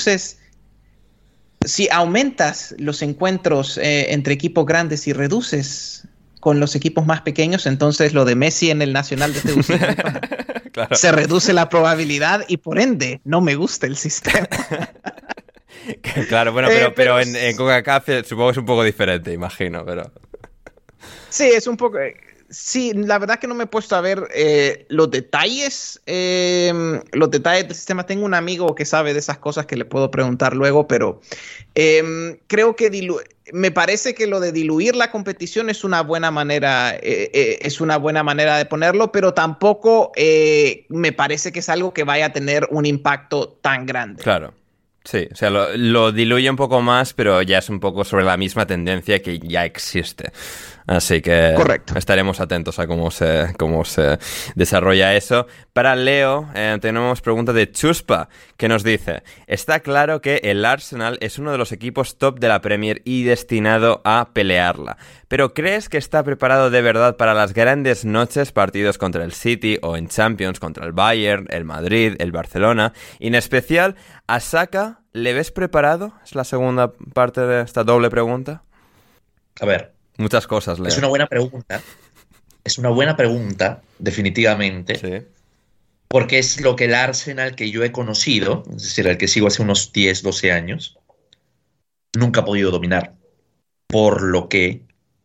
si aumentas los encuentros entre equipos grandes y reduces con los equipos más pequeños, entonces lo de Messi en el Nacional de Tegucigalpa claro. Se reduce la probabilidad y por ende no me gusta el sistema. Claro, bueno, pero en CONCACAF supongo que es un poco diferente, imagino, pero... Sí, es un poco... Sí, la verdad que no me he puesto a ver los detalles del sistema. Tengo un amigo que sabe de esas cosas que le puedo preguntar luego, pero creo que me parece que lo de diluir la competición es una buena manera, de ponerlo, pero tampoco me parece que es algo que vaya a tener un impacto tan grande. Claro. Sí, o sea, lo diluye un poco más, pero ya es un poco sobre la misma tendencia que ya existe. Así que correcto. Estaremos atentos a cómo se desarrolla eso. Para Leo, tenemos pregunta de Chuspa, que nos dice: está claro que el Arsenal es uno de los equipos top de la Premier y destinado a pelearla. ¿Pero crees que está preparado de verdad para las grandes noches, partidos contra el City o en Champions contra el Bayern, el Madrid, el Barcelona? Y en especial, ¿a Saka le ves preparado? Es la segunda parte de esta doble pregunta. A ver. Muchas cosas, Leo. Es una buena pregunta. Es una buena pregunta, definitivamente. Sí. Porque es lo que el Arsenal que yo he conocido, es decir, el que sigo hace unos 10, 12 años, nunca ha podido dominar. Por lo que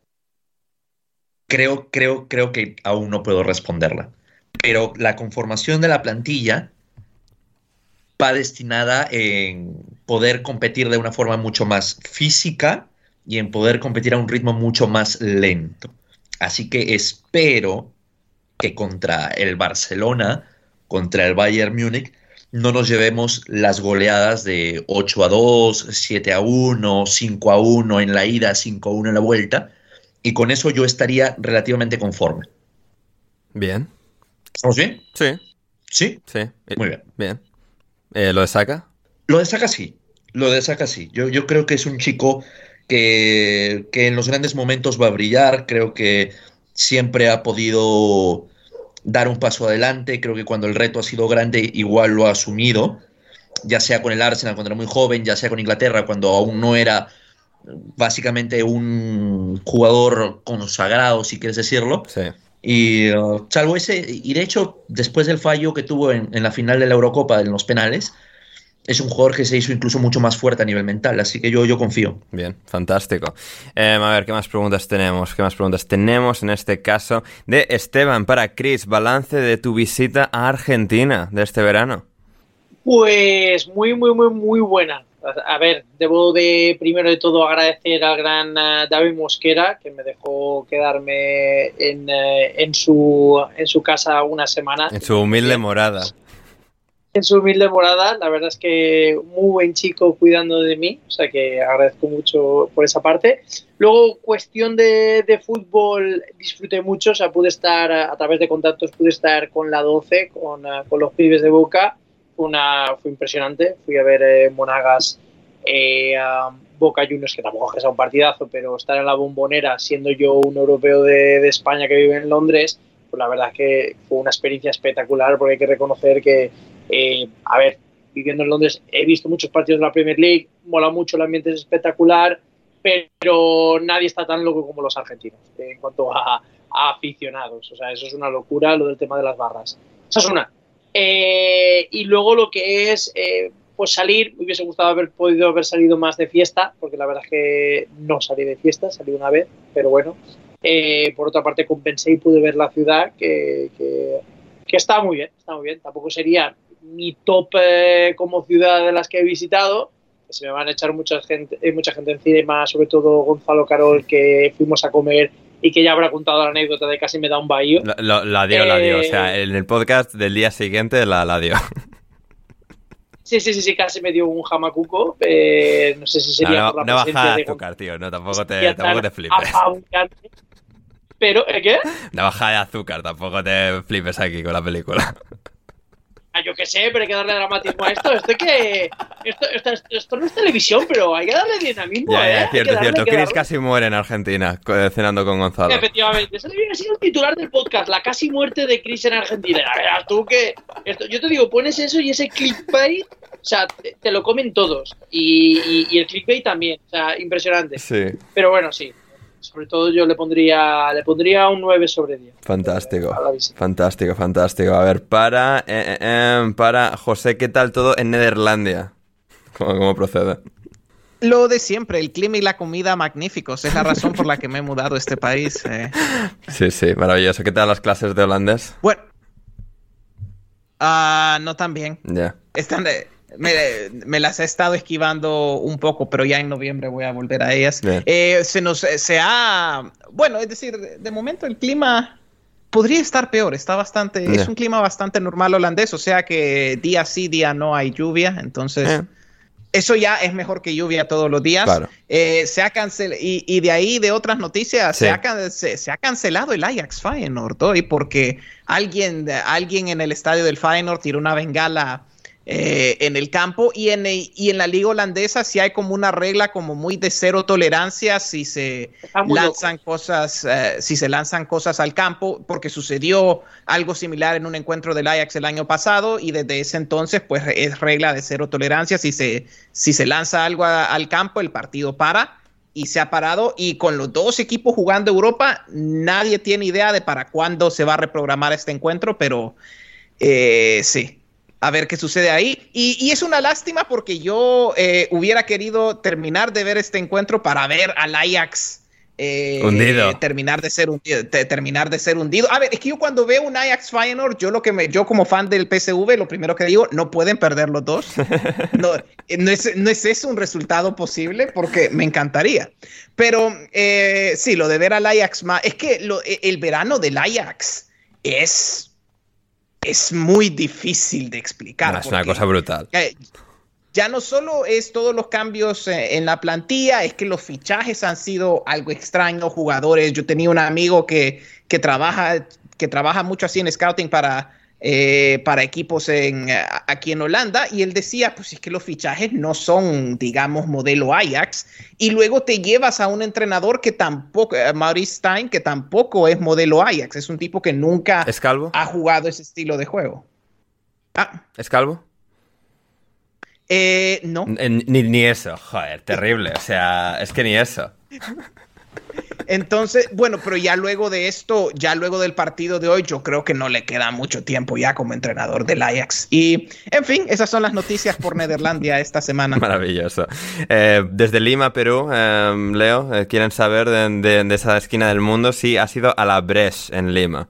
creo que aún no puedo responderla. Pero la conformación de la plantilla va destinada en poder competir de una forma mucho más física y en poder competir a un ritmo mucho más lento. Así que espero que contra el Barcelona, contra el Bayern Múnich, no nos llevemos las goleadas de 8-2, 7-1, 5-1 en la ida, 5-1 en la vuelta, y con eso yo estaría relativamente conforme. Bien. ¿Estamos bien? Sí. ¿Sí? Sí. Muy bien. Bien. ¿Lo de Saka? Lo de Saka sí. Yo creo que es un chico que en los grandes momentos va a brillar. Creo que siempre ha podido dar un paso adelante. Creo que cuando el reto ha sido grande, igual lo ha asumido, ya sea con el Arsenal cuando era muy joven, ya sea con Inglaterra cuando aún no era básicamente un jugador consagrado, si quieres decirlo. Sí. Y salvo ese, y de hecho después del fallo que tuvo en la final de la Eurocopa en los penales, es un jugador que se hizo incluso mucho más fuerte a nivel mental, así que yo confío. Bien, fantástico. A ver, ¿qué más preguntas tenemos? Tenemos en este caso de Esteban para Chris. Balance de tu visita a Argentina de este verano. Pues muy buena. A ver, debo de primero de todo agradecer al gran David Mosquera, que me dejó quedarme en su casa una semana. En su humilde morada. en su humilde morada. La verdad es que muy buen chico cuidando de mí, o sea que agradezco mucho por esa parte. Luego, cuestión de fútbol, disfruté mucho, o sea, pude estar a través de contactos, pude estar con la 12, con los pibes de Boca. Fue impresionante. Fui a ver Monagas Boca Juniors, que tampoco es que sea un partidazo, pero estar en la Bombonera siendo yo un europeo de España que vive en Londres, pues la verdad es que fue una experiencia espectacular, porque hay que reconocer que, viviendo en Londres he visto muchos partidos de la Premier League, mola mucho, el ambiente es espectacular, pero nadie está tan loco como los argentinos en cuanto a aficionados. O sea, eso es una locura, lo del tema de las barras. Esa es una. Y luego lo que es pues salir, me hubiese gustado podido haber salido más de fiesta, porque la verdad es que no salí de fiesta, salí una vez, pero bueno. Por otra parte compensé y pude ver la ciudad, que está muy bien, está muy bien. Tampoco sería mi top como ciudad de las que he visitado, que se me van a echar mucha gente encima, sobre todo Gonzalo Carol, que fuimos a comer y que ya habrá contado la anécdota de casi me da un bahío. La dio, o sea, en el podcast del día siguiente la dio. Sí, casi me dio un jamacuco. No sé si sería por la no presencia baja de de azúcar, tío, no, tampoco te flipes. Pero, ¿qué? Una bajada de azúcar, tampoco te flipes aquí con la película. Yo qué sé, pero hay que darle dramatismo a esto. Esto no es televisión, pero hay que darle dinamismo. Ya, es cierto. Chris casi muere en Argentina cenando con Gonzalo. Efectivamente, ese debería ser el titular del podcast, la casi muerte de Chris en Argentina. A ver, tú que... yo te digo, pones eso y ese clickbait, o sea, te lo comen todos. Y el clickbait también, o sea, impresionante. Sí. Pero bueno, sí. Sobre todo yo le pondría un 9 sobre 10. Fantástico. A ver, para José, ¿qué tal todo en Nederlandia? ¿Cómo procede? Lo de siempre, el clima y la comida magníficos. Es la razón por la que me he mudado a este país. Sí, maravilloso. ¿Qué tal las clases de holandés? Bueno, no tan bien. Ya. Me las he estado esquivando un poco, pero ya en noviembre voy a volver a ellas. Bueno, es decir, de momento el clima podría estar peor. Es un clima bastante normal holandés, o sea que día sí, día no hay lluvia, entonces eso ya es mejor que lluvia todos los días. Claro. Se ha cancelado, y de ahí de otras noticias, se ha cancelado el Ajax Feyenoord hoy porque alguien en el estadio del Feyenoord tiró una bengala en el campo, y en la liga holandesa sí hay como una regla como muy de cero tolerancia si se lanzan cosas al campo, porque sucedió algo similar en un encuentro del Ajax el año pasado, y desde ese entonces pues es regla de cero tolerancia. Si se lanza algo al campo, el partido para, y se ha parado, y con los dos equipos jugando Europa nadie tiene idea de para cuándo se va a reprogramar este encuentro, pero sí, a ver qué sucede ahí. Y es una lástima porque yo hubiera querido terminar de ver este encuentro para ver al Ajax hundido. Terminar de ser hundido. A ver, es que yo cuando veo un Ajax Feyenoord, yo como fan del PSV, lo primero que digo, no pueden perder los dos. No es eso un resultado posible, porque me encantaría. Pero sí, lo de ver al Ajax, es que el verano del Ajax es muy difícil de explicar. Es una cosa brutal. Ya no solo es todos los cambios en la plantilla, es que los fichajes han sido algo extraños, jugadores. Yo tenía un amigo que trabaja mucho así en scouting para equipos aquí en Holanda, y él decía, pues es que los fichajes no son, digamos, modelo Ajax, y luego te llevas a un entrenador que tampoco, Maurice Stijn, que tampoco es modelo Ajax, es un tipo que nunca ¿Es calvo? Ha jugado ese estilo de juego. ¿Es calvo? No. Ni eso, joder, terrible, o sea, es que ni eso. Entonces, bueno, pero ya luego de esto, ya luego del partido de hoy, yo creo que no le queda mucho tiempo ya como entrenador del Ajax. Y, en fin, esas son las noticias por Nederlandia esta semana. Maravilloso. Desde Lima, Perú, Leo, ¿quieren saber de esa esquina del mundo si has ido a la Breche en Lima?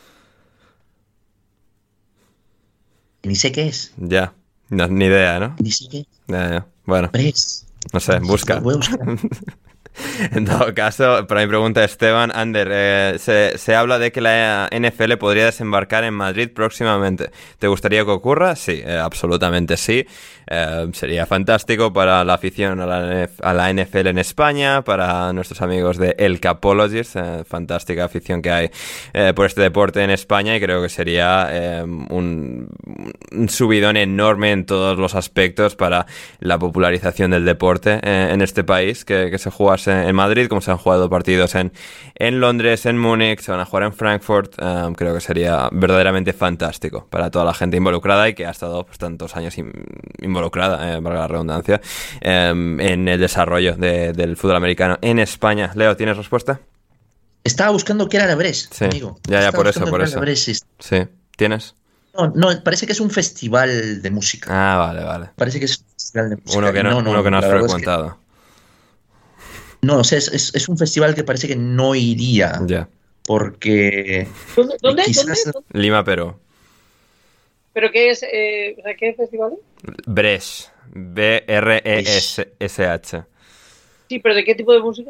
Ni sé qué es. Ya, no, ni idea, ¿no? Ni sé qué. Ya. Bueno, Breche. no sé, busca. Voy a buscar. En todo caso, para mi pregunta, Esteban, Ander, se habla de que la NFL podría desembarcar en Madrid próximamente. ¿Te gustaría que ocurra? Sí, absolutamente sí. Sería fantástico para la afición a la NFL en España, para nuestros amigos de El Capologist, fantástica afición que hay por este deporte en España, y creo que sería un subidón enorme en todos los aspectos para la popularización del deporte en este país, que se jugase en Madrid, como se han jugado partidos en Londres, en Múnich, se van a jugar en Frankfurt. Creo que sería verdaderamente fantástico para toda la gente involucrada y que ha estado pues, tantos años involucrada, valga la redundancia, en el desarrollo del fútbol americano en España. Leo, ¿tienes respuesta? Estaba buscando qué era la Bres, sí. Amigo. Ya, por eso. Sí, ¿tienes? No, parece que es un festival de música. Ah, vale. Parece que es un festival de música. Uno que no has frecuentado. No, o sea, es un festival que parece que no iría. Ya. Porque... ¿Dónde? Lima, Perú. ¿Pero qué es? ¿Qué festival es? Bresh. B-R-E-S-H. Sí, ¿pero de qué tipo de música?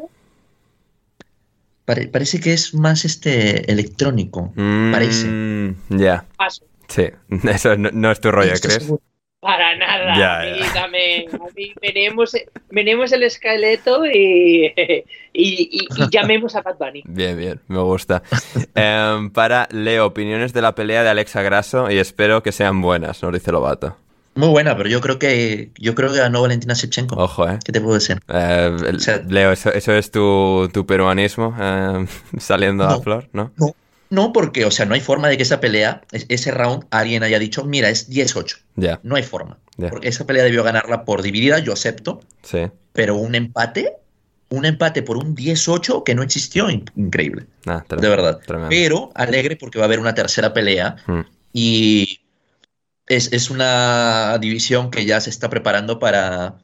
Parece que es más electrónico. Parece. Ya. Paso. Sí, eso no es tu rollo, ¿crees? Para nada. Ya. A mí venemos el esqueleto y llamemos a Bad Bunny. Bien, me gusta. Para Leo, opiniones de la pelea de Alexa Grasso, y espero que sean buenas, nos dice Lobato. Muy buena, pero yo creo que ganó Valentina Shevchenko. Ojo, ¿Qué te puedo decir? Leo, ¿eso es tu peruanismo saliendo a flor, no? No, porque, o sea, no hay forma de que esa pelea, ese round, alguien haya dicho, mira, es 10-8. Yeah. No hay forma. Yeah. Porque esa pelea debió ganarla por dividida, yo acepto. Sí. Pero un empate por un 10-8 que no existió, increíble. De verdad. Tremendo. Pero alegre porque va a haber una tercera pelea. Y es una división que ya se está preparando para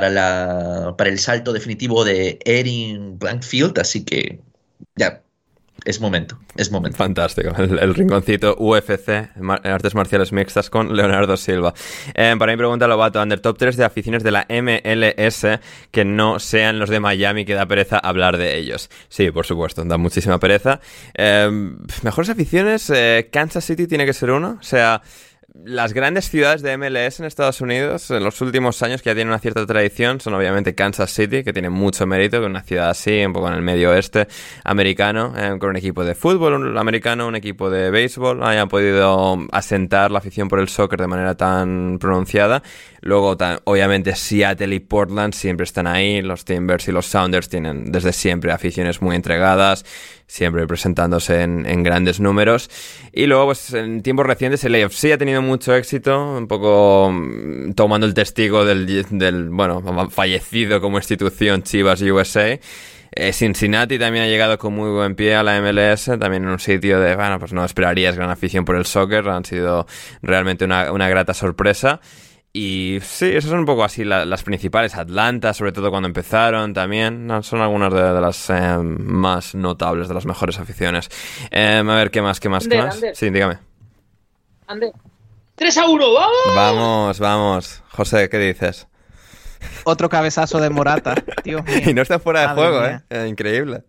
el salto definitivo de Erin Blankfield, así que ya... Es momento. Fantástico. El rinconcito UFC, artes marciales mixtas con Leonardo Silva. Para mi pregunta, Lobato, Ander, top 3 de aficiones de la MLS que no sean los de Miami, que da pereza hablar de ellos. Sí, por supuesto, da muchísima pereza. Mejores aficiones, Kansas City tiene que ser uno. O sea, las grandes ciudades de MLS en Estados Unidos en los últimos años que ya tienen una cierta tradición son obviamente Kansas City, que tiene mucho mérito, que es una ciudad así, un poco en el medio oeste americano, con un equipo de fútbol americano, un equipo de béisbol, hayan podido asentar la afición por el soccer de manera tan pronunciada. Luego, obviamente, Seattle y Portland siempre están ahí. Los Timbers y los Sounders tienen desde siempre aficiones muy entregadas, siempre presentándose en grandes números. Y luego, pues en tiempos recientes, el AFC ha tenido mucho éxito, un poco tomando el testigo del fallecido como institución Chivas USA. Cincinnati también ha llegado con muy buen pie a la MLS, también en un sitio de, pues no esperarías gran afición por el soccer, han sido realmente una grata sorpresa. Y sí, esas son un poco así las principales. Atlanta, sobre todo cuando empezaron también, son algunas de las más notables, de las mejores aficiones. A ver, ¿qué más? Ander. Sí, dígame. Ander. 3-1, ¡vamos! Vamos. José, ¿qué dices? Otro cabezazo de Morata, Dios mío. Y no está fuera de juego, mía. Increíble.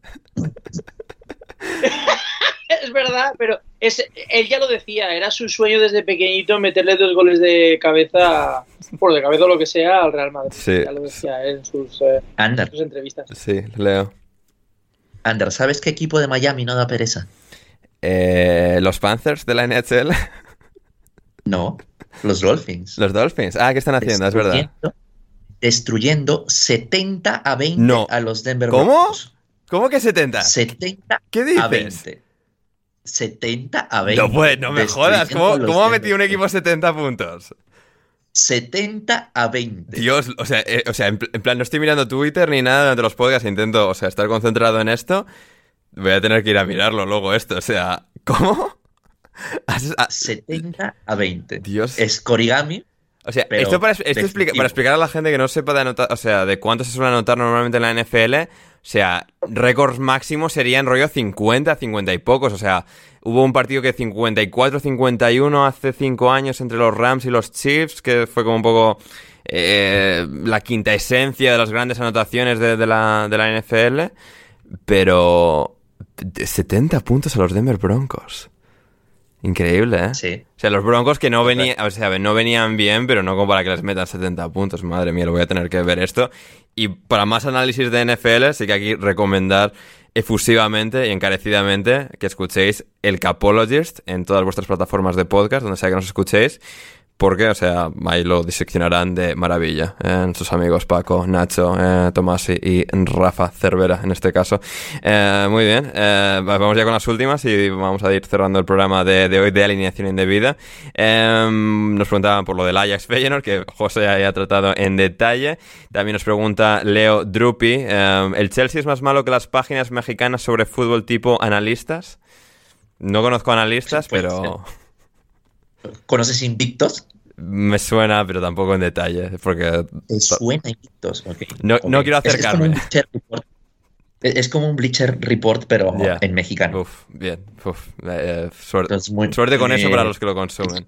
Es verdad, pero él ya lo decía, era su sueño desde pequeñito meterle 2 goles de cabeza, de cabeza o lo que sea, al Real Madrid. Sí. Ya lo decía en sus entrevistas. Sí, Leo. Ander, ¿sabes qué equipo de Miami no da pereza? ¿Los Panthers de la NHL? No, los Dolphins. Los Dolphins. ¿Qué están haciendo? Es verdad. Destruyendo 70-20 a los Denver Broncos. ¿Cómo que 70? 70 ¿Qué dices? a 20. 70-20. No, pues, no me jodas. ¿Cómo ha metido un equipo 70 puntos? 70-20. Dios, o sea, en plan, no estoy mirando Twitter ni nada durante los podcasts, intento, estar concentrado en esto. Voy a tener que ir a mirarlo luego esto, o sea, ¿cómo? 70-20. Dios. Es Korigami. O sea, esto para explicar a la gente que no sepa de anotar, o sea, de cuánto se suele anotar normalmente en la NFL, o sea, récords máximos serían rollo 50 y pocos, o sea, hubo un partido que 54-51 hace 5 años entre los Rams y los Chiefs, que fue como un poco la quinta esencia de las grandes anotaciones de la NFL, pero 70 puntos a los Denver Broncos. Increíble, ¿eh? Sí. O sea, los Broncos que no venían, o sea, no venían bien, pero no como para que les metan 70 puntos. Madre mía, lo voy a tener que ver esto. Y para más análisis de NFL, sí que aquí recomendar efusivamente y encarecidamente que escuchéis el Capologist en todas vuestras plataformas de podcast, donde sea que nos escuchéis. Porque, o sea, ahí lo diseccionarán de maravilla. Sus amigos Paco, Nacho, Tomasi y Rafa Cervera, en este caso. Muy bien. Vamos ya con las últimas y vamos a ir cerrando el programa de hoy de alineación indebida. Nos preguntaban por lo del Ajax Feyenoord, que José haya tratado en detalle. También nos pregunta Leo Drupi, ¿el Chelsea es más malo que las páginas mexicanas sobre fútbol tipo analistas? No conozco analistas, sí, pero... ¿Conoces Invictos? Me suena, pero tampoco en detalle. Porque... ¿Te suena Invictos? Okay. No quiero acercarme. Es como un Bleacher Report, pero en mexicano. Bien. Suerte con eso para los que lo consumen.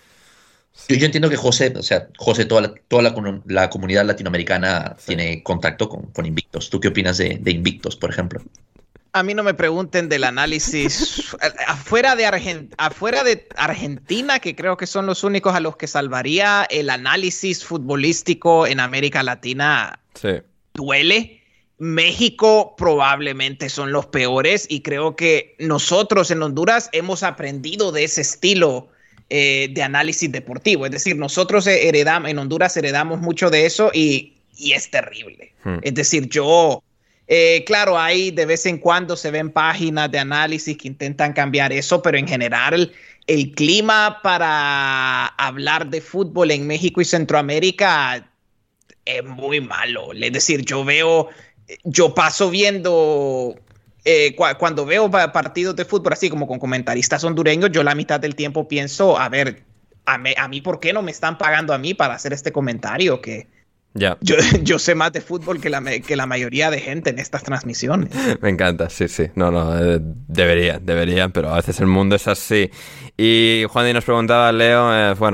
Yo entiendo que José, toda la comunidad latinoamericana tiene contacto con Invictos. ¿Tú qué opinas de Invictos, por ejemplo? A mí no me pregunten del análisis. Afuera de Argentina, que creo que son los únicos a los que salvaría, el análisis futbolístico en América Latina duele. México probablemente son los peores y creo que nosotros en Honduras hemos aprendido de ese estilo de análisis deportivo. Es decir, nosotros en Honduras heredamos mucho de eso y es terrible. Es decir, claro, hay de vez en cuando se ven páginas de análisis que intentan cambiar eso, pero en general el clima para hablar de fútbol en México y Centroamérica es muy malo. Es decir, yo paso viendo, cuando veo partidos de fútbol así como con comentaristas hondureños, yo la mitad del tiempo pienso, a ver, a mí ¿por qué no me están pagando a mí para hacer este comentario? Que yo sé más de fútbol que la mayoría de gente en estas transmisiones. Me encanta, sí. Deberían, pero a veces el mundo es así. Y Juan nos preguntaba, Leo,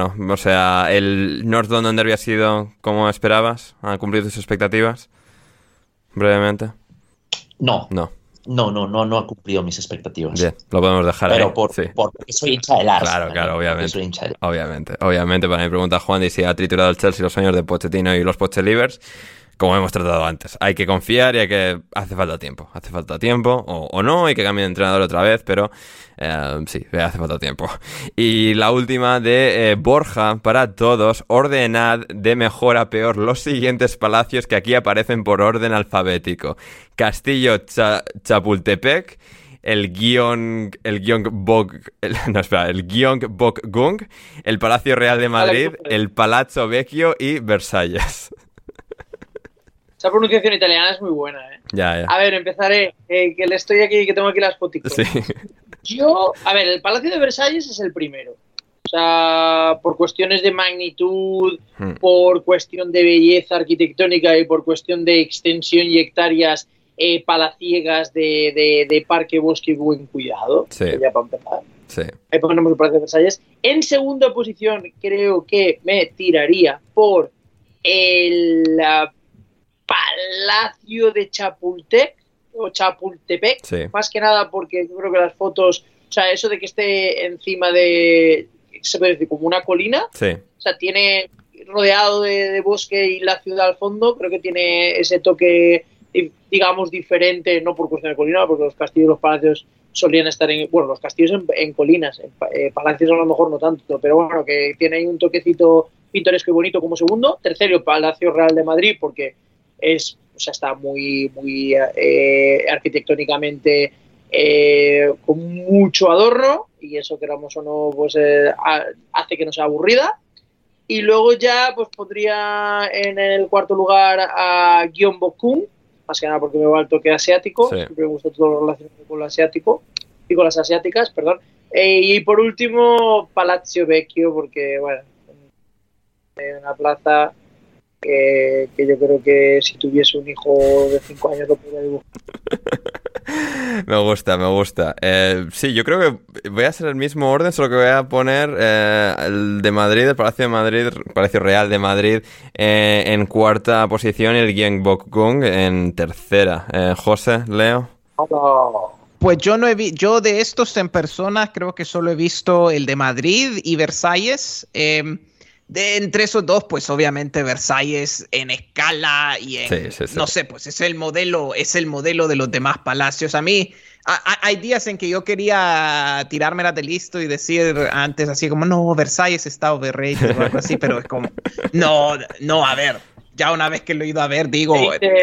¿el North London Derby ha sido como esperabas? ¿Han cumplido tus expectativas? Brevemente. No ha cumplido mis expectativas. Bien, lo podemos dejar pero ahí. Porque soy hincha del Arsenal. Claro, obviamente. Para mi pregunta, Juan, si ha triturado el Chelsea los sueños de Pochettino y los Pochelivers, como hemos tratado antes. Hay que confiar y hace falta tiempo. O no, hay que cambiar de entrenador otra vez, pero hace falta tiempo. Y la última de Borja, para todos, ordenad de mejor a peor los siguientes palacios que aquí aparecen por orden alfabético: Castillo Chapultepec, el Gyeongbokgung, el Palacio Real de Madrid, el Palazzo Vecchio y Versalles. Esa pronunciación italiana es muy buena, ¿eh? Ya. A ver, empezaré. Que estoy aquí, que tengo aquí las fotitos. Sí. El Palacio de Versalles es el primero. O sea, por cuestiones de magnitud, por cuestión de belleza arquitectónica y por cuestión de extensión y hectáreas palaciegas de parque, bosque y buen cuidado. Sí. Ya para empezar. Sí. Ahí ponemos el Palacio de Versalles. En segunda posición, creo que me tiraría por el Palacio de Chapultepec, más que nada porque yo creo que las fotos, o sea, eso de que esté encima de, se puede decir, como una colina, sí. O sea, tiene rodeado de bosque y la ciudad al fondo, creo que tiene ese toque, digamos, diferente, no por cuestión de colina, porque los castillos y los palacios solían estar los castillos en colinas, palacios a lo mejor no tanto, pero bueno, que tiene ahí un toquecito pintoresco y bonito como segundo. Tercero, el Palacio Real de Madrid, porque está muy arquitectónicamente con mucho adorno, y eso, queramos o no, pues hace que no sea aburrida. Y luego ya pues pondría en el cuarto lugar a Gyeongbokgung, más que nada porque me va al toque asiático, siempre me gusta todo lo relacionado con lo asiático y con las asiáticas, perdón. Y por último, Palazzo Vecchio, porque bueno, una plaza que yo creo que si tuviese un hijo de 5 años lo podría dibujar. Me gusta. Sí, yo creo que voy a hacer el mismo orden, solo que voy a poner el de Madrid, el Palacio de Madrid, Palacio Real de Madrid en cuarta posición y el Gyeongbokgung en tercera. José, Leo. Pues yo de estos en persona creo que solo he visto el de Madrid y Versalles. Entre esos dos, pues obviamente Versalles en escala y en, sí. no sé, pues es el modelo de los demás palacios. A mí hay días en que yo quería tirármelas de listo y decir antes así como, no, Versalles está overrated o algo así, pero es como, no, a ver, ya una vez que lo he ido a ver, digo...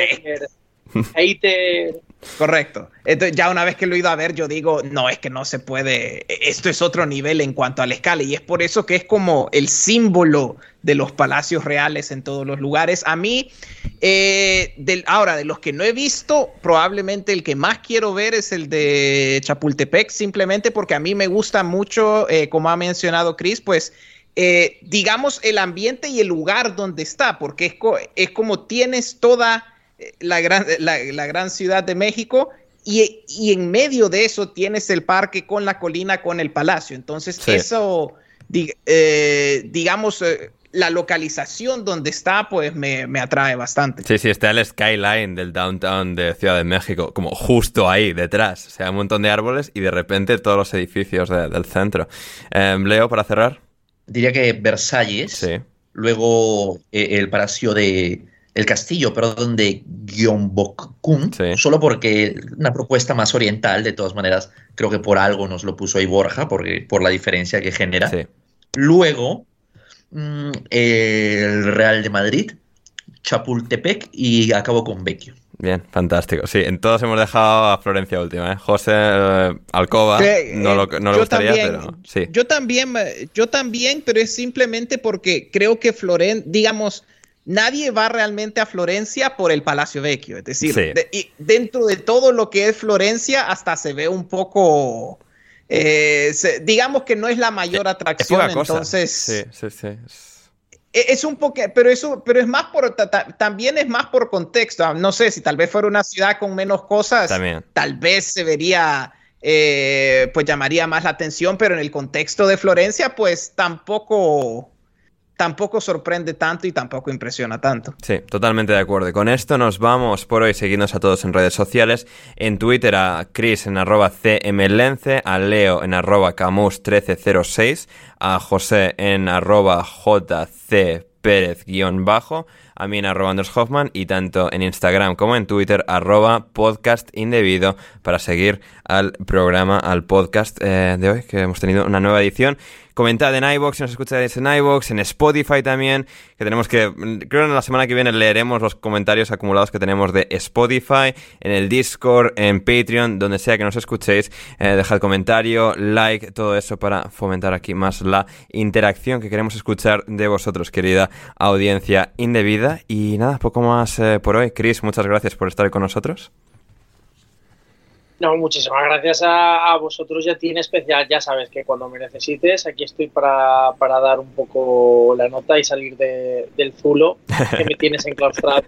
Hater. Correcto. Entonces, ya una vez que lo he ido a ver, yo digo, no, es que no se puede, esto es otro nivel en cuanto a la escala, y es por eso que es como el símbolo de los palacios reales en todos los lugares. A mí, ahora, de los que no he visto, probablemente el que más quiero ver es el de Chapultepec, simplemente porque a mí me gusta mucho, como ha mencionado Chris, pues, digamos, el ambiente y el lugar donde está, porque es como tienes toda... la gran ciudad de México y en medio de eso tienes el parque con la colina con el palacio. Entonces eso, digamos, la localización donde está, pues me atrae bastante. Sí, está el skyline del downtown de Ciudad de México, como justo ahí, detrás. O sea, un montón de árboles y de repente todos los edificios del centro. Leo, para cerrar. Diría que Versalles, luego el palacio el castillo, de Gyeongbokgung, solo porque una propuesta más oriental, de todas maneras, creo que por algo nos lo puso ahí Borja, por la diferencia que genera. Sí. Luego, el Real de Madrid, Chapultepec y acabo con Vecchio. Bien, fantástico. Sí, en todos hemos dejado a Florencia última, ¿eh? José, Alcoba, no le gustaría, pero sí. Yo también, pero es simplemente porque creo que digamos... Nadie va realmente a Florencia por el Palacio Vecchio, es decir, y dentro de todo lo que es Florencia hasta se ve un poco, digamos que no es la mayor atracción, entonces... Sí. Es un poco, pero es más también es más por contexto. No sé, si tal vez fuera una ciudad con menos cosas, tal vez se vería, pues llamaría más la atención, pero en el contexto de Florencia, pues tampoco sorprende tanto y tampoco impresiona tanto. Sí, totalmente de acuerdo. Y con esto nos vamos por hoy. Seguidnos a todos en redes sociales. En Twitter a Chris en @cmlence, a Leo en @camus1306, a José en @jcperez_, a mí en @AndersHoffman y tanto en Instagram como en Twitter @podcastindebido para seguir al programa, al podcast de hoy, que hemos tenido una nueva edición. Comentad en iVoox, si nos escucháis en iVoox, en Spotify también, que tenemos creo que en la semana que viene leeremos los comentarios acumulados que tenemos de Spotify, en el Discord, en Patreon, donde sea que nos escuchéis, dejad comentario, like, todo eso para fomentar aquí más la interacción que queremos escuchar de vosotros, querida audiencia indebida. Y nada, poco más por hoy. Chris, muchas gracias por estar con nosotros. No, muchísimas gracias a vosotros y a ti en especial. Ya sabes que cuando me necesites, aquí estoy para dar un poco la nota y salir del zulo que me tienes enclaustrado.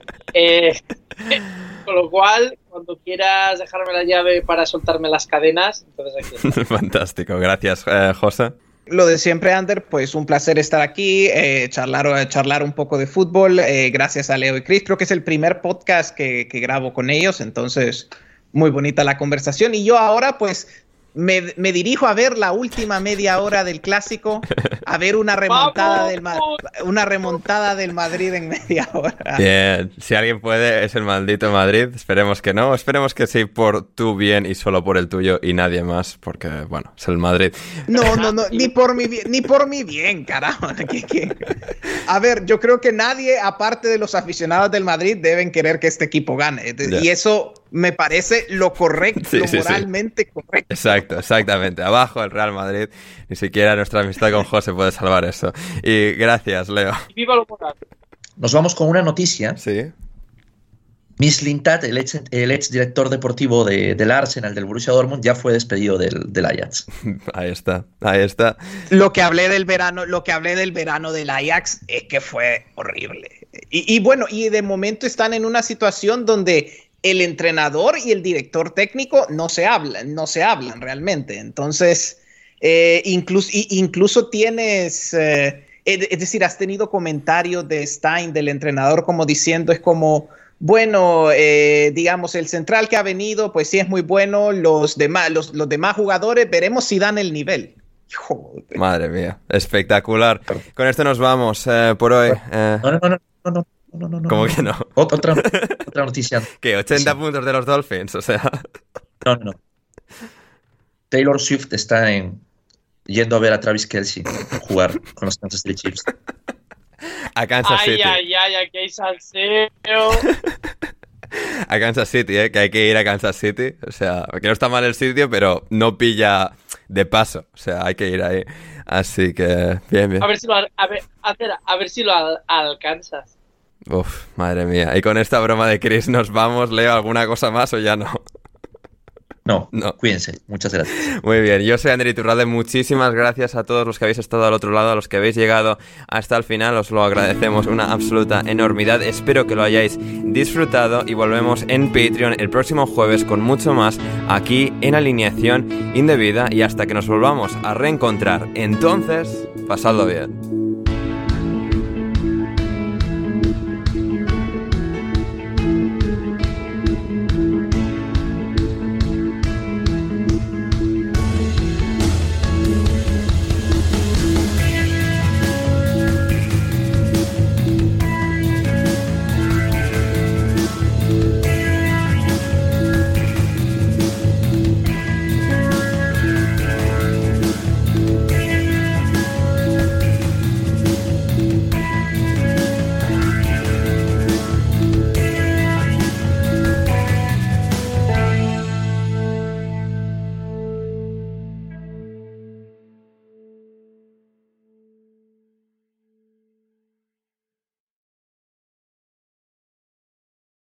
Con lo cual, cuando quieras dejarme la llave para soltarme las cadenas, entonces aquí estoy. Fantástico, gracias, José. Lo de siempre, Ander, pues un placer estar aquí, charlar un poco de fútbol. Gracias a Leo y Chris. Creo que es el primer podcast que grabo con ellos, entonces... Muy bonita la conversación. Y yo ahora, pues, me dirijo a ver la última media hora del Clásico, a ver una remontada del Madrid en media hora. Bien, si alguien puede, es el maldito Madrid. Esperemos que no. Esperemos que sí, por tu bien y solo por el tuyo y nadie más, porque, bueno, es el Madrid. No, ni por mi bien, carajo. A ver, yo creo que nadie, aparte de los aficionados del Madrid, deben querer que este equipo gane. Yeah. Y eso me parece lo correcto, moralmente correcto. Exactamente. Abajo el Real Madrid. Ni siquiera nuestra amistad con José puede salvar eso. Y gracias, Leo. ¡Viva lo moral! Nos vamos con una noticia. Sí. Mislintat, el ex director deportivo del Arsenal, del Borussia Dortmund, ya fue despedido del Ajax. Ahí está. Lo que hablé del verano del Ajax es que fue horrible. Y bueno, y de momento están en una situación donde el entrenador y el director técnico no se hablan realmente. Entonces, incluso tienes, es decir, has tenido comentarios de Stein, del entrenador, como diciendo, es como, bueno, digamos, el central que ha venido, pues sí es muy bueno, los demás jugadores, veremos si dan el nivel. Joder. Madre mía, espectacular. Con esto nos vamos por hoy. No. ¿Cómo que no? Otra noticia. ¿Qué? 80 puntos de los Dolphins, o sea. No. Taylor Swift está yendo a ver a Travis Kelce jugar con los Kansas City Chiefs. A Kansas City. Ay, aquí hay salseo. A Kansas City, que hay que ir a Kansas City. O sea, que no está mal el sitio, pero no pilla de paso. O sea, hay que ir ahí. Así que, bien. A ver si lo alcanzas. Uf, madre mía. Y con esta broma de Chris nos vamos. ¿Leo alguna cosa más o ya no? No, cuídense. Muchas gracias. Muy bien, yo soy Ander Iturralde. Muchísimas gracias a todos los que habéis estado al otro lado, a los que habéis llegado hasta el final. Os lo agradecemos una absoluta enormidad. Espero que lo hayáis disfrutado y volvemos en Patreon el próximo jueves con mucho más aquí en Alineación Indebida y hasta que nos volvamos a reencontrar. Entonces, pasadlo bien.